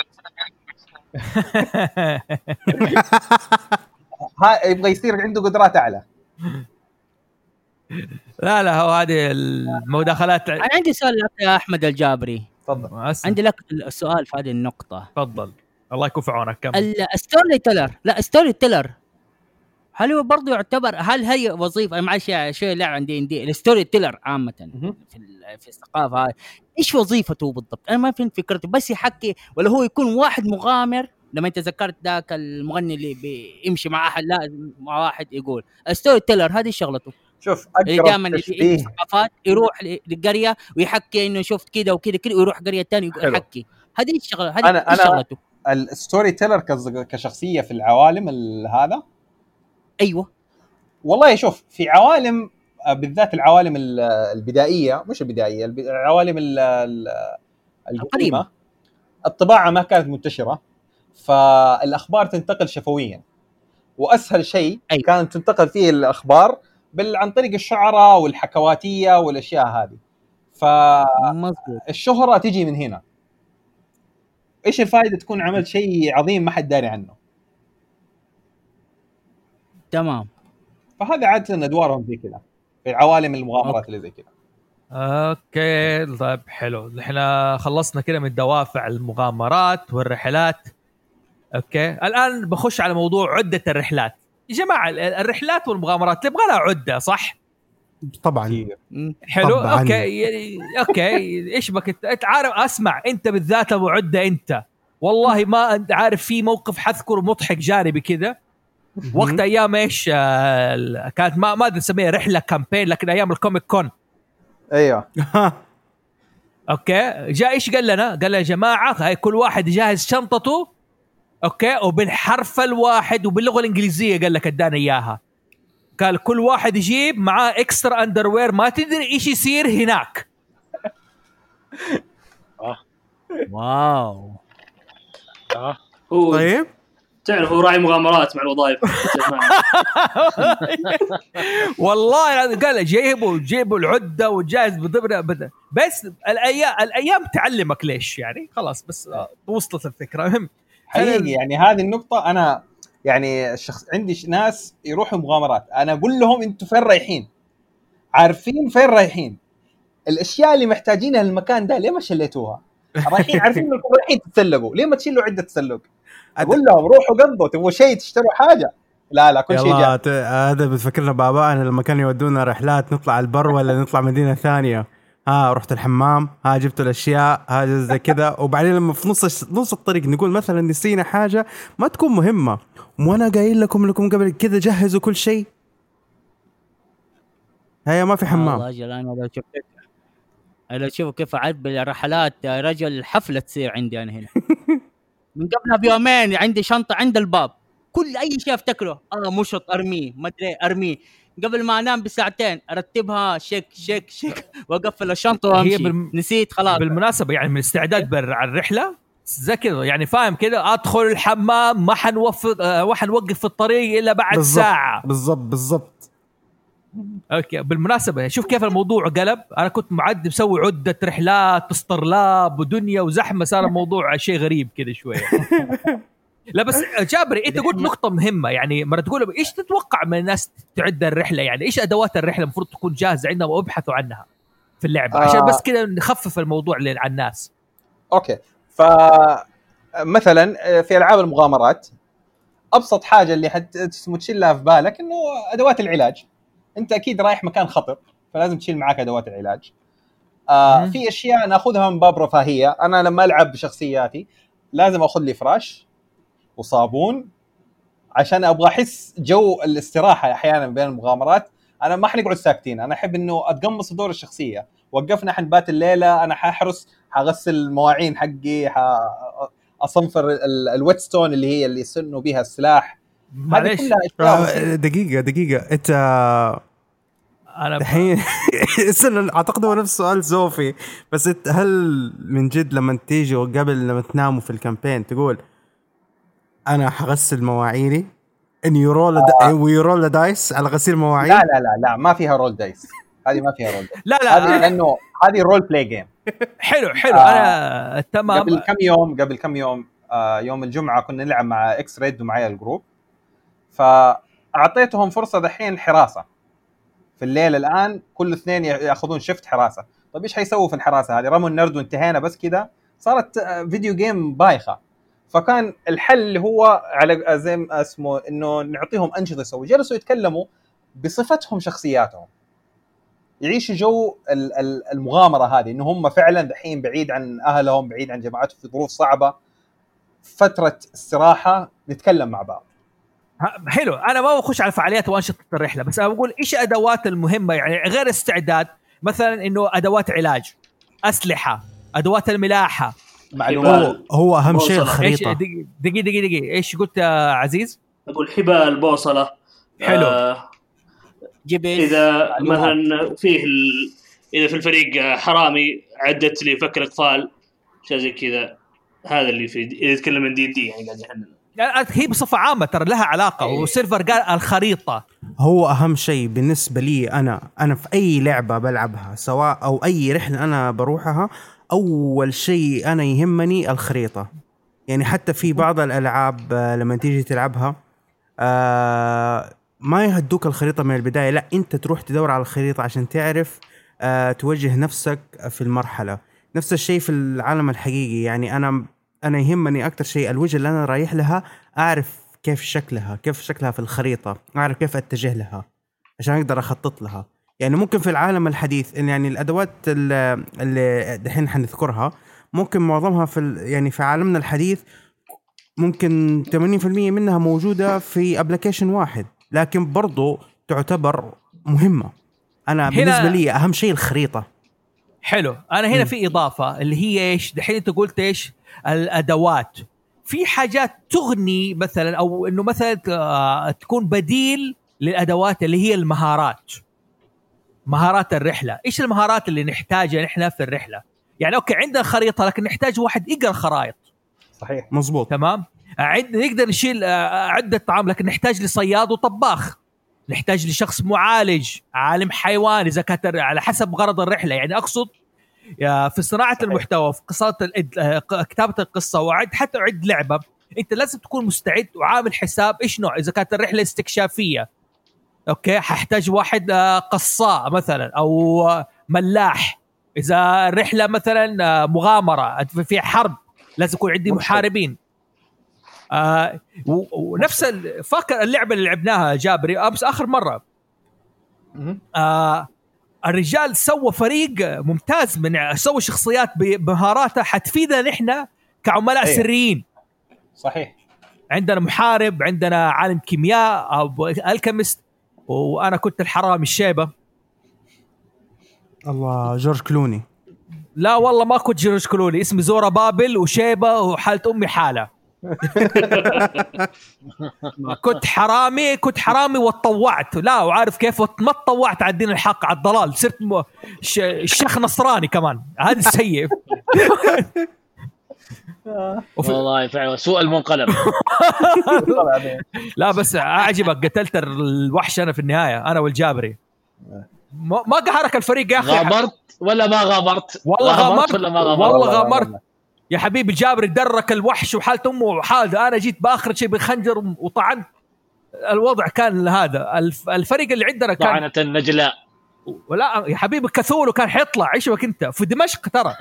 يبغى يصير عنده قدرات اعلى. لا هو هذه المداخلات. انا عندي سؤال لك يا احمد الجابري. تفضل. عندي لك السؤال في هذه النقطه. تفضل، الله يكون في عونك. كمل. الستوري تيلر هل هو برضه يعتبر، هل هي وظيفه؟ معلش شوي لعب عندي الستوري تيلر عامه في الثقافه هاي، ايش وظيفته بالضبط؟ انا ما فهمت فكرته، بس يحكي ولا هو يكون واحد مغامر؟ لما انت ذكرت ذاك المغني اللي بيمشي مع احد، لا مع واحد يقول الستوري تيلر، هذه شغلته. شوف اللي اقرب دائما تشبيه ثقافات يروح لقريه ويحكي انه شفت كذا وكذا كذا، ويروح قريه ثانيه ويحكي. هذه الشغله، هذه شغلته. الستوري تيلر كشخصيه في العوالم هذا. ايوه والله شوف، في عوالم بالذات العوالم البدائيه، مش البدائيه، العوالم القديمه، الطباعه ما كانت منتشره، فالاخبار تنتقل شفويا، واسهل شيء كانت تنتقل فيه الاخبار عن طريق الشعراء والحكواتيه والاشياء هذه. فالشهره تيجي من هنا. ايش الفائده تكون عملت شيء عظيم ما حد داري عنه؟ تمام. فهذا عاده ادوارهم زي كذا في عوالم المغامرات اللي زي كذا. اوكي طيب حلو، احنا خلصنا كده من دوافع المغامرات والرحلات. اوكي الان بخش على موضوع عده الرحلات. يا جماعه الرحلات والمغامرات تبغى لها عده صح؟ طبعا. حلو طبعاً. اوكي ايش بك انت عارف؟ اسمع انت بالذات ابو عده، انت والله ما انت عارف في موقف حذكر مضحك جانبي كذا وقت ايام ايش كانت ما ادري نسميها رحله كامبين، لكن ايام الكوميك كون. ايوه اوكي جاء ايش قال لنا؟ قال يا جماعه هاي كل واحد يجهز شنطته، اوكي، وبالحرف الواحد وباللغه الانجليزيه قال لك ادانا اياها. قال كل واحد يجيب معاه اكسترا اندروير، ما تدري ايش يصير هناك. واو. طيب تعرف هو راعي مغامرات مع الوظائف. والله قال جيبوا العده وجاهز بضبط. بس الايام تعلمك ليش يعني، خلاص بس وصلت الفكره. مهم حقيقي يعني هذه النقطه. انا يعني عندي ناس يروحوا مغامرات، انا اقول لهم انتوا فين رايحين؟ عارفين فين رايحين؟ الاشياء اللي محتاجينها للمكان ده ليه ما شليتوها؟ رايحين عارفين انكم رايحين تتسلقوا، ليه ما تشيلوا عده تسلق؟ اقول لهم روحوا قضوا، تبغوا شيء تشتروا حاجه؟ لا كل شيء جاهز. هذا بتفكرنا بابائنا لما كانوا يودونا رحلات نطلع البر ولا نطلع مدينه ثانيه. رحت الحمام، جبت الاشياء هذا زي كذا، وبعدين لما في نص الطريق نقول مثلا نسينا حاجه ما تكون مهمه، وانا قايل لكم قبل كذا جهزوا كل شيء، هيا ما في حمام. والله اجل انا لو شوفوا كيف اعد الرحلات يا رجل، الحفله تصير عندي انا هنا. من قبلها بيومين عندي شنطه عند الباب، كل اي شيء افتكره مشط ارميه، ما ادري ارميه، قبل ما انام بساعتين ارتبها شيك شيك شيك واقفل الشنطه وامشي. نسيت خلاص. بالمناسبه يعني من الاستعداد على الرحله زي كذا يعني، فاهم كذا، ادخل الحمام ما حنوقف في الطريق الا بعد ساعه بالضبط. اوكي بالمناسبه شوف كيف الموضوع قلب. انا كنت معد مسوي عده رحلات اسطرلاب ودنيا وزحمه، صار الموضوع شيء غريب كذا شويه. لا بس جابري انت قلت نقطه مهمه، يعني مره تقول ايش تتوقع من الناس تعد الرحله؟ يعني ايش ادوات الرحله المفروض تكون جاهزه عندهم وابحثوا عنها في اللعبه عشان بس كذا نخفف الموضوع على الناس. اوكي فمثلا في العاب المغامرات ابسط حاجه اللي تشيلها في بالك انه ادوات العلاج. انت اكيد رايح مكان خطر فلازم تشيل معاك ادوات العلاج. في اشياء ناخذها من باب رفاهيه. انا لما العب بشخصياتي لازم اخذ لي فراش وصابون عشان ابغى احس جو الاستراحه. احيانا بين المغامرات انا ما حنقعد ساكتين، انا احب انه اتقمص دور الشخصيه. وقفنا حنبات الليله، انا حاحرس، حغسل المواعين حقي، اصنفر الويت ستون اللي هي اللي يسنوا بها السلاح. معليش دقيقه انت انا الحين اعتقد هو نفس سؤال زوفي، بس هل من جد لما تيجي وقبل لما تناموا في الكامبين تقول انا حغسل مواعيني ان يرول دايس على غسيل مواعين؟ لا ما فيها رول دايس. هذه ما فيها رول. لا هذه لانه هذه رول بلاي جيم. حلو انا تمام. قبل كم يوم يوم الجمعه كنا نلعب مع اكس ريد ومعايا الجروب، فاعطيتهم فرصه دحين حراسه في الليل. الان كل اثنين ياخذون شفت حراسه. طيب ايش حيسووا في الحراسه هذه؟ رموا النرد وانتهينا بس كذا؟ صارت فيديو جيم بايخه. فكان الحل اللي هو على زي ما اسمه انه نعطيهم انشطه يسووا. جلسوا يتكلموا بصفتهم شخصياتهم، يعيشوا جو المغامره هذه، انه هم فعلا دحين بعيد عن اهلهم، بعيد عن جماعتهم، في ظروف صعبه، فتره استراحه، نتكلم مع بعض. حلو. انا ما بخش على فعاليات وانشطه الرحله، بس انا بقول ايش ادوات المهمه يعني غير استعداد، مثلا انه ادوات علاج، اسلحه، ادوات الملاحه، معلومات. هو اهم شيء الخريطه. دقيقه ايش قلت يا عزيز؟ اقول حبال البوصله. حلو. جبس. اذا معلومات. مثلا اذا في الفريق حرامي عدت لي فك الاقفال شيء زي كذا، هذا اللي في اذا يتكلم عن دي يعني قاعد يحلل. يعني هي بصفه عامه ترى لها علاقه. وسيرفر قال الخريطه هو اهم شيء بالنسبه لي. انا في اي لعبه بلعبها سواء او اي رحله انا بروحها، اول شيء انا يهمني الخريطه. يعني حتى في بعض الالعاب لما تيجي تلعبها ما يهدوك الخريطه من البدايه، لا انت تروح تدور على الخريطه عشان تعرف توجه نفسك في المرحله. نفس الشيء في العالم الحقيقي. يعني انا يهمني اكتر شيء الوجهه اللي انا رايح لها، اعرف كيف شكلها في الخريطه، اعرف كيف اتجه لها عشان اقدر اخطط لها. يعني ممكن في العالم الحديث يعني الادوات اللي دحين حنذكرها ممكن معظمها يعني في عالمنا الحديث ممكن 80% منها موجوده في ابلكيشن واحد، لكن برضو تعتبر مهمه. انا بالنسبه لي اهم شيء الخريطه. حلو. انا هنا في اضافه اللي هي ايش دحين انت قلت ايش الادوات. في حاجات تغني مثلا، او انه مثلا تكون بديل للادوات اللي هي المهارات، مهارات الرحله. ايش المهارات اللي نحتاجها نحن في الرحله؟ يعني اوكي عندنا خريطه لكن نحتاج واحد يقرا الخرائط. صحيح مزبوط تمام. نقدر نشيل عده طعام، لكن نحتاج لصياد وطباخ، نحتاج لشخص معالج، عالم حيوان اذا كانت على حسب غرض الرحله. يعني اقصد في صناعه المحتوى، في قصه كتابه القصه، وعد حتى عد لعبه، انت لازم تكون مستعد وعامل حساب ايش نوع. اذا كانت الرحله استكشافيه اوكي ححتاج واحد قصاء مثلا او ملاح. اذا الرحله مثلا مغامره في حرب لازم يكون عندي محاربين. ونفس فاكر اللعبه اللي لعبناها جابري امس اخر مره، الرجال سوى فريق ممتاز، من سوى شخصيات بمهاراته حتفيدنا نحن كعملاء سريين. صحيح. عندنا محارب، عندنا عالم كيمياء او الكيمست، وانا كنت الحرامي الشيبه. الله جورج كلوني. لا والله ما كنت جورج كلوني، اسمي زورا بابل وشيبه وحالة امي حاله. كنت حرامي واتطوعت. لا وعارف كيف ما اتطوعت على الدين الحق، على الضلال، صرت الشيخ نصراني كمان. هذا السيء. والله فعلا سوء المنقلب. لا بس اعجبك، قتلت الوحش انا في النهايه، انا والجابري. ما قهرك الفريق يا اخي؟ غامرت ولا ما غامرت؟ والله غامرت يا حبيبي. الجابري درك الوحش وحالة امه وحالة، انا جيت باخر شيء بخنجر وطعنت. الوضع كان هذا. الفريق اللي عندنا كان طعنة النجلاء. ولا يا حبيبي كثور وكان حيطلع. ايش بك انت في دمشق ترى؟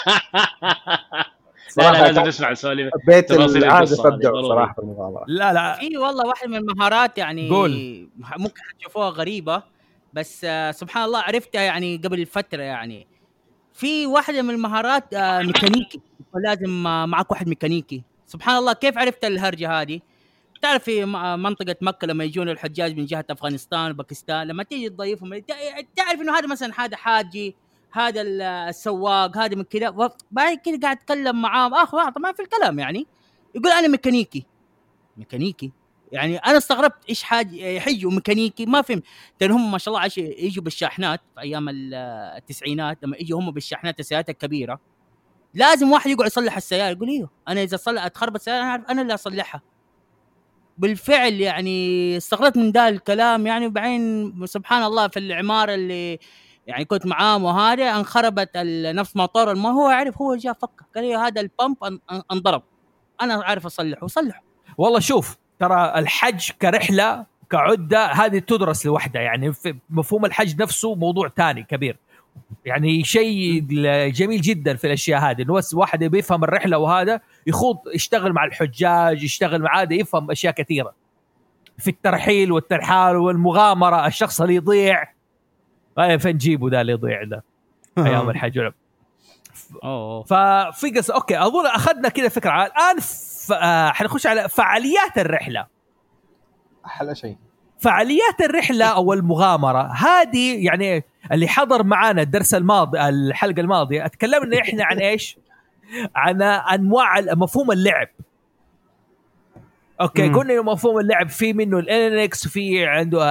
لا لازم نسمع السؤال. بيت العادة تبدأ صراحة المغامرة. لا في والله واحد من المهارات يعني قول. ممكن تشوفوها غريبة، بس سبحان الله عرفتها يعني قبل فترة. يعني في واحدة من المهارات ميكانيكي، لازم معك واحد ميكانيكي. سبحان الله كيف عرفت الهرجة هذه؟ تعرف في منطقة مكة لما يجون الحجاج من جهة أفغانستان وباكستان، لما تيجي تضيفهم تعرف إنه هذا مثلا هذا حاجي، هذا السواق، هذا من كذا. بعد كذا قاعد أتكلم معاهم طبعا في الكلام يعني يقول أنا ميكانيكي. يعني أنا استغربت إيش حاجة يحجوا ميكانيكي، ما فهم. هم ما شاء الله يجوا بالشاحنات في أيام التسعينات، لما يجوا هم بالشاحنات السيارات الكبيرة لازم واحد يقعد يصلح السيارة. يقول إيه أنا إذا اتخربت السيارة أنا اللي أصلحها. بالفعل يعني استغربت من ده الكلام يعني. وبعدين سبحان الله في العمارة اللي يعني كنت معاه وهذا انخربت نفس موتور الماء، هو عارف، هو جاء فك قال لي هذا البامب انضرب، انا عارف اصلحه. والله شوف ترى الحج كرحلة كعدة هذه تدرس لوحدها. يعني في مفهوم الحج نفسه موضوع تاني كبير. يعني شيء جميل جدا في الاشياء هذه، انه بس واحد بيفهم الرحله وهذا يخوض يشتغل مع الحجاج، يشتغل مع هذا، يفهم اشياء كثيره في الترحيل والترحال والمغامره. الشخص اللي يضيع فين جيبه ده اللي يضيع ده ايام الحج. ففي قصه اوكي اظن اخذنا كذا فكره. الان حنخش على فعاليات الرحله. احلى شيء فعاليات الرحله او المغامره هذه. يعني اللي حضر معانا الدرس الماضي الحلقه الماضيه اتكلمنا احنا عن ايش؟ عن انواع مفهوم اللعب. اوكي قلنا انه مفهوم اللعب في منه الانكس وفي عنده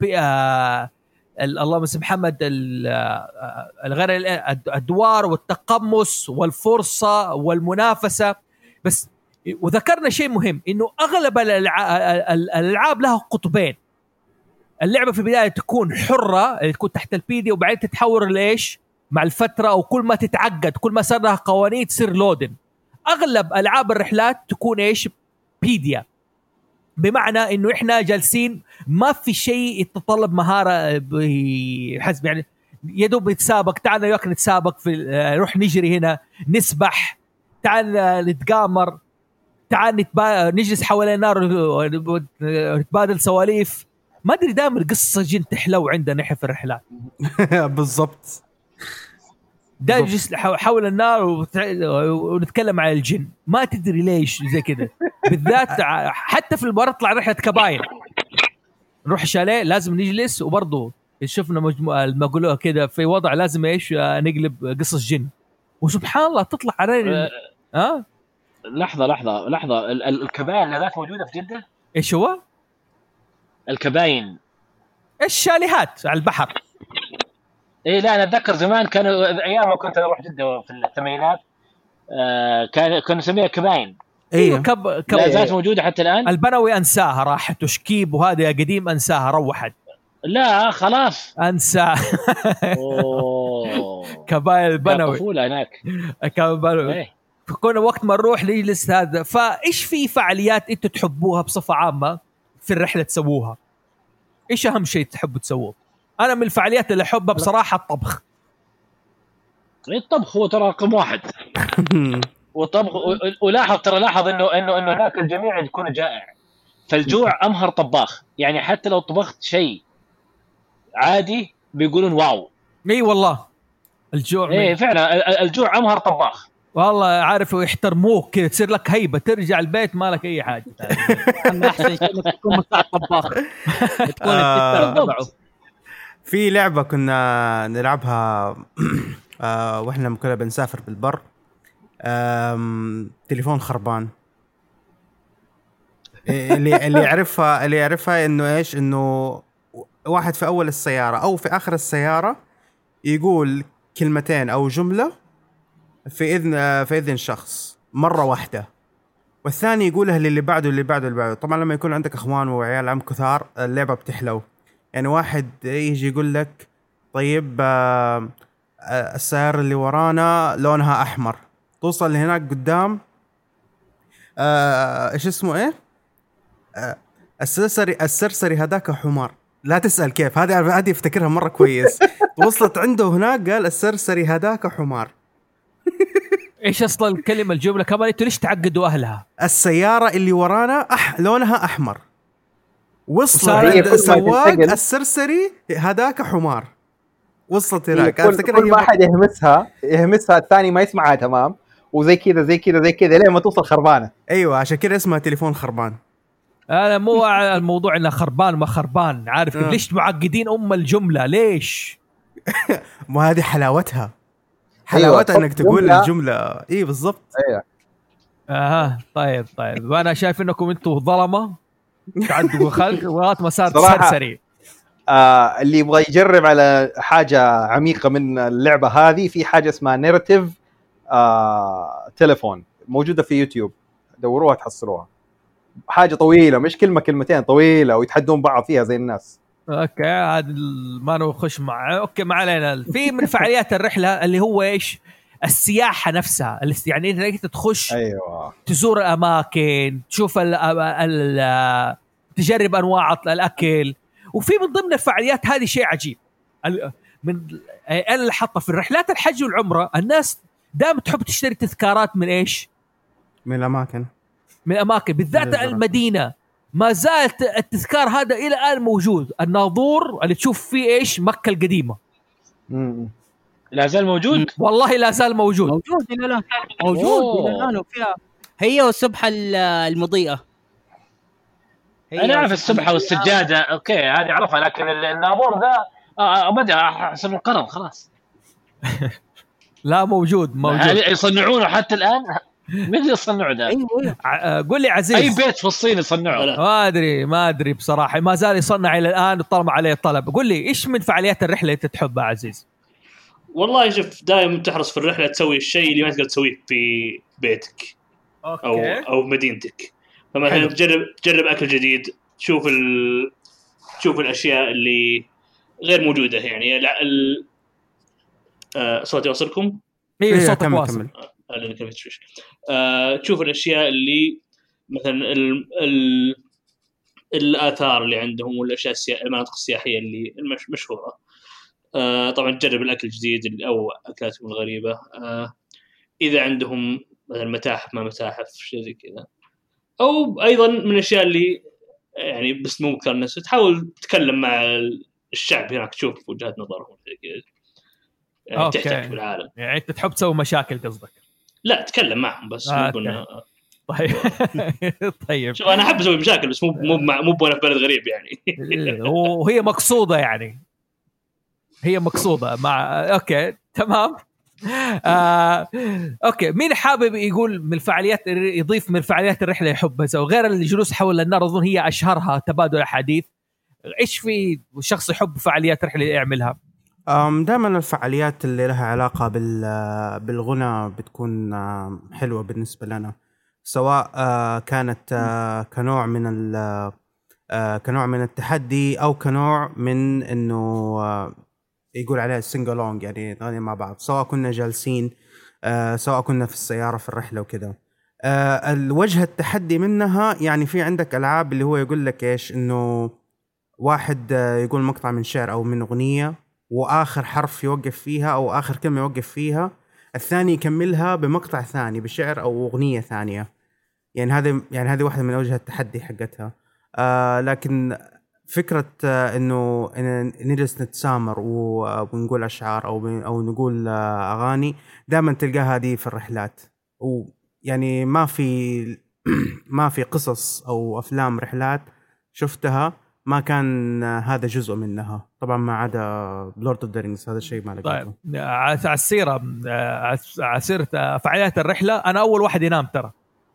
اللهم اسم محمد الغير الادوار والتقمص والفرصه والمنافسه. بس وذكرنا شيء مهم انه اغلب الالعاب لها قطبين. اللعبه في البدايه تكون حره تكون تحت البيدي وبعدين تتحول لايش مع الفتره او كل ما تتعقد كل ما صار لها قوانين تصير لودن. اغلب العاب الرحلات تكون ايش بيديا بمعنى انه احنا جالسين ما في شيء يتطلب مهاره حسب يعني يدوب نتسابق تعال وياك نتسابق في نروح نجري هنا نسبح تعال نتقامر تعال نجلس حوالين النار ونتبادل سواليف. ما ادري دائما القصه جن تحلو عندنا نحن في الرحلات. بالضبط ده نجلس حول النار ونتكلم عن الجن ما تدري ليش زي كده بالذات. حتى في المباراة نطلع رحلة كباين نروح شاليه لازم نجلس وبرضه شفنا المقولة كده في وضع لازم ايش نقلب قصص جن وسبحان الله تطلع علينا. لحظة الكباين هذات موجودة في جدة؟ ايش هو؟ الكباين الشاليهات على البحر. ايه لا انا اتذكر زمان كانوا ايام ما كنت اروح جده في الثمانينات كانوا نسميها كباين. ايوه لا زالت موجوده حتى الان. البنوي انساها راحت وشكيب وهذا قديم انساها روحت. لا خلاص انسى. كباين البنوي طفوله هناك كباين. كنا وقت ما نروح نجلس هذا. فايش في فعاليات انتم تحبوها بصفه عامه في الرحله تسووها؟ ايش اهم شيء تحبوا تسووه؟ انا من الفعاليات اللي احبها بصراحه الطبخ. الطبخ هو ترى رقم واحد. والطبخ لاحظ انه هناك الجميع يكون جائع فالجوع امهر طباخ. يعني حتى لو طبخت شيء عادي بيقولون واو. اي والله الجوع ايه فعلا الجوع امهر طباخ والله. عارف يحترموك كذا تصير لك هيبه ترجع البيت ما لك اي حاجه. اما احسن شيء انك تكون مساعد طباخ تكون في لعبه كنا نلعبها واحنا كنا بنسافر بالبر. تليفون خربان. اللي يعرفها انه ايش انه واحد في اول السياره او في اخر السياره يقول كلمتين او جمله في اذن شخص مره واحده والثاني يقولها للي بعده. طبعا لما يكون عندك اخوان وعيال عم كثار اللعبه بتحلو. يعني واحد يجي يقول لك طيب السيارة اللي ورانا لونها أحمر. توصل هناك قدام إيش اسمه إيه السرسري هذاك حمار. لا تسأل كيف هذه افتكرها مرة كويس. وصلت عنده هناك قال السرسري هذاك حمار. إيش أصل الكلمة الجملة كمان أنتوا ليش تعقدوا أهلها؟ السيارة اللي ورانا لونها أحمر. وصلت عند السواق السرسري هذاك حمار. وصلت هناك كل واحد يهمسها الثاني ما يسمعها تمام وزي كذا ليه ما توصل خربانه. ايوه عشان كذا اسمها تليفون خربان. انا مو الموضوع انه خربان ما خربان عارف ليش معقدين الجمله ليش؟ مو هذه حلاوتها انك تقول الجمله اي بالضبط. ايوه طيب وانا شايف انكم انتم ظلمه تعدوا خلق لغايه ما صار سرسري. اللي يبغى يجرب على حاجة عميقة من اللعبة هذه في حاجة اسمها نيراتيف تليفون موجودة في يوتيوب دوروها تحصلوها. حاجة طويلة مش كلمتين طويلة ويتحدون بعض فيها زي الناس. اوكي هذا ما نخش مع اوكي ما علينا. في من فعاليات الرحلة اللي هو ايش السياحة نفسها يعني انت تخش تزور الاماكن تشوف تجرب انواع الاكل. وفي من ضمن الفعاليات هذه شيء عجيب من اللي حطه في الرحلات الحج والعمرة الناس دائما تحب تشتري تذكارات من ايش؟ من الاماكن بالذات المدينة ما زالت التذكار هذا الى الان موجود. الناظور اللي تشوف فيه ايش مكة القديمة لا زال موجود والله لا زال موجود الى الان الى الان وفيها هي والسبحة المضيئة انا اعرف السبحه والسجاده اوكي هذه اعرفها، لكن الناظور ذا بدا حسب القرن خلاص. لا موجود يصنعونه حتى الان. مين اللي يصنعه ذا؟ ايوه قول لي عزيز، اي بيت في الصين يصنعه؟ ما ادري بصراحه، ما زال يصنع الى الان وطالما عليه الطلب. قول لي ايش من فعاليات الرحله انت تحبها عزيز؟ والله شوف، دائما تحرص في الرحله تسوي الشيء اللي ما تقدر تسويه في بيتك او مدينتك. فمثلا تجرب اكل جديد، تشوف الاشياء اللي غير موجوده يعني. صوتي يوصلكم؟ ايه صوتك واصل. تشوف الاشياء اللي مثلا الاثار اللي عندهم والاشياء المناطق السياحيه اللي مشهوره. طبعا تجرب الاكل الجديد او اكلاتهم الغريبه. اذا عندهم مثلا متاحف شيء زي كذا، او ايضا من الاشياء اللي يعني بس مو مكان الناس، تحاول تتكلم مع الشعب هناك، تشوف وجهات نظرهم كذا يعني، تحتك بالعالم. يعني انت تحب تسوي مشاكل قصدك؟ لا تكلم معهم بس. طيب طيب شوف انا احب اسوي مشاكل بس مو وانا في بلد غريب يعني. وهي مقصوده يعني، هي مقصوده مع اوكي تمام. اوكي، مين حابب يقول من الفعاليات يضيف من فعاليات الرحله يحبها سو غير الجلوس حول النار؟ اظن هي اشهرها، تبادل احاديث. ايش في شخص يحب فعاليات رحله يعملها؟ دائما الفعاليات اللي لها علاقه بالغنى بتكون حلوه بالنسبه لنا، سواء كانت كنوع من التحدي او كنوع من انه يقول عليها سينجلونج، يعني نغني مع بعض، سواء كنا جالسين سواء كنا في السيارة في الرحلة وكذا. الوجه التحدي منها يعني في عندك ألعاب اللي هو يقول لك إيش، إنه واحد يقول مقطع من شعر أو من أغنية، وآخر حرف يوقف فيها أو آخر كلمة يوقف فيها، الثاني يكملها بمقطع ثاني بشعر أو أغنية ثانية. يعني هذه واحدة من أوجه التحدي حقتها. لكن فكرة إنه نجلس نتسامر ونقول أشعار أو نقول أغاني، دائما تلقاها هذه في الرحلات. ويعني ما في قصص أو أفلام رحلات شفتها ما كان هذا جزء منها، طبعا ما عدا لورد اوف ذا رينجز، هذا الشيء ما لقيته. طيب على السيرة فعاليات الرحلة، أنا أول واحد ينام ترى.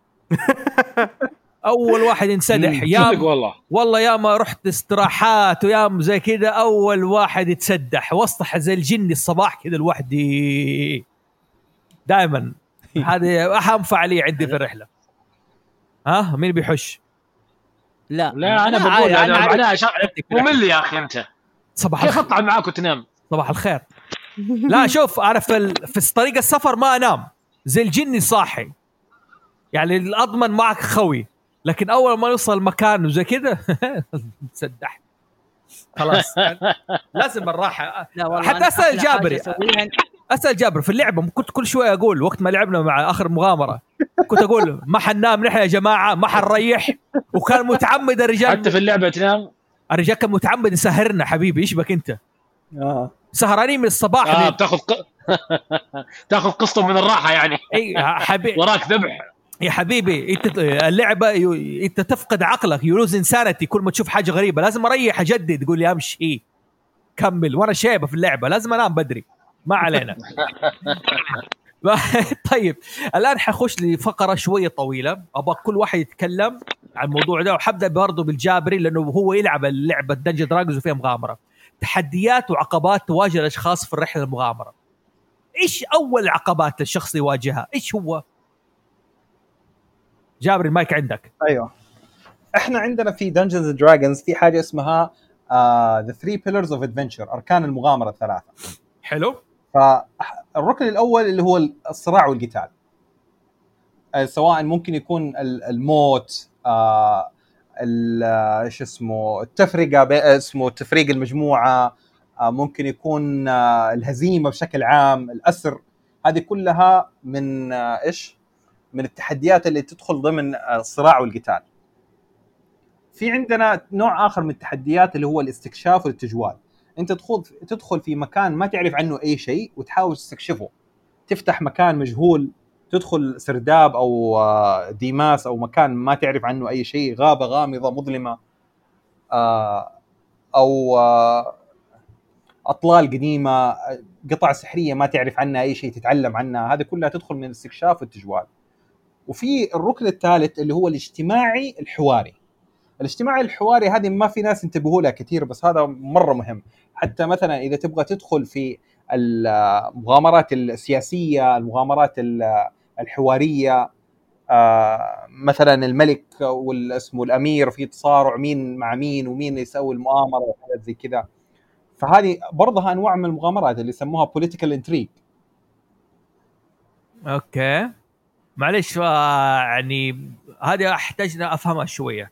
اول واحد ينسدح والله يا ما رحت استراحات ويا زي كذا، اول واحد يتسدح واسطح زي الجن الصباح كذا لوحدي دائما. هذه اهم فعاليه عندي في الرحله. مين بيحش؟ لا انا بقول انا معناها ممل يا اخي. انت صباح الخير اطلع معاك وتنام. صباح الخير. لا شوف، انا في طريق السفر ما انام زي الجن صاحي، يعني الاضمن معك خوي، لكن اول ما نوصل مكان وزي كذا تسدح خلاص. لازم الراحه. حتى اسال جابر في اللعبه، كنت كل شويه اقول وقت ما لعبنا مع اخر مغامره، كنت اقول ما حننام نحن يا جماعه، ما حنريح. وكان متعمد الرجال حتى في اللعبه تنام. الرجال كان متعمد يسهرنا. حبيبي ايش بك انت؟ سهرانين من الصباح. تاخذ قسط من الراحه يعني. اي حبيبي وراك ذبح يا حبيبي. انت اللعبه انت تفقد عقلك، يلوز انسانتي. كل ما تشوف حاجه غريبه لازم اريح اجدد، تقول لي امشي كمل وانا شايبه في اللعبه، لازم انام بدري. ما علينا. طيب الان حخش لفقره شويه طويله، ابغى كل واحد يتكلم عن الموضوع ده، وحبدا برضه بالجابري لانه هو يلعب اللعبه دنجن دراجونز وفيها مغامره. تحديات وعقبات تواجه الاشخاص في الرحله المغامره. ايش اول عقبات الشخص يواجهها؟ ايش هو؟ جابر المايك عندك. ايوه، احنا عندنا في دنجنز اند دراجونز في حاجه اسمها the three pillars of adventure، اركان المغامره الثلاثه. حلو. فالركن الاول اللي هو الصراع والقتال، سواء ممكن يكون الموت، ايش اسمه، التفرقه، اسمه تفريق المجموعه، ممكن يكون الهزيمه بشكل عام، الاسر. هذه كلها من من التحديات اللي تدخل ضمن الصراع والقتال. في عندنا نوع آخر من التحديات اللي هو الاستكشاف والتجوال. انت تدخل في مكان ما تعرف عنه اي شيء وتحاول تستكشفه، تفتح مكان مجهول تدخل سرداب او ديماس او مكان ما تعرف عنه اي شيء، غابه غامضه مظلمه، او اطلال قديمه، قطع سحريه ما تعرف عنها اي شيء تتعلم عنها، هذه كلها تدخل من الاستكشاف والتجوال. وفي الركن الثالث اللي هو الاجتماعي الحواري. الاجتماعي الحواري هذه ما في ناس ينتبهوا لها كثير، بس هذا مره مهم. حتى مثلا اذا تبغى تدخل في المغامرات السياسيه، المغامرات الحواريه، مثلا الملك والاسمه الامير في تصارع مين مع مين ومين يسوي المؤامره وحاجات زي كذا، فهذه برضها انواع من المغامرات اللي يسموها political intrigue. اوكي معلش يعني هذه احتاجنا افهمها شويه.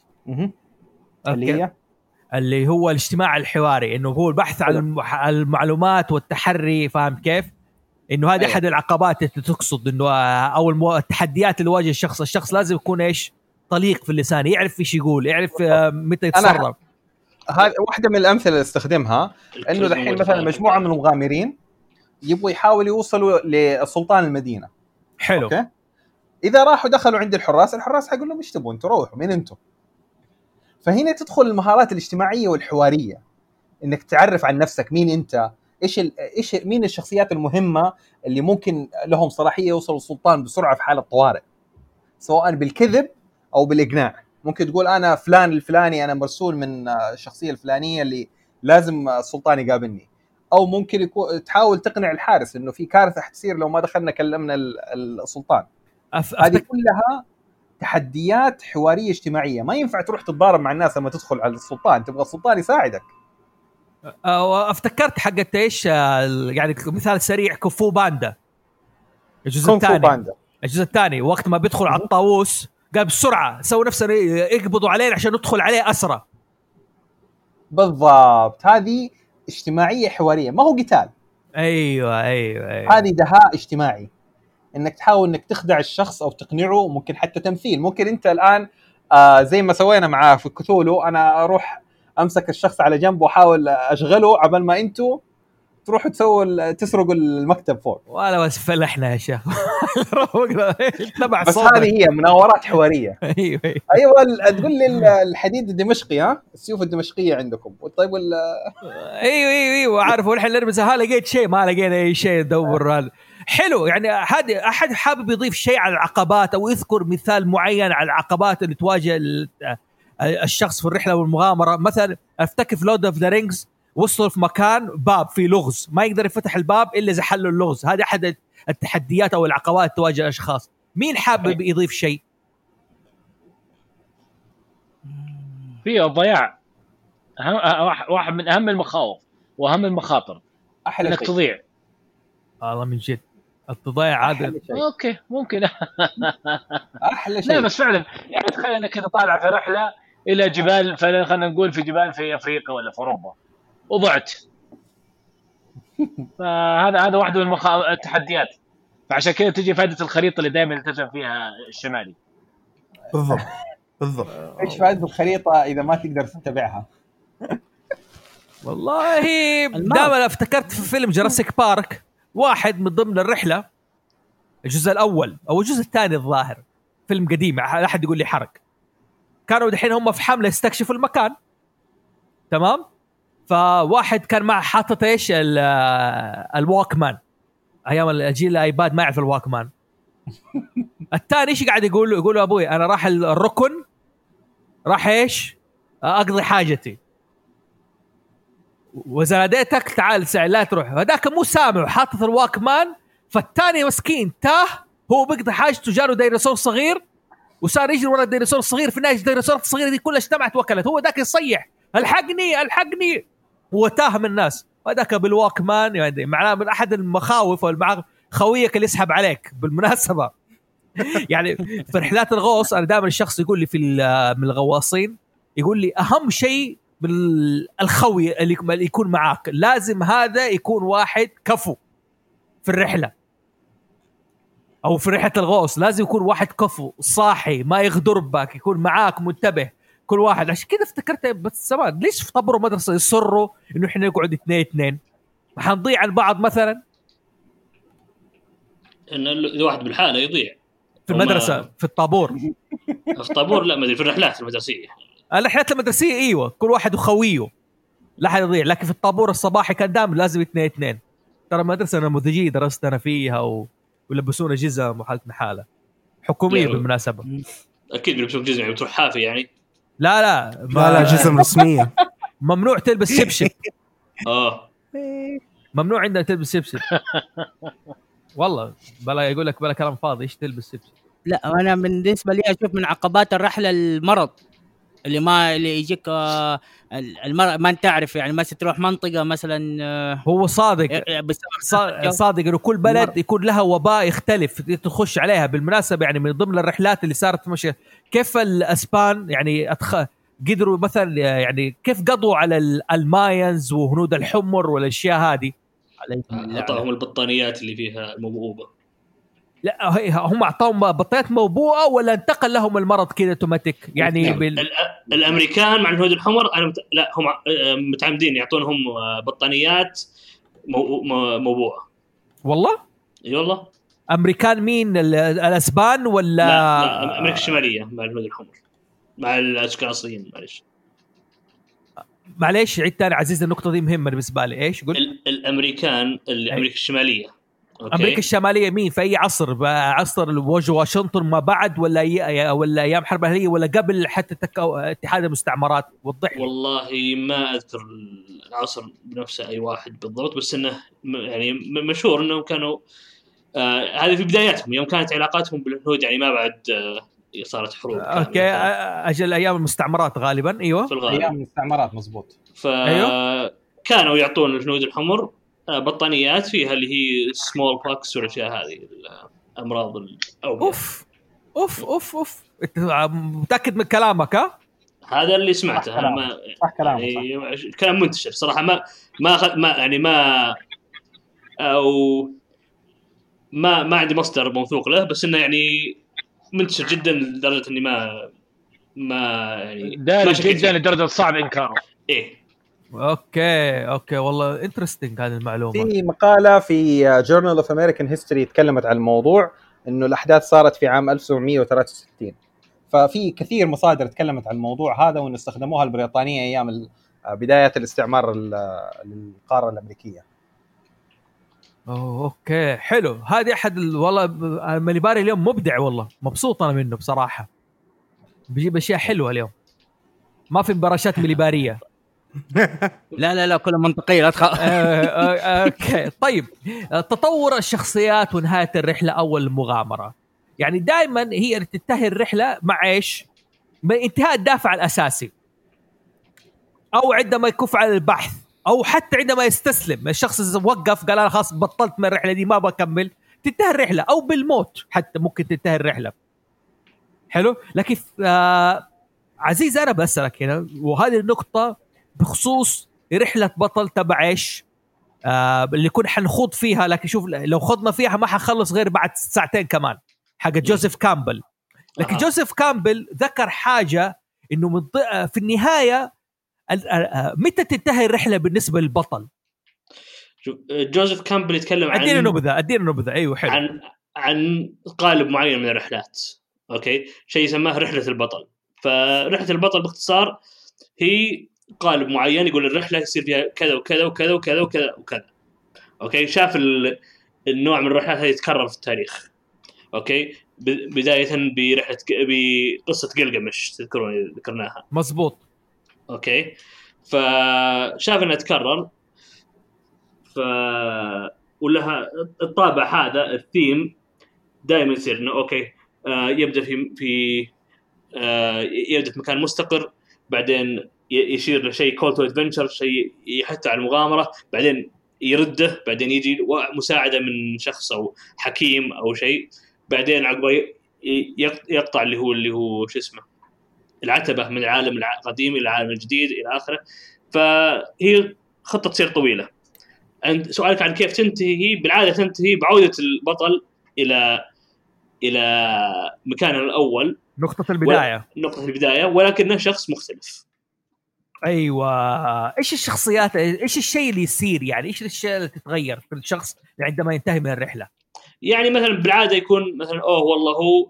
اللي هو الاجتماع الحواري، انه هو البحث عن المعلومات والتحري، فاهم كيف؟ انه هذه احد العقبات اللي تقصد انه او التحديات اللي واجه الشخص لازم يكون ايش؟ طليق في اللسان، يعرف ايش يقول، يعرف متى يتصرف. هذه واحده من الامثله اللي استخدمها، انه الحين مثلا مجموعه من المغامرين يبغوا يحاولوا يوصلوا لسلطان المدينه. حلو. اوكي، اذا راحوا دخلوا عند الحراس حيقول لهم ايش تبغوا انتوا، روحوا مين انتوا. فهنا تدخل المهارات الاجتماعيه والحواريه، انك تعرف عن نفسك مين انت، ايش مين الشخصيات المهمه اللي ممكن لهم صلاحيه يوصلوا للسلطان بسرعه في حاله طوارئ، سواء بالكذب او بالاقناع. ممكن تقول انا فلان الفلاني، انا مرسول من الشخصيه الفلانيه اللي لازم السلطان يقابلني، او ممكن يكون تحاول تقنع الحارس انه في كارثه حتصير لو ما دخلنا كلمنا السلطان. هذه كلها تحديات حواريه اجتماعيه. ما ينفع تروح تتضارب مع الناس لما تدخل على السلطان، تبغى السلطان يساعدك. افتكرت حقت ايش يعني مثال سريع، كوفو باندا الجزء الثاني وقت ما بيدخل على الطاووس قال بسرعه سووا نفسنا يقبضوا علينا عشان ندخل عليه اسرى. بالضبط، هذه اجتماعيه حواريه، ما هو قتال. ايوه. هذه دهاء اجتماعي، انك تحاول انك تخدع الشخص او تقنعه. ممكن حتى تمثيل، ممكن انت الان زي ما سوينا معاه في كثولو، انا اروح امسك الشخص على جنب واحاول اشغله عبال ما انتوا تروحوا تسرقوا المكتب فوق. ولا بس فلحنا يا شيخ. بس هذه هي مناورات حواريه. ايوه تقول لي الحديد الدمشقي، ها السيوف الدمشقيه عندكم، طيب ايوه عارف. ونحن نرمز لقيت شيء، ما لقينا اي شيء ندور. حلو، يعني هذا احد حابب يضيف شيء على العقبات او يذكر مثال معين على العقبات اللي تواجه الشخص في الرحله والمغامره. مثلا افتكر في لورد اوف ذا رينجز وصلوا في مكان باب فيه لغز، ما يقدر يفتح الباب الا اذا حلوا اللغز. هذه احد التحديات او العقبات تواجه الاشخاص. مين حابب يضيف شيء؟ فيه الضياع واحد من اهم المخاوف واهم المخاطر، انك تضيع. والله من جد التضيع هذا اوكي ممكن احلى شيء. لا بس فعلا يعني تخيل انك كذا طالع في رحله الى جبال، خلينا نقول في جبال في افريقيا ولا في اوروبا وضعت. فهذا واحد من التحديات. فعشان كذا تجي فائده الخريطه اللي دائما يلتزم فيها الشمالي. بالضبط. ايش فائده الخريطه اذا ما تقدر تتبعها؟ والله دائما افتكرت في فيلم جراسيك بارك، واحد من ضمن الرحله الجزء الاول او الجزء الثاني الظاهر، فيلم قديم لا احد يقول لي حرق، كانوا دحين هم في حمله يستكشفوا المكان، تمام؟ فواحد كان مع حاطط ايش الواكمان، ايام الجيل الايباد ما يعرف الواكمان. الثاني ايش قاعد يقول ابوي انا راح الركن، راح ايش اقضي حاجتي، وزادتك تعال ساعة لا تروح. هذاك مو سامع حاطط الواكمان، فالثاني مسكين تاه، هو بيقضي حاجته، جاله ديناصور صغير وصار يجري ورا الديناصور الصغير. في النهايه الديناصورات الصغيره دي كلها اجتمعت وكلت، هو ذاك يصيح الحقني، هو تاه من الناس. وذاك بالواكمان يعني معناه من احد المخاوف والمع خويك اللي يسحب عليك بالمناسبه. يعني في رحلات الغوص انا دائما الشخص يقول لي من الغواصين يقول لي اهم شيء بالخوي اللي يكون معاك، لازم هذا يكون واحد كفو في الرحله او في رحله الغوص، لازم يكون واحد كفو صاحي ما يغدر بك، يكون معاك منتبه كل واحد. عشان كذا افتكرت بس زمان ليش في طبروا مدرسه يصروا انه احنا نقعد 2-2 حنضيع عن بعض مثلا. ان الواحد بالحاله يضيع في المدرسه في الطابور. في الطابور لا، ما ادري، في الرحلات المدرسيه. الرحلات المدرسيه ايوه كل واحد وخويه لا حد يضيع، لكن في الطابور الصباحي كان دائما لازم 2 ترى مدرسه نموذجيه درست انا فيها ولبسونا جزم وحالتنا حاله حكوميه يعني بالمناسبه. اكيد بيلبسون جزم يعني بتروح حافي يعني. لا جزم رسميه. ممنوع تلبس شبشب. ممنوع عندنا تلبس شبشب. والله بلا يقول لك بلا كلام فاضي ايش تلبس شبشب. لا انا بالنسبه لي اشوف من عقبات الرحله المرض اللي يجيك المرض ما انت تعرف يعني مثلا تروح منطقه مثلا. هو صادق صادق انه كل بلد يكون لها وباء يختلف تخش عليها. بالمناسبه يعني من ضمن الرحلات اللي صارت مش كيف الاسبان يعني قدروا مثلا يعني كيف قضوا على الماينز وهنود الحمر والاشياء هذه. اعطاهم البطانيات اللي فيها الموبوءه. لا هم اعطاهم بطانيات موبوءه ولا انتقل لهم المرض كذا اوتوماتيك يعني الامريكان مع الهنود الحمر لا هم متعمدين يعطونهم بطانيات موبوءه. والله اي والله. امريكان مين الاسبان ولا لا امريكا الشماليه مع الهنود الحمر مع الاشكال الاصليين. معليش عيد تاني عزيز النقطه دي مهمه بالنسبه لي. ايش قلت؟ الامريكان اللي امريكا الشماليه. أوكي. امريكا الشماليه مين في اي عصر؟ عصر واشنطن ما بعد ولا ايام حرب اهليه ولا قبل حتى اتحاد المستعمرات؟ وضح لي. والله ما اذكر العصر بنفسه اي واحد بالضبط، بس انه يعني مشهور انهم كانوا هذه في بداياتهم يوم كانت علاقاتهم بالهنود يعني ما بعد صارت حروب. اوكي اجل ايام المستعمرات غالبا. ايوه في الغالب ايام المستعمرات مزبوط. أيوه. كانوا يعطون الهنود الحمر بطانيات فيها اللي هي سمول باكس والاشياء هذه الامراض الاوبئه. اوف انت متاكد من كلامك؟ ها هذا اللي سمعته. صح كلامك. يعني كلام منتشر صراحه. ما يعني ما او ما عندي مصدر موثوق له، بس انه يعني منتشر جدا لدرجه اني ما يعني دارج جدا لدرجه صعب انكاره. ايه اوكي والله انترستينج هذه المعلومه. في مقاله في جورنال اوف امريكان هيستوري تكلمت عن الموضوع انه الاحداث صارت في عام 1763. ففي كثير مصادر تكلمت عن الموضوع هذا وان استخدموها البريطانيه ايام بدايه الاستعمار للقاره الامريكيه. اوكي حلو. هذه احد والله ماليباري اليوم مبدع والله مبسوط انا منه بصراحه. بيجيب اشياء حلوه اليوم ما في مبارشات ماليباريه. لا كله منطقي. اوكي طيب تطور الشخصيات ونهايه الرحله او المغامره يعني دائما هي تنتهي الرحله مع ايش؟ من انتهاء الدافع الاساسي او عندما يكف على البحث او حتى عندما يستسلم الشخص وقف قال انا خلاص بطلت من الرحله دي ما بكمل تنتهي الرحله او بالموت حتى ممكن تنتهي الرحله. حلو. لكن عزيز انا بسألك هنا وهذه النقطه بخصوص رحله بطل تبع ايش اللي كنا حنخوض فيها، لكن شوف لو خضنا فيها ما حنخلص غير بعد 2 ساعتين كمان حق جوزيف كامبل. لكن جوزيف كامبل ذكر حاجه انه في النهايه متى تنتهي الرحله بالنسبه للبطل؟ جوزيف كامبل يتكلم عن ادينا نبذه. ايوه حلو. عن قالب معين من الرحلات. اوكي شيء يسماه رحله البطل. فرحله البطل باختصار هي قالب معين يقول الرحله يصير فيها كذا وكذا وكذا وكذا وكذا وكذا. اوكي شاف النوع من الرحلات هذه يتكرر في التاريخ. اوكي بدايه برحله بقصه قلقمش تذكرون ذكرناها مزبوط. اوكي فشاف انها تكرر ولها الطابع هذا الثيم دائما يصير انه اوكي يبدا في يبدا في مكان مستقر بعدين يشير لشيء كول تو ادفنتشر شيء يحث على المغامره بعدين يرده بعدين يجي مساعده من شخص او حكيم او شيء بعدين عقبه يقطع اللي هو شو اسمه العتبه من العالم القديم الى العالم الجديد الى اخره. فهي خطه تصير طويله. عند سؤالك عن كيف تنتهي بالعاده تنتهي بعوده البطل الى مكانه الاول نقطه البدايه ولكنه شخص مختلف. ايوه ايش الشخصيات ايش الشيء اللي يصير يعني ايش الاشياء اللي تتغير في الشخص عندما ينتهي من الرحله؟ يعني مثلا بالعاده يكون مثلا والله هو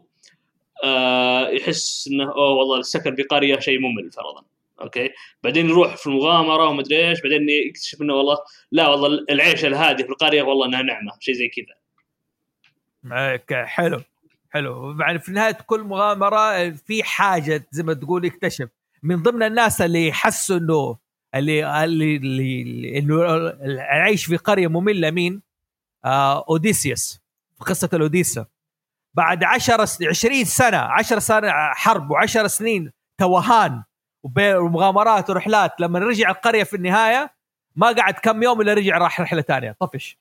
يحس انه والله السكن في قريه شيء ممل فرضا، اوكي، بعدين يروح في المغامره وما ادري ايش، بعدين يكتشف انه والله لا، والله العيشه الهاديه في القريه والله انها نعمه، شيء زي كذا. حلو يعني في نهايه كل مغامره في حاجه زي ما تقول يكتشف. من ضمن الناس اللي يحسوا انه اللي انه العيش في قريه ممله مين؟ اوديسيوس في قصه الاوديسا. بعد 20 سنه 10 سنه حرب و10 سنين توهان ومغامرات ورحلات، لما رجع القريه في النهايه ما قعد كم يوم الا رجع راح رحله ثانيه طفش.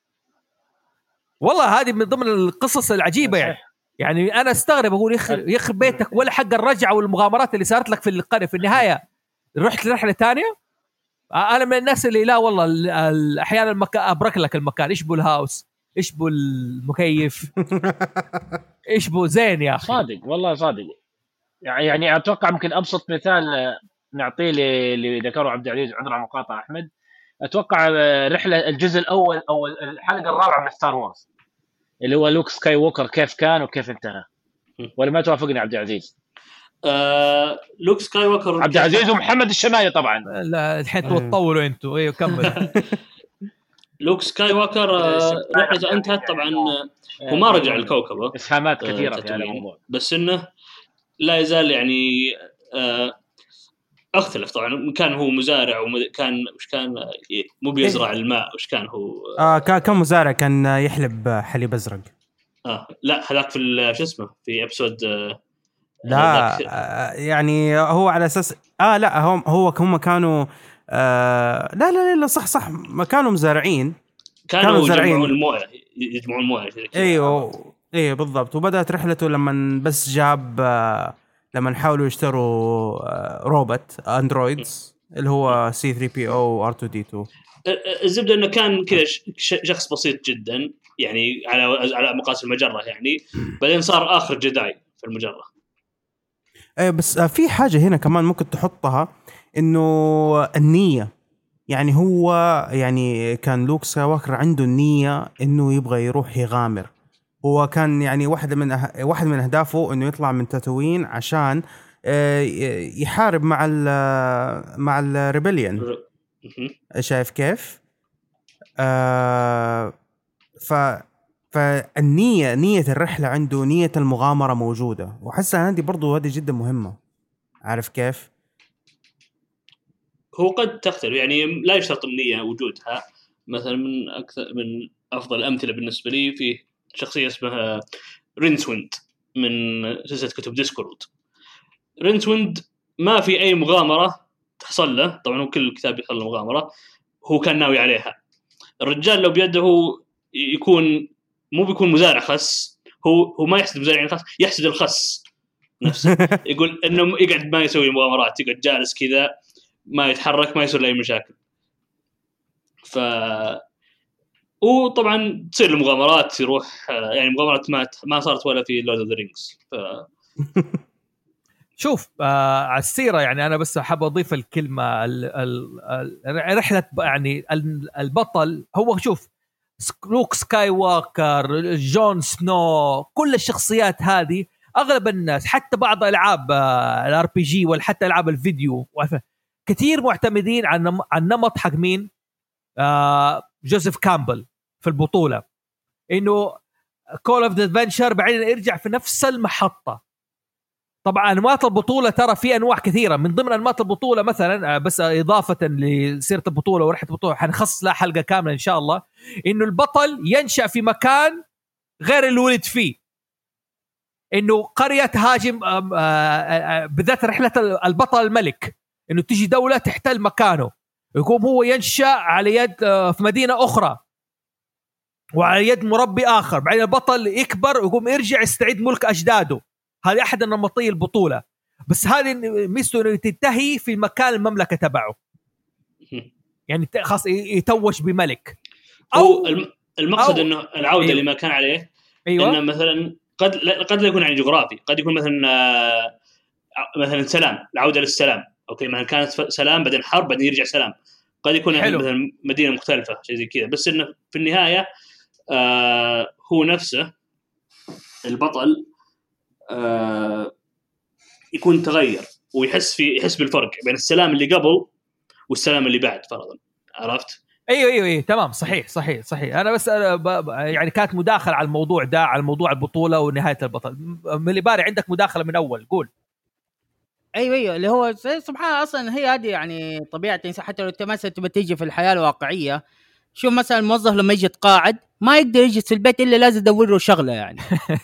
والله هذه من ضمن القصص العجيبه يعني انا استغرب اقول يخرب بيتك ولا حق الرجعه والمغامرات اللي صارت لك في القريه في النهايه رحت لرحله ثانيه. انا من الناس اللي لا والله احيانا المكان ابرك لك المكان، ايش بو الهاوس، ايش بو المكيف، ايش بو زين يا اخي. صادق والله صادق. يعني اتوقع ممكن ابسط مثال نعطيه اللي ذكره عبد العزيز عذرا مقاطعه احمد. اتوقع رحله الجزء الاول او الحلقه الرابعه من ستار وورز اللي هو لوك سكاي ووكر كيف كان وكيف انتهى، ولا ما توافقني عبد العزيز؟ لوك سكاي ووكر عبد العزيز ومحمد الشماية طبعا. لا الحين تطولوا انتوا. ايوه كمل. لوك سكاي ووكر رحلته انتهت طبعا، هو ما رجع الكوكب. اسهامات كثيره في هذا الموضوع، بس انه لا يزال يعني اختلف طبعا. كان هو مزارع وكان وش كان مو بيزرع الماء، وش كان هو كان مزارع، كان يحلب حليب ازرق. لا هذاك في شو اسمه في ابسود لا يعني هو على اساس لا هم كانوا لا صح ما كانوا مزارعين، كانوا يجمعون المويه. ايوه بالضبط. وبدأت رحلته لما بس جاب لما حاولوا يشتروا روبوت اندرويدز اللي هو C-3PO R2-D2. الزبده انه كان كذا شخص بسيط جدا يعني على مقاس المجره يعني، بعدين صار اخر جداي في المجره. بس في حاجه هنا كمان ممكن تحطها، انه النيه. يعني هو يعني كان لوك سكايووكر عنده النيه انه يبغى يروح يغامر. هو كان يعني واحد من أهدافه إنه يطلع من تاتوين عشان يحارب مع الريبليون. شايف كيف؟ فالنية نية الرحلة عنده، نية المغامرة موجودة، وحسها هذه برضو هذه جدا مهمة. عارف كيف؟ هو قد تختلف يعني، لا يشترط النية وجودها. مثلا من أفضل الأمثلة بالنسبة لي في شخصية اسمها رينسويند من سلسلة كتب ديسكورد. رينسويند ما في أي مغامرة تحصل له، طبعا هو كل كتاب يحصل له مغامرة هو كان ناوي عليها. الرجال لو بيده يكون مو بيكون مزارع خس، هو ما يحسد مزارعين خس، يحسد الخس نفسه. يقول إنه يقعد ما يسوي مغامرات، يقعد جالس كذا ما يتحرك، ما يصير له أي مشاكل. وطبعا تصير المغامرات، يروح يعني مغامرات ما صارت ولا في لورد اوف ذا رينجز. شوف على السيره يعني انا بس حاب اضيف الكلمه رحله يعني البطل هو شوف لوك سكاي ووكر، جون سنو، كل الشخصيات هذه اغلب الناس حتى بعض العاب الار بي جي ولا حتى العاب الفيديو كثير معتمدين على النمط حق مين؟ جوزيف كامبل في البطولة، إنه كول اوف ذا ادفنتشر بعدين يرجع في نفس المحطة. طبعا أنماط البطولة ترى في أنواع كثيرة. من ضمن أنماط البطولة مثلا بس إضافة لسيرة البطولة ورحلة البطولة حنخصص لها حلقة كاملة إن شاء الله، إنه البطل ينشأ في مكان غير اللي ولد فيه، إنه قرية تهاجم بالذات رحلة البطل الملك، إنه تيجي دولة تحتل مكانه، يقوم هو ينشأ على يد في مدينة أخرى وعلى يد مربي آخر، بعدين البطل يكبر ويقوم يرجع يستعيد ملك أجداده. هذه أحد النمطي البطولة، بس هذه ميزته إنه تنتهي في مكان المملكة تبعه، يعني خاص يتوج بملك. أو المقصد إنه العودة أيوه. لما كان عليه. أيوه. إنه مثلا قد لا يكون يعني جغرافي، قد يكون مثلا سلام، العودة للسلام. أوكي، ما كانت سلام بعدين حرب بعدين يرجع سلام. قد يكون يعني مثلا مدينة مختلفة شيء زي كذا، بس إنه في النهاية هو نفسه البطل يكون تغير ويحس بالفرق بين السلام اللي قبل والسلام اللي بعد فرضا. عرفت؟ ايوه تمام صحيح انا بس يعني كانت مداخله على الموضوع ده، على موضوع البطوله ونهايه البطل. من اللي باري عندك مداخله من اول، قول. ايوه اللي هو سبحان الله، اصلا هي هذه يعني طبيعه الانسان. حتى لو انت مثلا تبى تيجي في الحياه الواقعيه، شوف مثلا الموظف لما يجي يتقاعد ما يقدر يجلس في البيت الا لازم يدور له شغله يعني.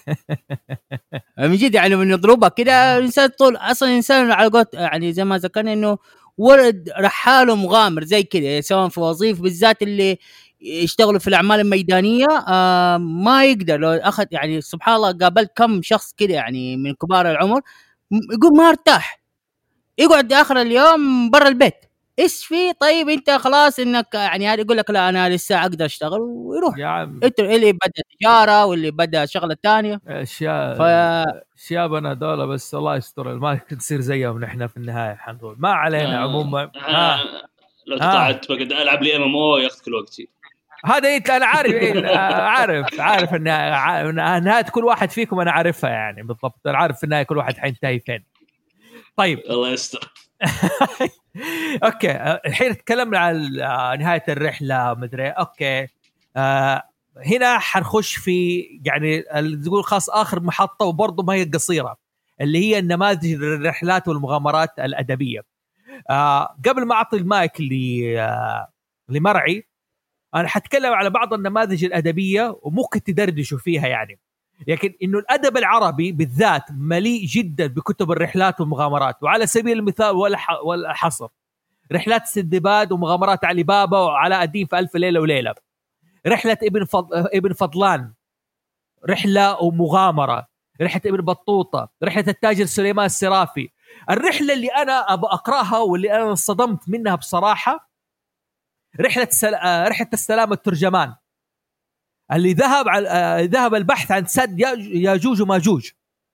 من جد يعني من يضربها كده الانسان طول اصلا الانسان على قولت يعني زي ما ذكرنا انه ولد رحاله مغامر زي كده، سواء في وظيفه بالذات اللي يشتغلوا في الاعمال الميدانيه ما يقدر. لو اخذ يعني سبحان الله قابلت كم شخص كده يعني من كبار العمر يقول ما ارتاح، يقعد اخر اليوم برا البيت. ايش في؟ طيب انت خلاص انك يعني يقول لك لا انا لسه اقدر اشتغل ويروح. يا عم انت اللي بدا تجاره واللي بدا شغله ثانيه شيابنا دولة، بس الله يستر ما تصير زيهم نحن في النهايه. الحمد لله ما علينا. عموما لو تقعدت بقعد العب لي MMO ياخذ كل وقتي. هذا انا عارف ان نهايه كل واحد فيكم انا عارفها يعني بالضبط. انا عارف في النهايه كل واحد حينتهي فين. طيب الله يستر. اوكي الحين تكلمنا عن نهايه الرحله مدري. اوكي هنا حنخش في يعني تقول خاص اخر محطه وبرضه ما هي قصيره، اللي هي النماذج الرحلات والمغامرات الادبيه. قبل ما اعطي المايك لمرعي، انا حتكلم على بعض النماذج الادبيه وممكن تدردشوا فيها يعني. لكن انه الادب العربي بالذات مليء جدا بكتب الرحلات والمغامرات. وعلى سبيل المثال والحصر رحلات سندباد ومغامرات علي بابا وعلاء الدين في ألف ليلة وليلة، رحلة ابن فضلان رحلة ومغامرة، رحلة ابن بطوطة، رحلة التاجر سليمان السرافي. الرحلة اللي أنا أبغى أقرأها واللي أنا انصدمت منها بصراحة رحلة السلام الترجمان، اللي ذهب البحث عن سد ياجوج وماجوج.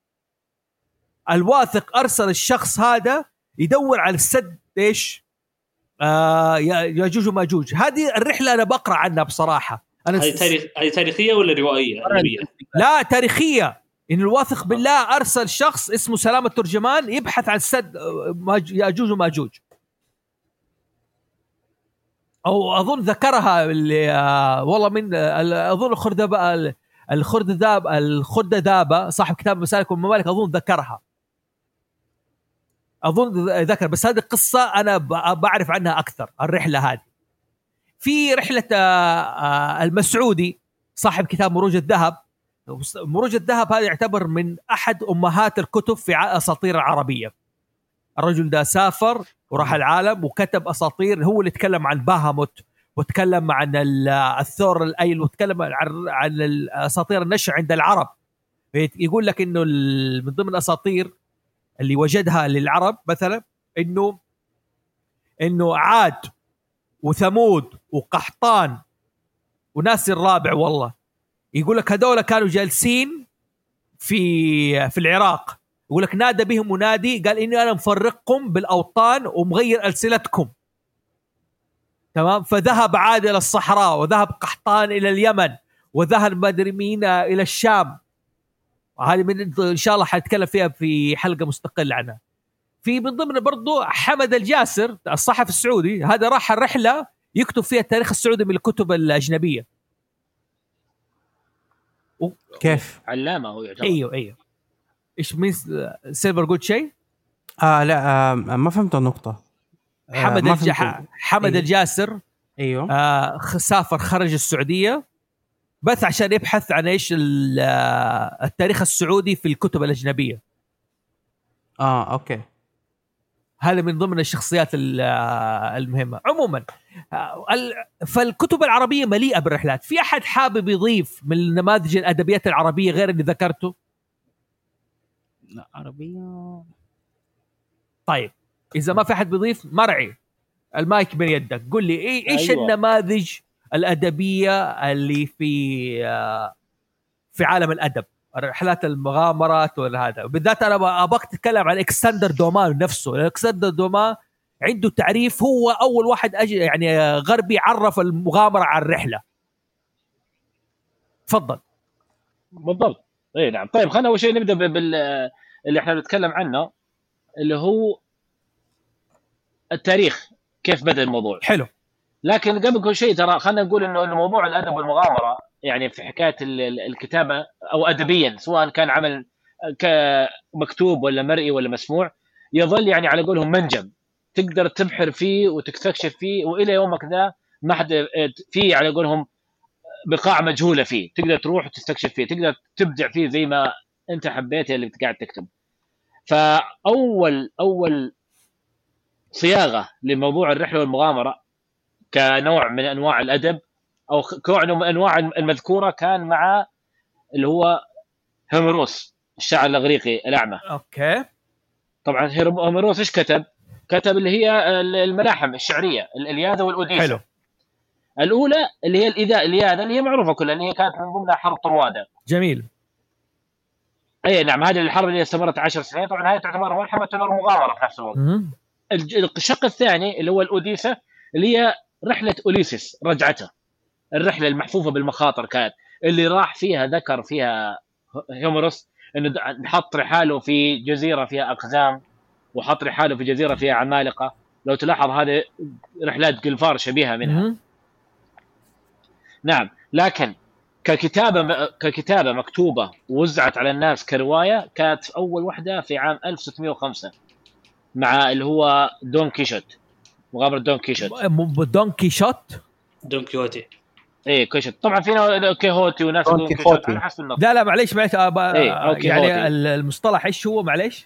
الواثق أرسل الشخص هذا يدور على السد إيش ياجوج وماجوج. هذه الرحلة أنا بقرأ عنها بصراحة. هذه تاريخية ولا روائية؟ لا تاريخية. إن الواثق بالله أرسل شخص اسمه سلام الترجمان يبحث عن سد ياجوج وماجوج. أو أظن ذكرها اللي والله من أظن الخردذابة صاحب كتاب مسالك والممالك أظن ذكرها، أظن ذكر. بس هذه القصة أنا بعرف عنها أكثر. الرحلة هذه في رحلة المسعودي صاحب كتاب مروج الذهب. مروج الذهب هذا يعتبر من أحد أمهات الكتب في أساطير العربية. الرجل ده سافر وراح العالم وكتب أساطير. هو اللي تكلم عن باهموت وتكلم عن الثور الأيل وتكلم عن الأساطير النشر عند العرب. يقول لك إنه من ضمن الأساطير اللي وجدها للعرب مثلا إنه عاد وثمود وقحطان وناس الرابع، والله يقول لك هذول كانوا جالسين في العراق. يقول لك نادى بهم منادي قال إني أنا مفرقكم بالأوطان ومغير ألسنتكم. تمام. فذهب عاد إلى الصحراء وذهب قحطان إلى اليمن وذهب مدرمين إلى الشام. هذه من إن شاء الله حنتكلم فيها في حلقة مستقلة عنها. في من ضمن برضو حمد الجاسر الصحفي السعودي، هذا راح الرحلة يكتب فيها التاريخ السعودي من الكتب الأجنبية. كيف علامة هو يعتبر. ايوه ايش من سيلفر جود شيء لا ما فهمت النقطة. حمد الجاسر ايوه سافر خرج السعودية بس عشان يبحث عن ايش التاريخ السعودي في الكتب الأجنبية. اوكي. هذا من ضمن الشخصيات المهمة. عموما فالكتب العربية مليئة بالرحلات. في أحد حابب يضيف من النماذج الأدبيات العربية غير اللي ذكرته؟ لا عربية. طيب إذا ما في أحد بيضيف، مرعي المايك من يدك، قل لي إيش أيوة. النماذج الأدبية اللي في عالم الأدب، رحلات المغامرات وهذا بالذات. أنا أبغى أتكلم عن إكسندر دوما نفسه. إكسندر دوما عنده تعريف، هو أول واحد يعني غربي عرف المغامرة على الرحلة. تفضل. بالضبط. اي نعم. طيب خلينا اول شيء نبدا اللي احنا بنتكلم عنه اللي هو التاريخ، كيف بدا الموضوع. حلو. لكن قبل كل شيء ترى خلينا نقول انه موضوع الادب والمغامره يعني في حكايه الكتابه او ادبيا، سواء كان عمل مكتوب ولا مرئي ولا مسموع، يظل يعني على قولهم منجم تقدر تبحر فيه وتستكشف فيه، والى يومك ذا ما حد فيه على قولهم بقاع مجهوله فيه، تقدر تروح وتستكشف فيه، تقدر تبدع فيه زي ما انت حبيت اللي قاعد تكتب. فاول صياغه لموضوع الرحله والمغامره كنوع من انواع الادب او كنوع من انواع المذكوره كان مع اللي هو هوميروس الشاعر الاغريقي الاعمى. اوكي. طبعا هوميروس ايش كتب اللي هي الملاحم الشعريه، الإلياذة والأوديسة. حلو. الاولى اللي هي الإلياذة اللي هي معروفه كلها، اللي هي كانت من ضمنها حرب طروادة. جميل. اي نعم، هذه الحرب اللي استمرت 10 سنين. طبعا هذه تعتبر ملحمه مغامره في نفس الوقت. الشق الثاني اللي هو الأوديسة اللي هي رحله أوليسيس، رجعته، الرحله المحفوفه بالمخاطر كانت، اللي راح فيها ذكر فيها هوميروس انه حط رحاله في جزيره فيها اقزام، وحط رحاله في جزيره فيها عمالقه. لو تلاحظ هذه رحلات جلفار شبيهه منها. نعم. لكن ككتابه مكتوبه ووزعت على الناس كروايه كانت اول واحده في عام 1605 مع اللي هو دون كيشوت، مغامره دون كيشوت. دون كيهوتي. ايه كيشوت. طبعا فينا كيهوتي وناس دون كيشوت على حسب النص. لا معليش إيه يعني المصطلح ايش هو معليش؟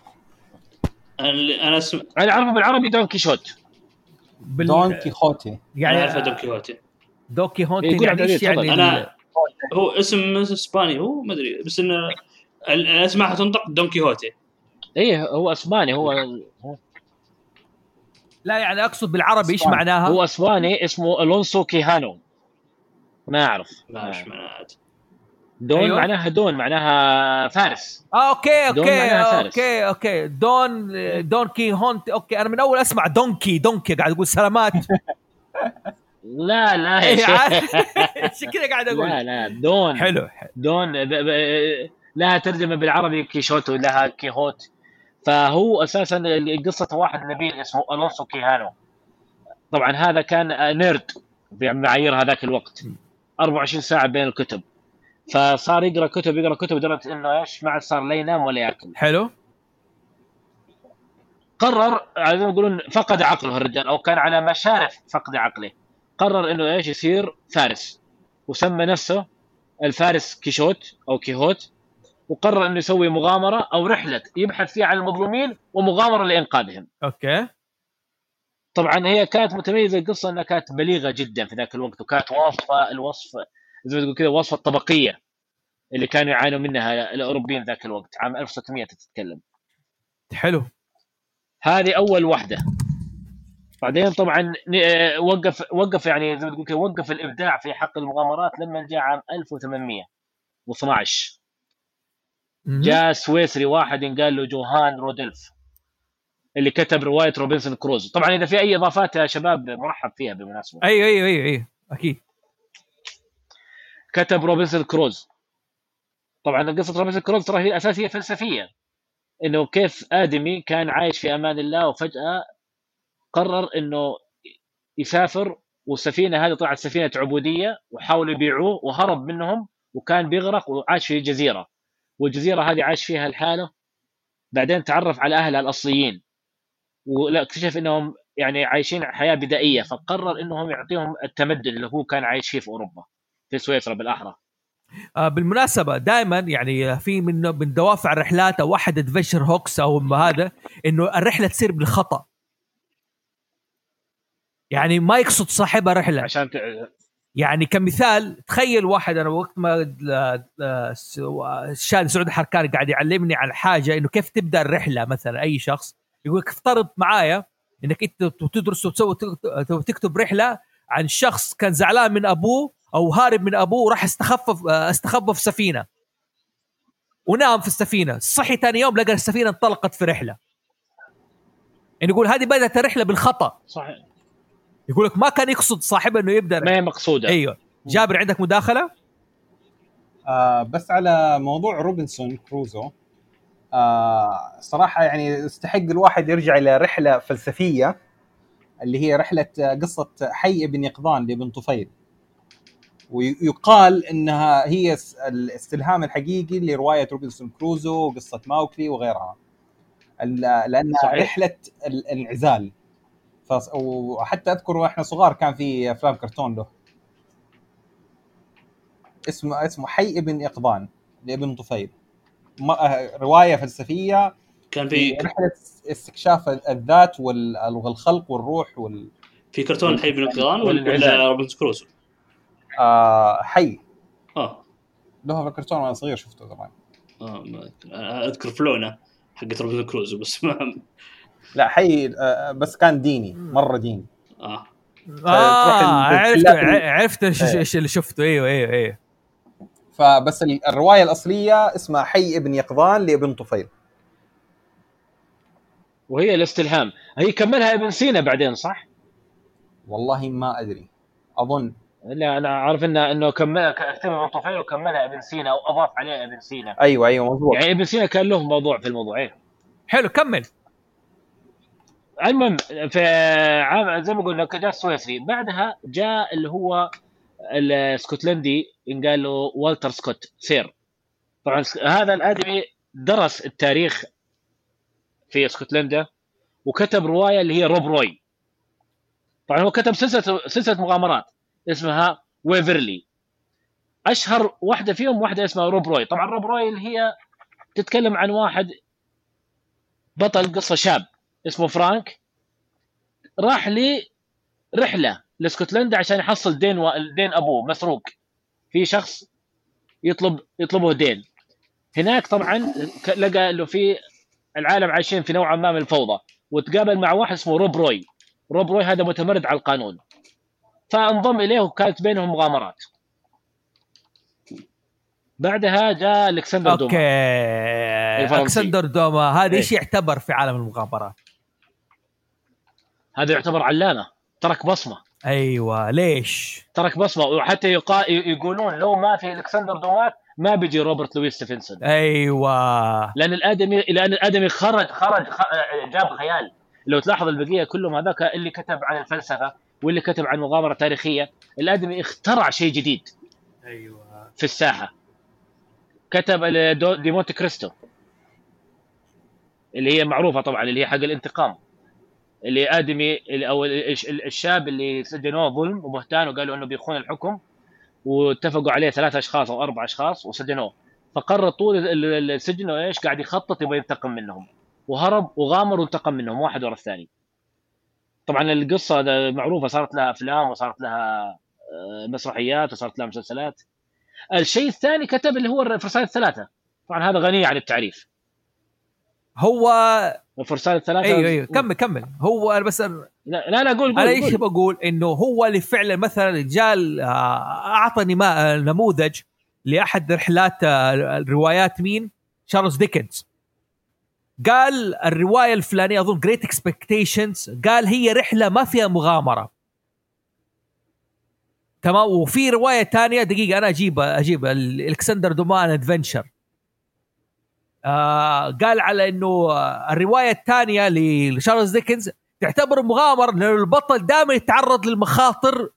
انا اعرفه بالعربي دون كيشوت. دون كيهوتي يعني انا اعرفه دون كيهوتي. دون كيهوتي يعني انا هو اسم اسباني، هو ما ادري، بس انه الاسماء تنطق دون كيهوتي. ايه هو اسباني. هو لا يعني اقصد بالعربي ايش معناها؟ هو اسباني اسمه الونسو كيهانو. ما اعرف ماش معناها دون. أيوة. معناها دون معناها فارس. اوكي دون كيهونتي. اوكي انا من اول اسمع دونكي قاعد اقول سلامات. لا ايش كذا قاعد اقول؟ لا دون. حلو. دون لها ترجمه بالعربي كيشوت ولها كيهوت. فهو اساسا قصه واحد نبيل اسمه الونسو كيهانو. طبعا هذا كان نيرد بمعايير هذاك الوقت، 24 ساعه بين الكتب. فصار يقرا كتب لدرجه انه ايش ما عاد صار لا ينام ولا ياكل. حلو. قرر عايزين يقولون فقد عقله الرجال او كان على مشارف فقد عقله. قرر انه ايش يصير فارس، وسمى نفسه الفارس كيشوت او كيهوت. وقرر انه يسوي مغامره او رحله يبحث فيها عن المظلومين ومغامره لانقاذهم. اوكي. طبعا هي كانت متميزه القصه انها كانت بليغه جدا في ذاك الوقت، وكانت واصفه الوصف زي ما تقول كذا وصفه الطبقيه اللي كانوا يعانوا منها الاوروبيين ذاك الوقت. عام 1600 تتكلم. حلو. هذه اول واحده. بعدين طبعا وقف يعني زي ما تقول كذا وقف الابداع في حق المغامرات لما جاء عام 1812. جاء سويسري واحد قال له جوهان رودولف اللي كتب روايه روبنسون كروز. طبعا اذا في اي اضافات يا شباب مرحب فيها بالمناسبه. ايوه اكيد. كتب روبنسون كروز. طبعا قصه روبنسون كروز ترى هي اساسيه فلسفيه، انه كيف ادمي كان عايش في امان الله وفجاه قرر انه يسافر، والسفينه هذه طلعت سفينه عبوديه وحاولوا يبيعوه وهرب منهم وكان بيغرق وعاش في جزيره، والجزيره هذه عاش فيها لحاله. بعدين تعرف على اهلها الاصليين ولا اكتشف انهم يعني عايشين حياه بدائيه، فقرر انهم يعطيهم التمدن اللي هو كان عايش فيه في اوروبا في سويسرا بالاحرى. بالمناسبه دائما يعني في من دوافع الرحلات او واحد ادفنشر هوكس او هذا انه الرحله تصير بالخطا، يعني ما يقصد صاحبها رحله. عشان يعني كمثال تخيل واحد انا وقت ما الشاذ سعود حركاني قاعد يعلمني على حاجه انه كيف تبدا الرحله. مثلا اي شخص يقول لك افترض معايا انك انت تدرس وتسوي تكتب رحله عن شخص كان زعلان من ابوه او هارب من ابوه وراح استخبى في سفينه ونام في السفينه، صحي ثاني يوم لقى السفينه انطلقت في رحله. يعني يقول هذه بدات الرحله بالخطا. صحيح. يقول لك ما كان يقصد صاحبه انه يبدا ما هي مقصوده. ايوه. جابر عندك مداخله؟ بس على موضوع روبنسون كروزو، صراحة يعني يستحق الواحد يرجع إلى رحلة فلسفية اللي هي رحلة قصة حي ابن يقظان لابن طفيل، ويقال انها هي الاستلهام الحقيقي لروايه روبنسون كروزو وقصه ماوكلي وغيرها، لانها صحيح. رحله الانعزال. وحتى اذكر واحنا صغار كان في افلام كرتون له اسمه حي ابن يقظان لابن طفيل، روايه فلسفيه كان في رحله استكشاف الذات والخلق والروح في كرتون الحي بن القران ولا روبنسون كروزو؟ حي له في الكرتون وانا صغير شفته زمان. اذكر فلونه حقت روبنسون كروزو بس ما لا حي بس كان ديني مره ديني. عرفت ايش اللي شفته. ايوه فبس الروايه الاصليه اسمها حي ابن يقظان لابن طفيل، وهي الاستلهام. هي كملها ابن سينا بعدين صح؟ والله ما ادري، اظن لا انا عارف انه كملها كتبها ابن طفيل وكملها ابن سينا او اضاف عليها ابن سينا. ايوه مضبوط. يعني ابن سينا كان له موضوع في الموضوع. ايه حلو كمل. المهم في عام زي ما قلنا جاء السويسري، بعدها جاء اللي هو الاسكتلندي قال له والتر سكوت سير. طبعا هذا الادمي درس التاريخ في اسكتلندا وكتب روايه اللي هي روب روي. طبعا هو كتب سلسله مغامرات اسمها ويفرلي، اشهر واحده فيهم واحده اسمها روب روي. طبعا روب روي اللي هي تتكلم عن واحد بطل قصه شاب اسمه فرانك، راح لرحله لاسكتلندا عشان يحصل دين ابوه مسروق، في شخص يطلبه دين هناك. طبعا لقى انه في العالم عايشين في نوع ما من الفوضى، وتقابل مع واحد اسمه روب روي هذا متمرد على القانون، فانضم اليه وكانت بينهم مغامرات. بعدها جاء الكسندر دوما. الكسندر دوما هذا ايش يعتبر في عالم المغامرات؟ هذا يعتبر علامه، ترك بصمه. ايوه ليش ترك بصمه، وحتى يقولون لو ما في الكسندر دوما ما بيجي روبرت لويس ستيفنسون. ايوه لان الادمي خرج جاب خيال. لو تلاحظ البقيه كلهم هذاك اللي كتب عن الفلسفه واللي كتب عن مغامره تاريخيه، الادمي اخترع شيء جديد. ايوه في الساحه كتب دي مونte كريستو اللي هي معروفه طبعا، اللي هي حق الانتقام، اللي ادمي او الشاب اللي سجنوه ظلم وبهتان وقالوا انه بيخون الحكم، واتفقوا عليه 3 أشخاص أو 4 أشخاص وسجنوه. فقرر طول السجن ايش قاعد يخطط يبغى ينتقم منهم، وهرب وغامر وانتقم منهم واحد ورا الثاني. طبعا القصه معروفه، صارت لها افلام وصارت لها مسرحيات وصارت لها مسلسلات. الشيء الثاني كتب اللي هو الفرسان الثلاثه، طبعا هذا غني عن التعريف. هو الفرسان الثلاثه. ايوه كمل. هو انا بس لا قول. انا ايش بقول انه هو اللي فعلا مثلا جال اعطني نموذج لاحد رحلات الروايات مين شارلز ديكنز. قال الروايه الفلانيه اظن جريت اكسبكتيشنز، قال هي رحله ما فيها مغامره تمام. وفي روايه تانية دقيقه انا اجيب الكسندر دومان ادفنشر، قال على انه الروايه الثانيه لشارلز ديكنز تعتبر مغامره لأن البطل دائما يتعرض للمخاطر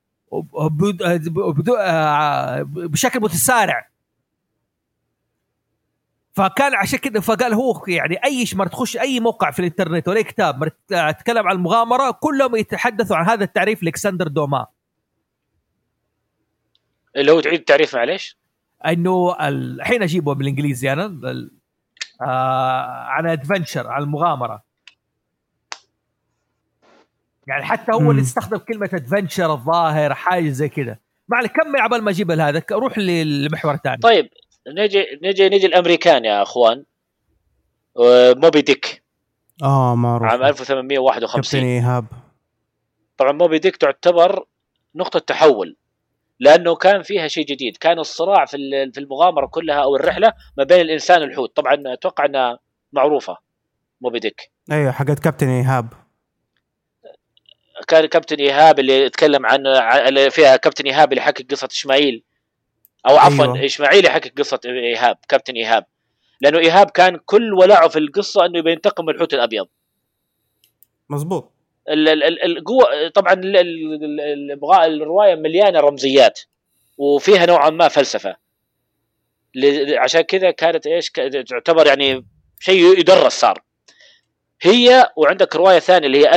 بشكل متسارع. فكان عشان كده فقال هو يعني اي ما تخش اي موقع في الانترنت ولا كتاب تتكلم عن المغامره كلهم يتحدثوا عن هذا التعريف لإكسندر دوما. اللي هو تعيد التعريف معليش. انه الحين اجيبه بالانجليزي انا عن ادفنشر، عن المغامره. يعني حتى هو اللي استخدم كلمه ادفنشر الظاهر حاجه زي كده. ما عليك كمل عبال ما اجيب هذا، روح للمحور الثاني. طيب نجي الامريكان يا اخوان. موبي ديك معروف عام 1851. كابتن إيهاب. طبعا موبي ديك تعتبر نقطه تحول، لانه كان فيها شيء جديد. كان الصراع في المغامره كلها او الرحله ما بين الانسان والحوت. طبعا اتوقع انها معروفه موبي ديك. ايوه حقت كابتن إيهاب. كان كابتن إيهاب اللي يتكلم عن فيها كابتن إيهاب اللي حكى قصة إسماعيل او عفوا أيوة. اسماعيلي حكى قصه ايهاب، كابتن ايهاب، لانه ايهاب كان كل ولعه في القصه انه يبي ينتقم من الحوت الابيض. مزبوط. القوه طبعا الروايه مليانه رمزيات وفيها نوعا ما فلسفه، عشان كذا كانت ايش تعتبر يعني شيء يدرس صار. هي وعندك روايه ثانيه اللي هي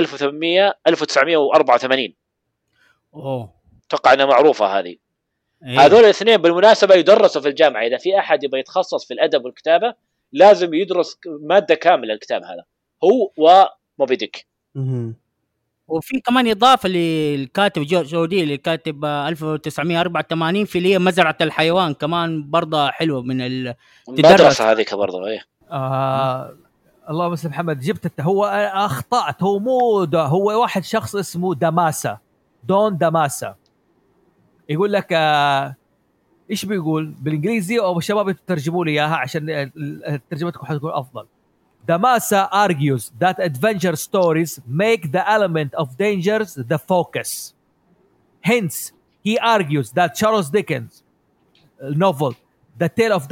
1984 اتوقع انها معروفه هذه. أيوه. هذول الاثنين بالمناسبه يدرسوا في الجامعه، اذا في احد يبغى يتخصص في الادب والكتابه لازم يدرس ماده كامله الكتاب هذا، هو وموبي ديك. وفي كمان اضافه للكاتب جودي اللي كاتب 1984 في اللي هي مزرعه الحيوان، كمان برضه حلوه من المدرسه هذيك برضه. ايه اللهم صل محمد. جبت هو اخطات، هو مو هو واحد شخص اسمه داماسا، دون داماسا. يقول لك ايش بيقول بالانجليزي، او الشباب يترجموا لي اياها عشان ترجمتكم حتكون افضل. Damasa argues that adventure stories make the element of dangers the focus. Hence, he argues that Charles Dickens' novel The Tale of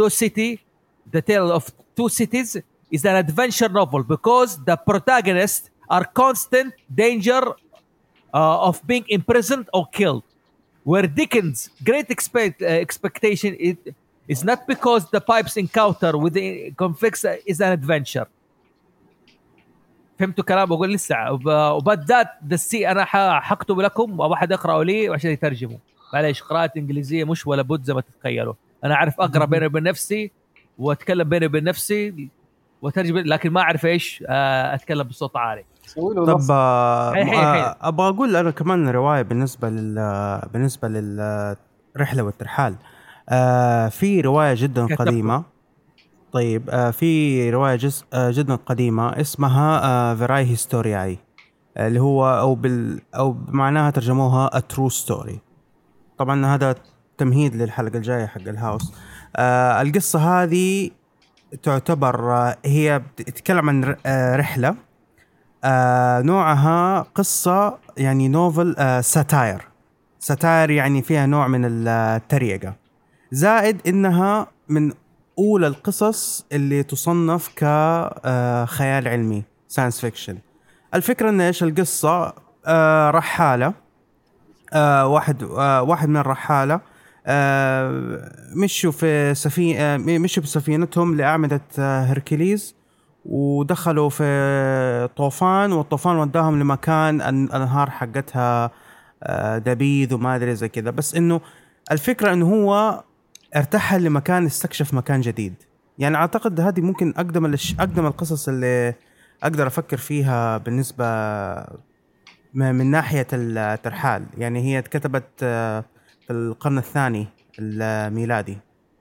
Two Cities is an adventure novel because the protagonists are constant danger of being imprisoned or killed. Where Dickens' great expectation is not because the Pipes' encounter with the conflicts is an adventure. فهمتوا كلام بقول لسه؟ وبدات دسي انا حكتب لكم وواحد يقرأوا لي عشان يترجموا. معليش قراءة انجليزيه مش ولا بد زي ما تتخيلوا. انا اعرف اقرا بيني وبين نفسي واتكلم بيني وبين نفسي وترجم، لكن ما اعرف ايش اتكلم بصوت عالي. طب ابغى اقول انا كمان روايه بالنسبه للرحله والترحال. في روايه جدا قديمه. طيب في روايه جدا قديمه اسمها فيراي هيستورياي، اللي هو او بمعناها ترجموها A True Story. طبعا هذا تمهيد للحلقه الجايه حق الهاوس. القصه هذه تعتبر هي بتتكلم عن رحله، نوعها قصة يعني نوفل ساتاير يعني فيها نوع من التريقة، زائد إنها من أولى القصص اللي تصنف كخيال علمي ساينس فيكشن. الفكرة إن إيش القصة؟ رحالة، واحد من الرحالة مشوا بسفينتهم لأعمدة هركليز، ودخلوا في طوفان، والطوفان وداهم لمكان الانهار حقتها دبيذ وما ادري زي كذا. بس انه الفكره انه هو ارتحل لمكان، استكشف مكان جديد. يعني اعتقد هذه ممكن اقدم القصص اللي اقدر افكر فيها بالنسبه من ناحيه الترحال. يعني هي اتكتبت في القرن الثاني الميلادي.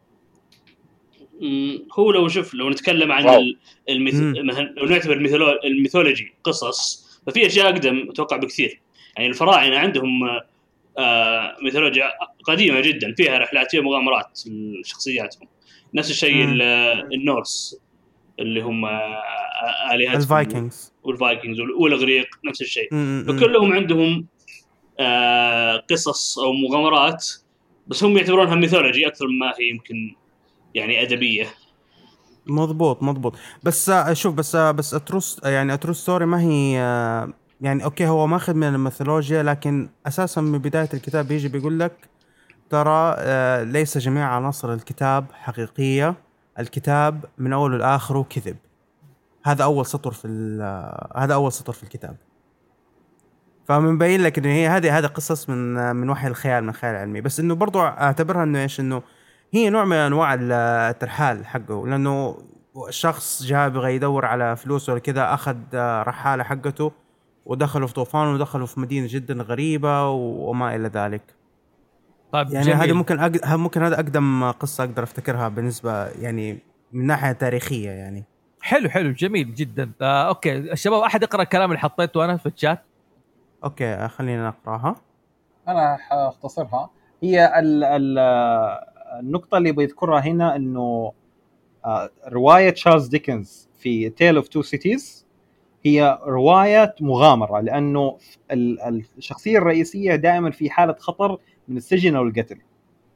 هو لو نتكلم عن لو نعتبر الميثولوجي قصص، ففي اشياء اقدم اتوقع بكثير. يعني الفراعنه عندهم ميثولوجيا قديمه جدا فيها رحلات، فيها مغامرات شخصياتهم. نفس الشيء النورس اللي هم آلهة الفايكنجز والاغريق نفس الشيء. فكلهم عندهم قصص او مغامرات، بس هم يعتبرونها ميثولوجي اكثر مما هي يمكن يعني أدبية. مضبوط. بس شوف بس أتروس ستوري ما هي يعني اوكي، هو ماخذ من الميثولوجيا، لكن اساسا من بداية الكتاب بيجي بيقول لك ترى ليس جميع عناصر الكتاب حقيقية، الكتاب من اوله لاخره كذب. هذا اول سطر في الكتاب. فمن بين لك انه هي هذه قصص من وحي الخيال، من خيال علمي. بس انه برضو اعتبرها انه ايش، انه هي نوع من انواع الترحال حقه، لانه الشخص جاء بغى يدور على فلوس ولا كذا، اخذ رحاله حقته ودخلوا في طوفان ودخلوا في مدينه جدا غريبه وما الى ذلك. طيب يعني هذا ممكن هذا اقدم قصه اقدر افتكرها بالنسبه يعني من ناحيه تاريخيه. يعني حلو جميل جدا. اوكي الشباب، احد يقرا الكلام اللي حطيته انا في الشات؟ اوكي خلينا نقراها. انا اختصرها. هي النقطة اللي بيذكرها هنا انه رواية تشارلز ديكنز في Tale of Two Cities هي رواية مغامرة، لانه الشخصية الرئيسية دائما في حالة خطر من السجن او القتل،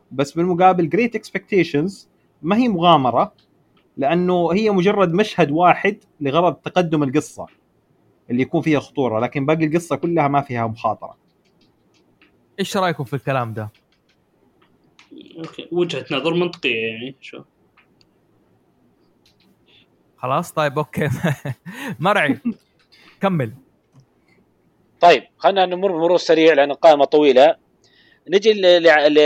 بس بالمقابل Great Expectations ما هي مغامرة، لأنه هي مجرد مشهد واحد لغرض تقدم القصة اللي يكون فيها خطورة، لكن باقي القصة كلها ما فيها مخاطرة. ايش رايكم في الكلام ده؟ اوكي، وجهة نظر منطقية يعني. شو خلاص طيب اوكي. مرعي كمل. طيب خلينا نمر مرور سريع لأن القائمة طويلة. نجي ل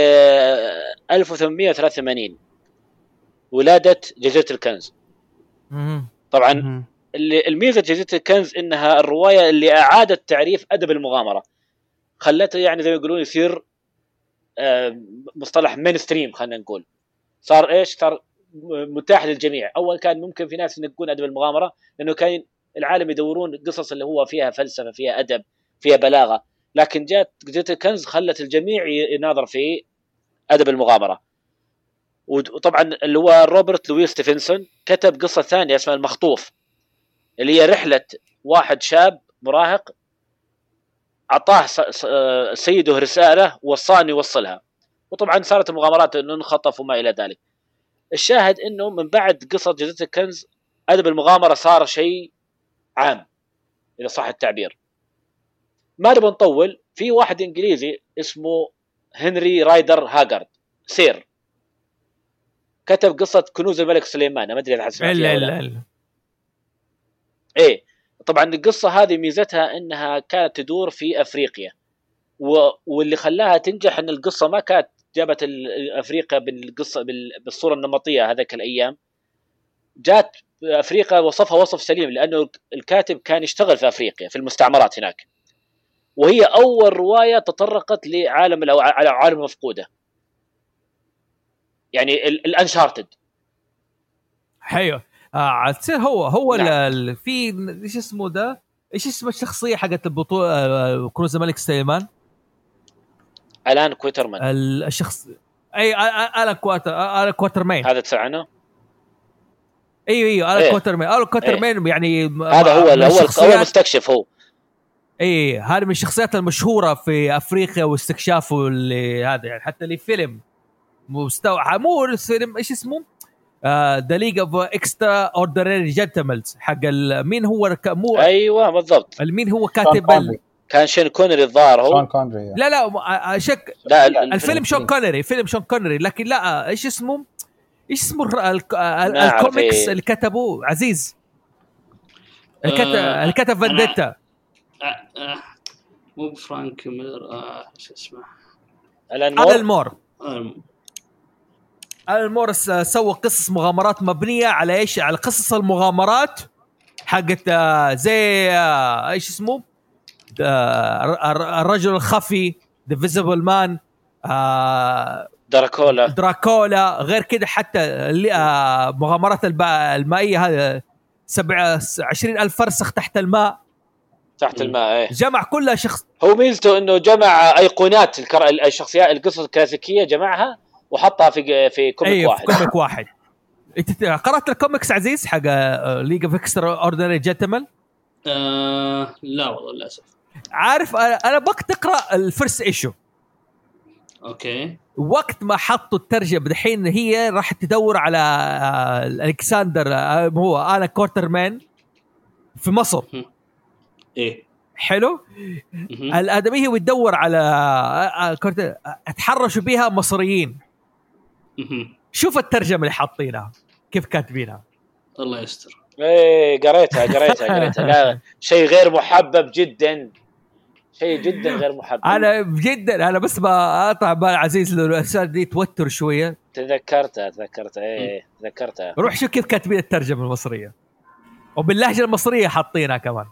1883 ولادة جزيرة الكنز. طبعا الميزة جزيرة الكنز إنها الرواية اللي أعادت تعريف أدب المغامرة، خلته يعني زي ما يقولون يصير مصطلح مينستريم. خلينا نقول صار إيش، صار متاح للجميع. أول كان ممكن في ناس ينقون أدب المغامرة لأنه كان العالم يدورون قصص اللي هو فيها فلسفة، فيها أدب، فيها بلاغة، لكن جات جزيرة الكنز خلت الجميع يناظر في أدب المغامرة. وطبعا اللي هو روبرت لويس ستيفنسون كتب قصة ثانية اسمها المخطوف، اللي هي رحلة واحد شاب مراهق أعطاه سيده رسالة وصاني يوصلها، وطبعا صارت المغامرات انه انخطف وما الى ذلك. الشاهد انه من بعد قصة جزيرة الكنز ادب المغامرة صار شيء عام اذا صح التعبير. ما نبغى نطول، في واحد انجليزي اسمه هنري رايدر هاجارد سير كتب قصة كنوز الملك سليمان. ما ادري اذا سمعت فيها ولا لا. ايه طبعا القصة هذه ميزتها انها كانت تدور في افريقيا، واللي خلاها تنجح ان القصة ما كانت جابت افريقيا بالقصة بالصورة النمطية هذاك الايام. جات افريقيا وصفها وصف سليم لانه الكاتب كان يشتغل في افريقيا في المستعمرات هناك، وهي اول رواية تطرقت لعالم على عالم مفقودة، يعني الانشارتد. حلو. تصير هو نعم. في ايش اسمه ده، ايش اسم الشخصيه حقت البطوله كنوز الملك سليمان؟ الان كويترمان. الشخص الان كواترمان هذا تسعنه. ايوه الان كواترمان يعني هذا هو اول مستكشف هو. اي هذا من الشخصيات المشهوره في افريقيا واستكشافه اللي هذا يعني حتى لي فيلم مستوى مو الفيلم ايش اسمه ذا ليج اوف اكسترا اوردينري جنتلمنز حق مين هو مو ايوه بالضبط. مين هو كاتب كان شون كونري الظاهر هو. شون كونري. لا شك لا الفيلم شون كونري، فيلم شون كونري، لكن لا ايش اسمه الكوميكس اللي كتبوه عزيز اللي كتب فانديتا. مو فرانك ميلر شو اسمه ألان مور سوى قصص مغامرات مبنية على إيش؟ على قصص المغامرات حقت زي إيش اسمه الرجل الخفي The Visible Man، دراكولا. غير كده حتى مغامرات المائية هذا 27,000 فرسخ تحت الماء. ايه جمع كلها شخص. هو ميزته انه جمع ايقونات الشخصيات القصص الكلاسيكيه، جمعها وحطها في كوميك واحد. كوميك واحد. انت قرأت الكوميكس عزيز حق ليج اوف اكسترا اوردينري جنتلمان؟ لا والله للاسف. عارف انا بقى تقرا الفيرست ايشو. اوكي. وقت ما حطوا الترجمه دحين هي راح تدور على الكسندر هو انا كوارترمان في مصر. ايه حلو. الادميه هو يدور على اتحرشوا بها مصريين. شوف الترجمه اللي حاطينها كيف كاتبينها. الله يستر. ايه قريتها. لا شيء غير محبب جدا، شيء جدا غير محبب. انا بس بقطع بال عزيز الرساله دي توتر شويه. تذكرتها تذكرتها. روح شوف كيف كاتبين الترجمه المصريه وباللهجه المصريه حاطينها كمان.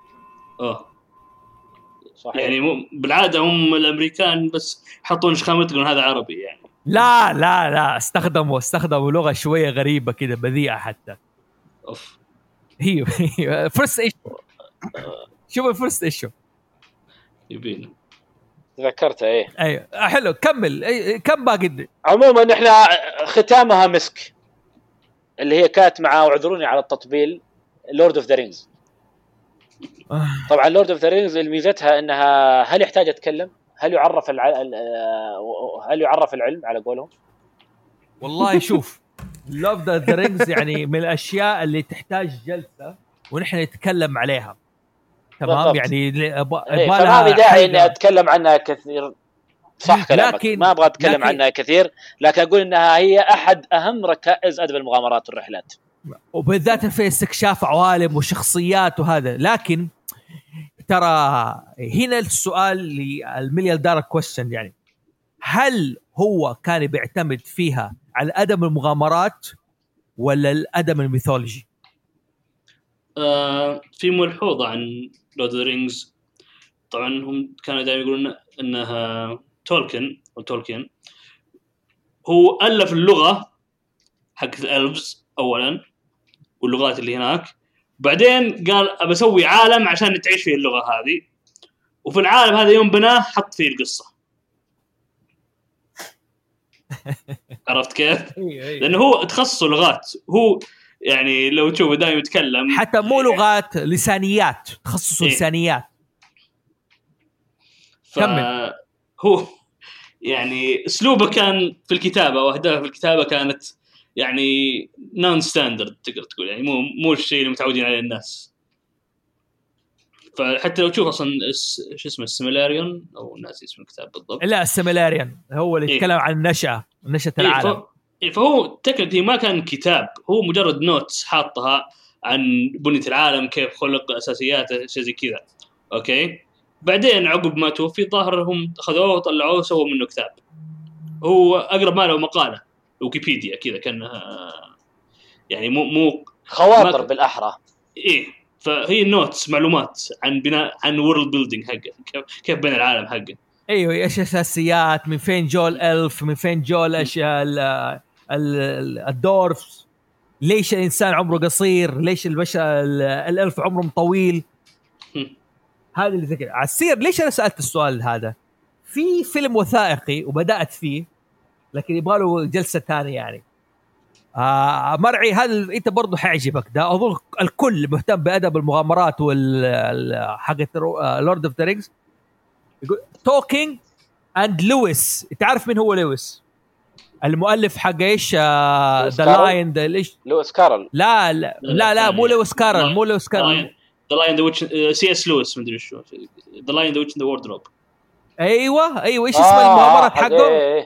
صحيح. يعني بالعاده هم الامريكان بس يحطون شخامه يقولون هذا عربي يعني. لا استخدموا لغه شويه غريبه كده بذيئه حتى. هي فرست ايشو. شوف الفرست ايشو يبينا. تذكرتها. ايوه حلو. كمل. كم باقي؟ عموما احنا ختامها مسك، اللي هي كانت مع وعذروني على التطبيل لورد اوف ذا رينجز. طبعا لورد اوف ذا رينجز ميزتها انها هل يحتاج اتكلم؟ هل يعرف العلم على قولهم؟ والله شوف Love the Rings يعني من الاشياء اللي تحتاج جلسه ونحن نتكلم عليها تمام. يعني ما في داعي اني اتكلم عنها كثير، صح كلامك، ما ابغى اتكلم عنها كثير، لكن اقول انها هي احد اهم ركائز ادب المغامرات والرحلات، وبالذات في استكشاف عوالم وشخصيات وهذا. لكن ترى هنا السؤال للمليون دولار كويستشن، يعني هل هو كان بيعتمد فيها على أدب المغامرات ولا الأدب الميثولوجي؟ في ملحوظة عن لورد اوف ذا رينجز، طبعا هم كانوا دائما يقولون انها تولكين هو ألف اللغة حق الألفز أولا واللغات اللي هناك، بعدين قال أبى أسوي عالم عشان تعيش فيه اللغة هذه، وفي العالم هذا يوم بناه حط فيه القصة. عرفت كيف؟ لأنه هو تخصصه لغات، هو يعني لو تشوفه دائما يتكلم حتى مو لغات، لسانيات، تخصصه لسانيات. كمل. هو يعني اسلوبه كان في الكتابه واهدافه في الكتابه كانت يعني نون ستاندرد، تقدر تقول يعني مو الشيء اللي متعودين عليه الناس. فحتى لو تشوف اصلا شو اسمه السيميلاريون او ناسي اسم الكتاب بالضبط. لا السيميلاريون هو اللي يتكلم عن نشأة العالم. فهو تكنيكلي ما كان كتاب، هو مجرد نوتس حاطها عن بنية العالم، كيف خلق اساسياته، شيء زي كذا. اوكي، بعدين عقب ما توفي ظاهر هم اخذوه وطلعوه وسووا منه كتاب. هو اقرب ما له مقاله ويكيبيديا كذا كانها يعني مو خواطر بالاحرى. ايه، فهي نوتس معلومات عن بناء عن وورلد بيلدينج حقه، كيف بنى العالم حقه. ايوه ايش اساسيات، من فين جو الالف، من فين جو الاشياء الدورفز، ليش الانسان عمره قصير، ليش البشر الالف عمرهم طويل. هذا اللي ذكر على السير. ليش انا سالت السؤال هذا؟ في فيلم وثائقي وبدات فيه لكن يبغى له جلسه ثانيه يعني. مرعي هذا انت برضو حيعجبك ده، اظن الكل مهتم بادب المغامرات حقت لورد اوف ذا رينجز. يقول توكينج اند لويس. تعرف مين هو لويس؟ المؤلف حق ايش ذا لاين ايش لويس كارل. لا مو لويس كارل، مو لويس كارل، ذا لاين ذا ويتش سي اس لويس مدري شو، ذا لاين ذا ويتش ذا ووردروب. ايوه ايش اسم المغامرات حقه؟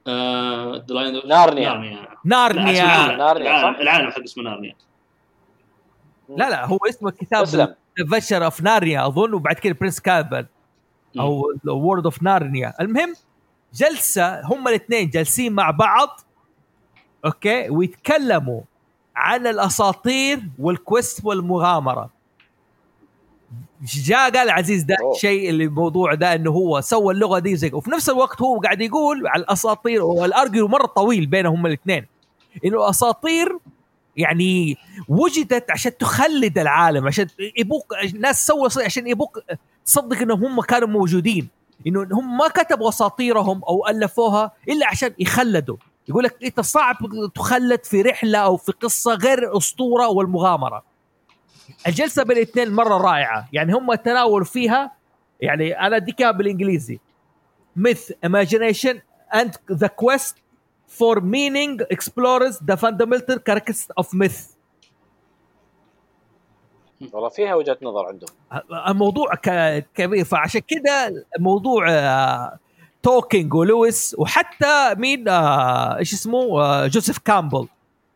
نارنيا. العالم حق اسمه نارنيا. لا هو اسمه الكتاب فيشر اوف نارنيا اظن، وبعد كده برنس كابل او وورد اوف نارنيا. المهم جلسه هم الاثنين جالسين مع بعض اوكي ويتكلموا عن الاساطير والكويست والمغامره. جاء قال عزيز ده شيء اللي الموضوع ده انه هو سوى اللغه دي زي، وفي نفس الوقت هو قاعد يقول على الاساطير، والارجيو مره طويل بينهم الاثنين انه الاساطير يعني وجدت عشان تخلد العالم، عشان يبوك ناس سووا عشان يبوك تصدق انهم هم كانوا موجودين، انه هم ما كتبوا اساطيرهم او الفوها الا عشان يخلدوا. يقول لك انت صعب تخلد في رحله او في قصه غير الاسطوره والمغامره. الجلسه بين الاثنين مره رائعه، يعني هم تناولوا فيها يعني انا اديكها بالانجليزي myth imagination and the quest for meaning explores the fundamental characteristics of myth. والله فيها وجهة نظر عندهم. الموضوع كبير، فعشان كده موضوع توكينج ولويس وحتى مين ايش اسمه جوزيف كامبل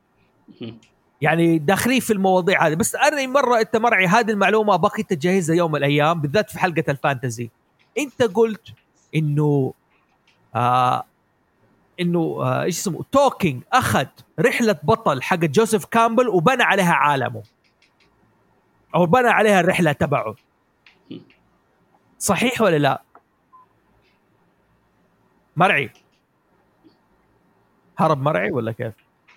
يعني داخلين في المواضيع هذه. بس أنا مرة أنت مرعي هذه المعلومة باقي تجهزها يوم من الأيام، بالذات في حلقة الفانتزي. أنت قلت إنه إيش اسمه توكينج أخذ رحلة بطل حق جوزيف كامبل وبنى عليها عالمه أو بنى عليها الرحلة تبعه، صحيح ولا لا؟ مرعي هرب مرعي ولا كيف؟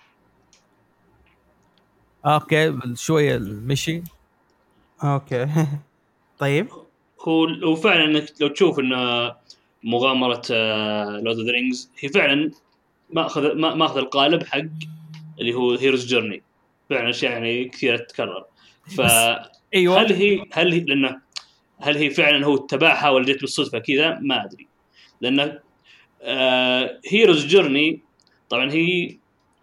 اوكي شويه المشي. اوكي طيب هو فعلا انك لو تشوف ان مغامره لورد اوف ذا رينجز هي فعلا ما اخذ القالب حق اللي هو هيروز جيرني، فعلا اشياء يعني كثيره تتكرر. ف أيوة. هل هي لانه هل هي فعلا هو اتبعها ولا جت بالصدفه كذا ما ادري، لأن هيروز جيرني طبعا هي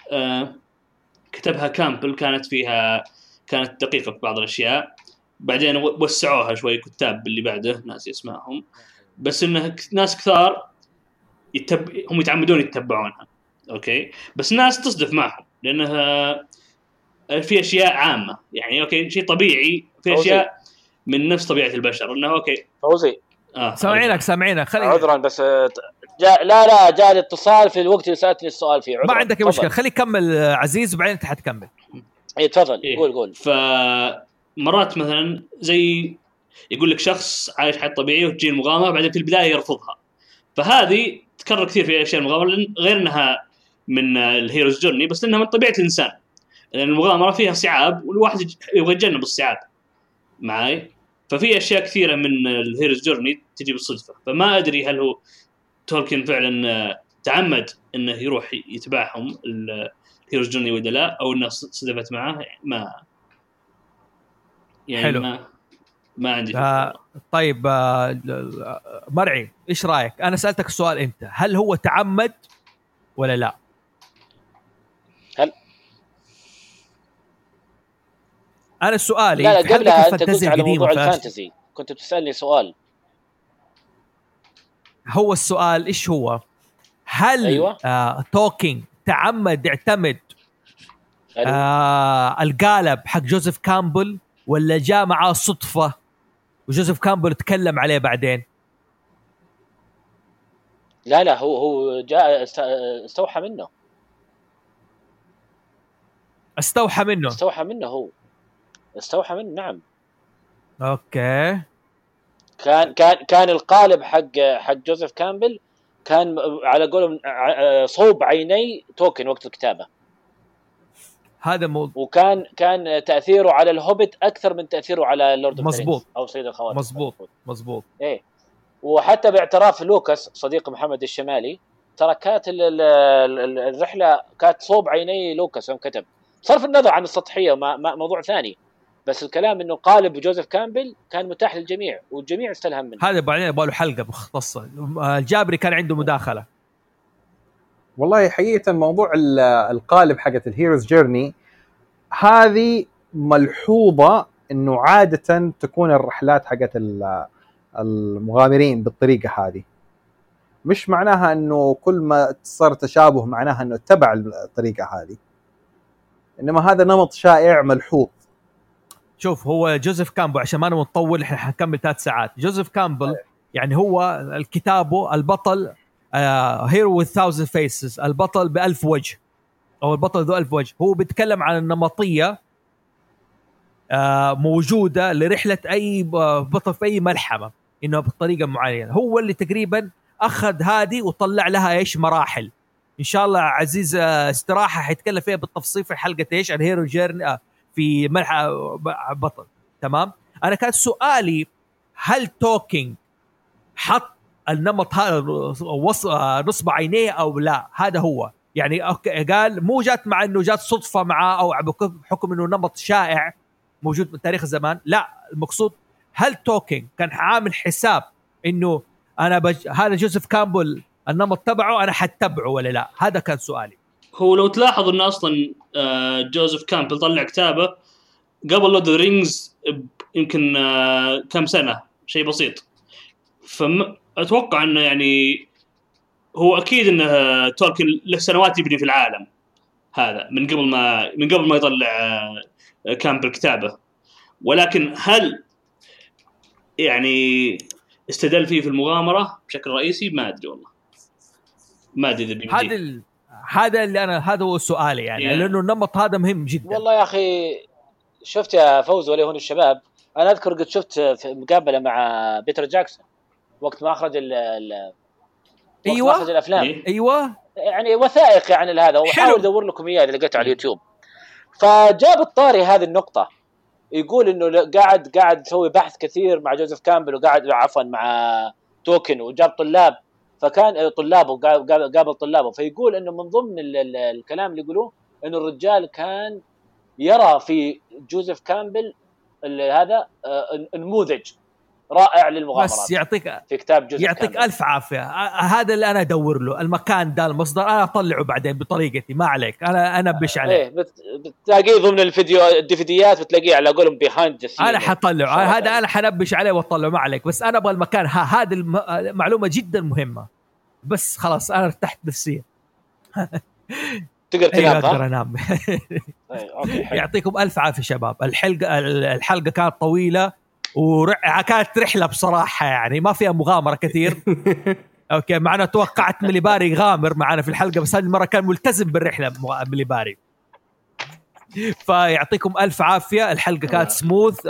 كتبها كامبل، كانت دقيقة في بعض الأشياء، بعدين وسعوها شوي كتاب اللي بعده ناس اسمائهم، بس إنه ناس كثار هم يتعمدون يتبعونها، أوكي، بس ناس تصدف معهم لأنها في أشياء عامة يعني أوكي شيء طبيعي، في أشياء من نفس طبيعة البشر إنه أوكي فوزي سامعينك خلي عذرا بس لا جاء الاتصال في الوقت اللي سألتني السؤال فيه. ما عندك مشكلة، خلي كمل عزيز وبعدين انت حتكمل. اي تفضل. قول. فمرات مثلا زي يقول لك شخص عايش حياة طبيعية وتجي المغامرة بعدين في البداية يرفضها، فهذه تكرر كثير في اشياء المغامرة، غير انها من الهيروز جورني بس انها من طبيعة الانسان، لان المغامرة فيها صعاب والواحد يبغى يتجنب الصعاب معي. ففي اشياء كثيرة من الهيروز جورني تجي بالصدفة، فما ادري هل هو تولكين فعلا تعمد انه يروح يتبعهم الهيروز جورني ولا لا، او انه صدفت معه، ما يعني حلو. ما عندي طيب مرعي ايش رايك؟ انا سألتك السؤال انت، هل هو تعمد ولا لا؟ انا سؤالي لا قبلها انت قلت على موضوع الفانتزي، كنت بتسألني سؤال. هو السؤال ايش هو؟ هل أيوة. توكينج تعمد يعتمد القالب حق جوزيف كامبل، ولا جاء معاه صدفة وجوزيف كامبل تكلم عليه بعدين؟ لا هو جاء استوحى منه نعم. اوكي. كان القالب حق جوزيف كامبل كان على قولهم صوب عيني توكن وقت الكتابة. هذا وكان تأثيره على الهوبيت أكثر من تأثيره على لورد اوف ذا رينجز أو سيد الخواتم. مزبوط. إيه، وحتى باعتراف لوكاس صديق محمد الشمالي ترى كانت الرحلة كانت صوب عيني لوكاس يوم كتب، صرف النظر عن السطحية موضوع ثاني، بس الكلام انه قالب جوزيف كامبل كان متاح للجميع والجميع استلهم منه. هذا بعدين يبغى له حلقه مختصه. الجابري كان عنده مداخله. والله حقيقه موضوع القالب حقت الهيروز جيرني هذه ملحوظه، انه عاده تكون الرحلات حقت المغامرين بالطريقه هذه، مش معناها انه كل ما صار تشابه معناها انه اتبع الطريقه هذه، انما هذا نمط شائع ملحوظ. شوف، هو جوزيف كامبل عشان ما نطول احنا حنكمل 3 ساعات. جوزيف كامبل يعني هو الكتابه البطل هيرو with 1000 faces، البطل ب1000 وجه او البطل ذو 1000 وجه. هو بيتكلم عن النمطيه موجوده لرحله اي بطل في اي ملحمه، انه بطريقه معينه. هو اللي تقريبا اخذ هذه وطلع لها ايش مراحل. ان شاء الله عزيز استراحه حيتكلم فيها بالتفصيل في حلقه ايش الهيرو جيرني في ملحق بطل. تمام. انا كان سؤالي هل توكينج حط النمط هذا نصب عينيه او لا؟ هذا هو يعني قال مو جات مع انه جات صدفه معاه او بحكم انه نمط شائع موجود من تاريخ الزمان. لا، المقصود هل توكينج كان عامل حساب انه انا هذا جوزيف كامبل النمط تبعه انا حتبعه ولا لا؟ هذا كان سؤالي. هو لو تلاحظ انه اصلا جوزيف كامبل طلع كتابه قبل لورد اوف ذا رينجز يمكن كم سنه، شيء بسيط. فاتوقع انه يعني هو اكيد انه تولكين له سنوات يبني في العالم هذا من قبل ما يطلع كامبل كتابه، ولكن هل يعني استدل فيه في المغامره بشكل رئيسي؟ ما ادري والله، ما ادري. هذا اللي انا هذا هو سؤالي يعني لانه النمط هذا مهم جدا. والله يا اخي شفت يا فوز ولي هون الشباب، انا اذكر قد شفت في مقابله مع بيتر جاكسون وقت ما اخرج ايوه اخرج الافلام. ايوه يعني وثائقي عن هذا، وحاول ادور لكم اياه اذا لقيته على اليوتيوب. فجاب الطاري هذه النقطه، يقول انه قاعد يسوي بحث كثير مع جوزيف كامبل، وقاعد عفوا مع توكن، وجاب طلاب، فكان طلابه قابل طلابه، فيقول انه من ضمن الكلام اللي يقولوه انه الرجال كان يرى في جوزيف كامبل هذا نموذج رائع للمغامرات. بس يعطيك في كتاب جزء يعطيك كامل. ألف عافية. هذا اللي أنا أدور له، المكان ده المصدر أنا أطلعه بعدين بطريقتي، ما عليك، أنا بش عليه. إيه بتلاقيه ضمن الفيديو الديفيديات، بتلاقيه على قولهم behind the scenes. أنا حطلعه هذا، أنا حنبش عليه وأطلعه، ما عليك. بس أنا أبغى المكان، هذه المعلومة جدا مهمة. بس خلاص أنا ارتحت نفسيا. تقدر تنام. أقدر أنام. يعطيكم ألف عافية شباب. الحلقة كانت طويلة وكانت رحلة بصراحة، يعني ما فيها مغامرة كثير. أوكي، معنا توقعت مليباري غامر معنا في الحلقة، بس هذه المرة كان ملتزم بالرحلة مليباري. فيعطيكم ألف عافية. الحلقة كانت سموث،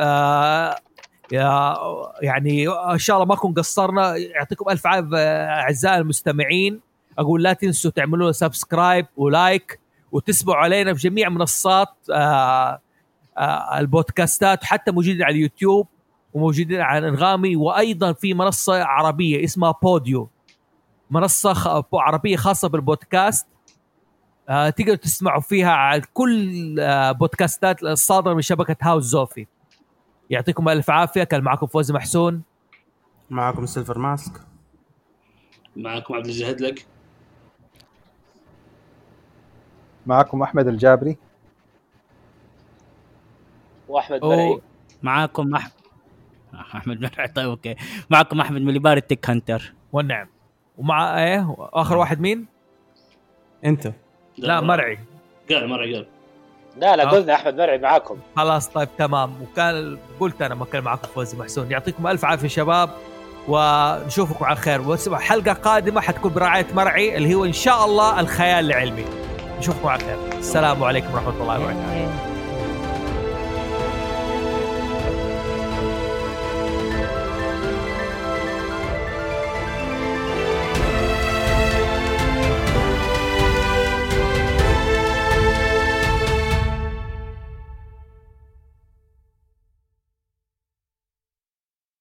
يعني إن شاء الله ما كن قصرنا. يعطيكم ألف عافية أعزائي المستمعين. أقول لا تنسوا تعملوا سبسكرايب ولايك، وتسمعوا علينا في جميع منصات البودكاستات، حتى موجودين على اليوتيوب وموجودين على أنغامي، وأيضا في منصة عربية اسمها بوديو، منصة عربية خاصة بالبودكاست. تقدروا تسمعوا فيها على كل بودكاستات الصادرة من شبكة هاوس زوفي. يعطيكم ألف عافية. كان معكم فوزي محسون، معكم سيلفر ماسك، معكم عبد الجهاد لك، معكم أحمد الجابري، وأحمد مرعي. معكم أحمد مرعي. طيب أوكي، معكم أحمد مليباري التك هانتر. والنعم. ومع إيه آخر واحد مين؟ أنت؟ لا مرعي. قال لا قلنا أحمد مرعي معاكم. خلاص طيب تمام. وكان قلت أنا ما كان معكم فوزي محسون. يعطيكم ألف عافية شباب، ونشوفكم على خير. حلقة قادمة حتكون برعاية مرعي، اللي هو إن شاء الله الخيال العلمي. نشوفكم على خير. السلام عليكم ورحمة الله وبركاته.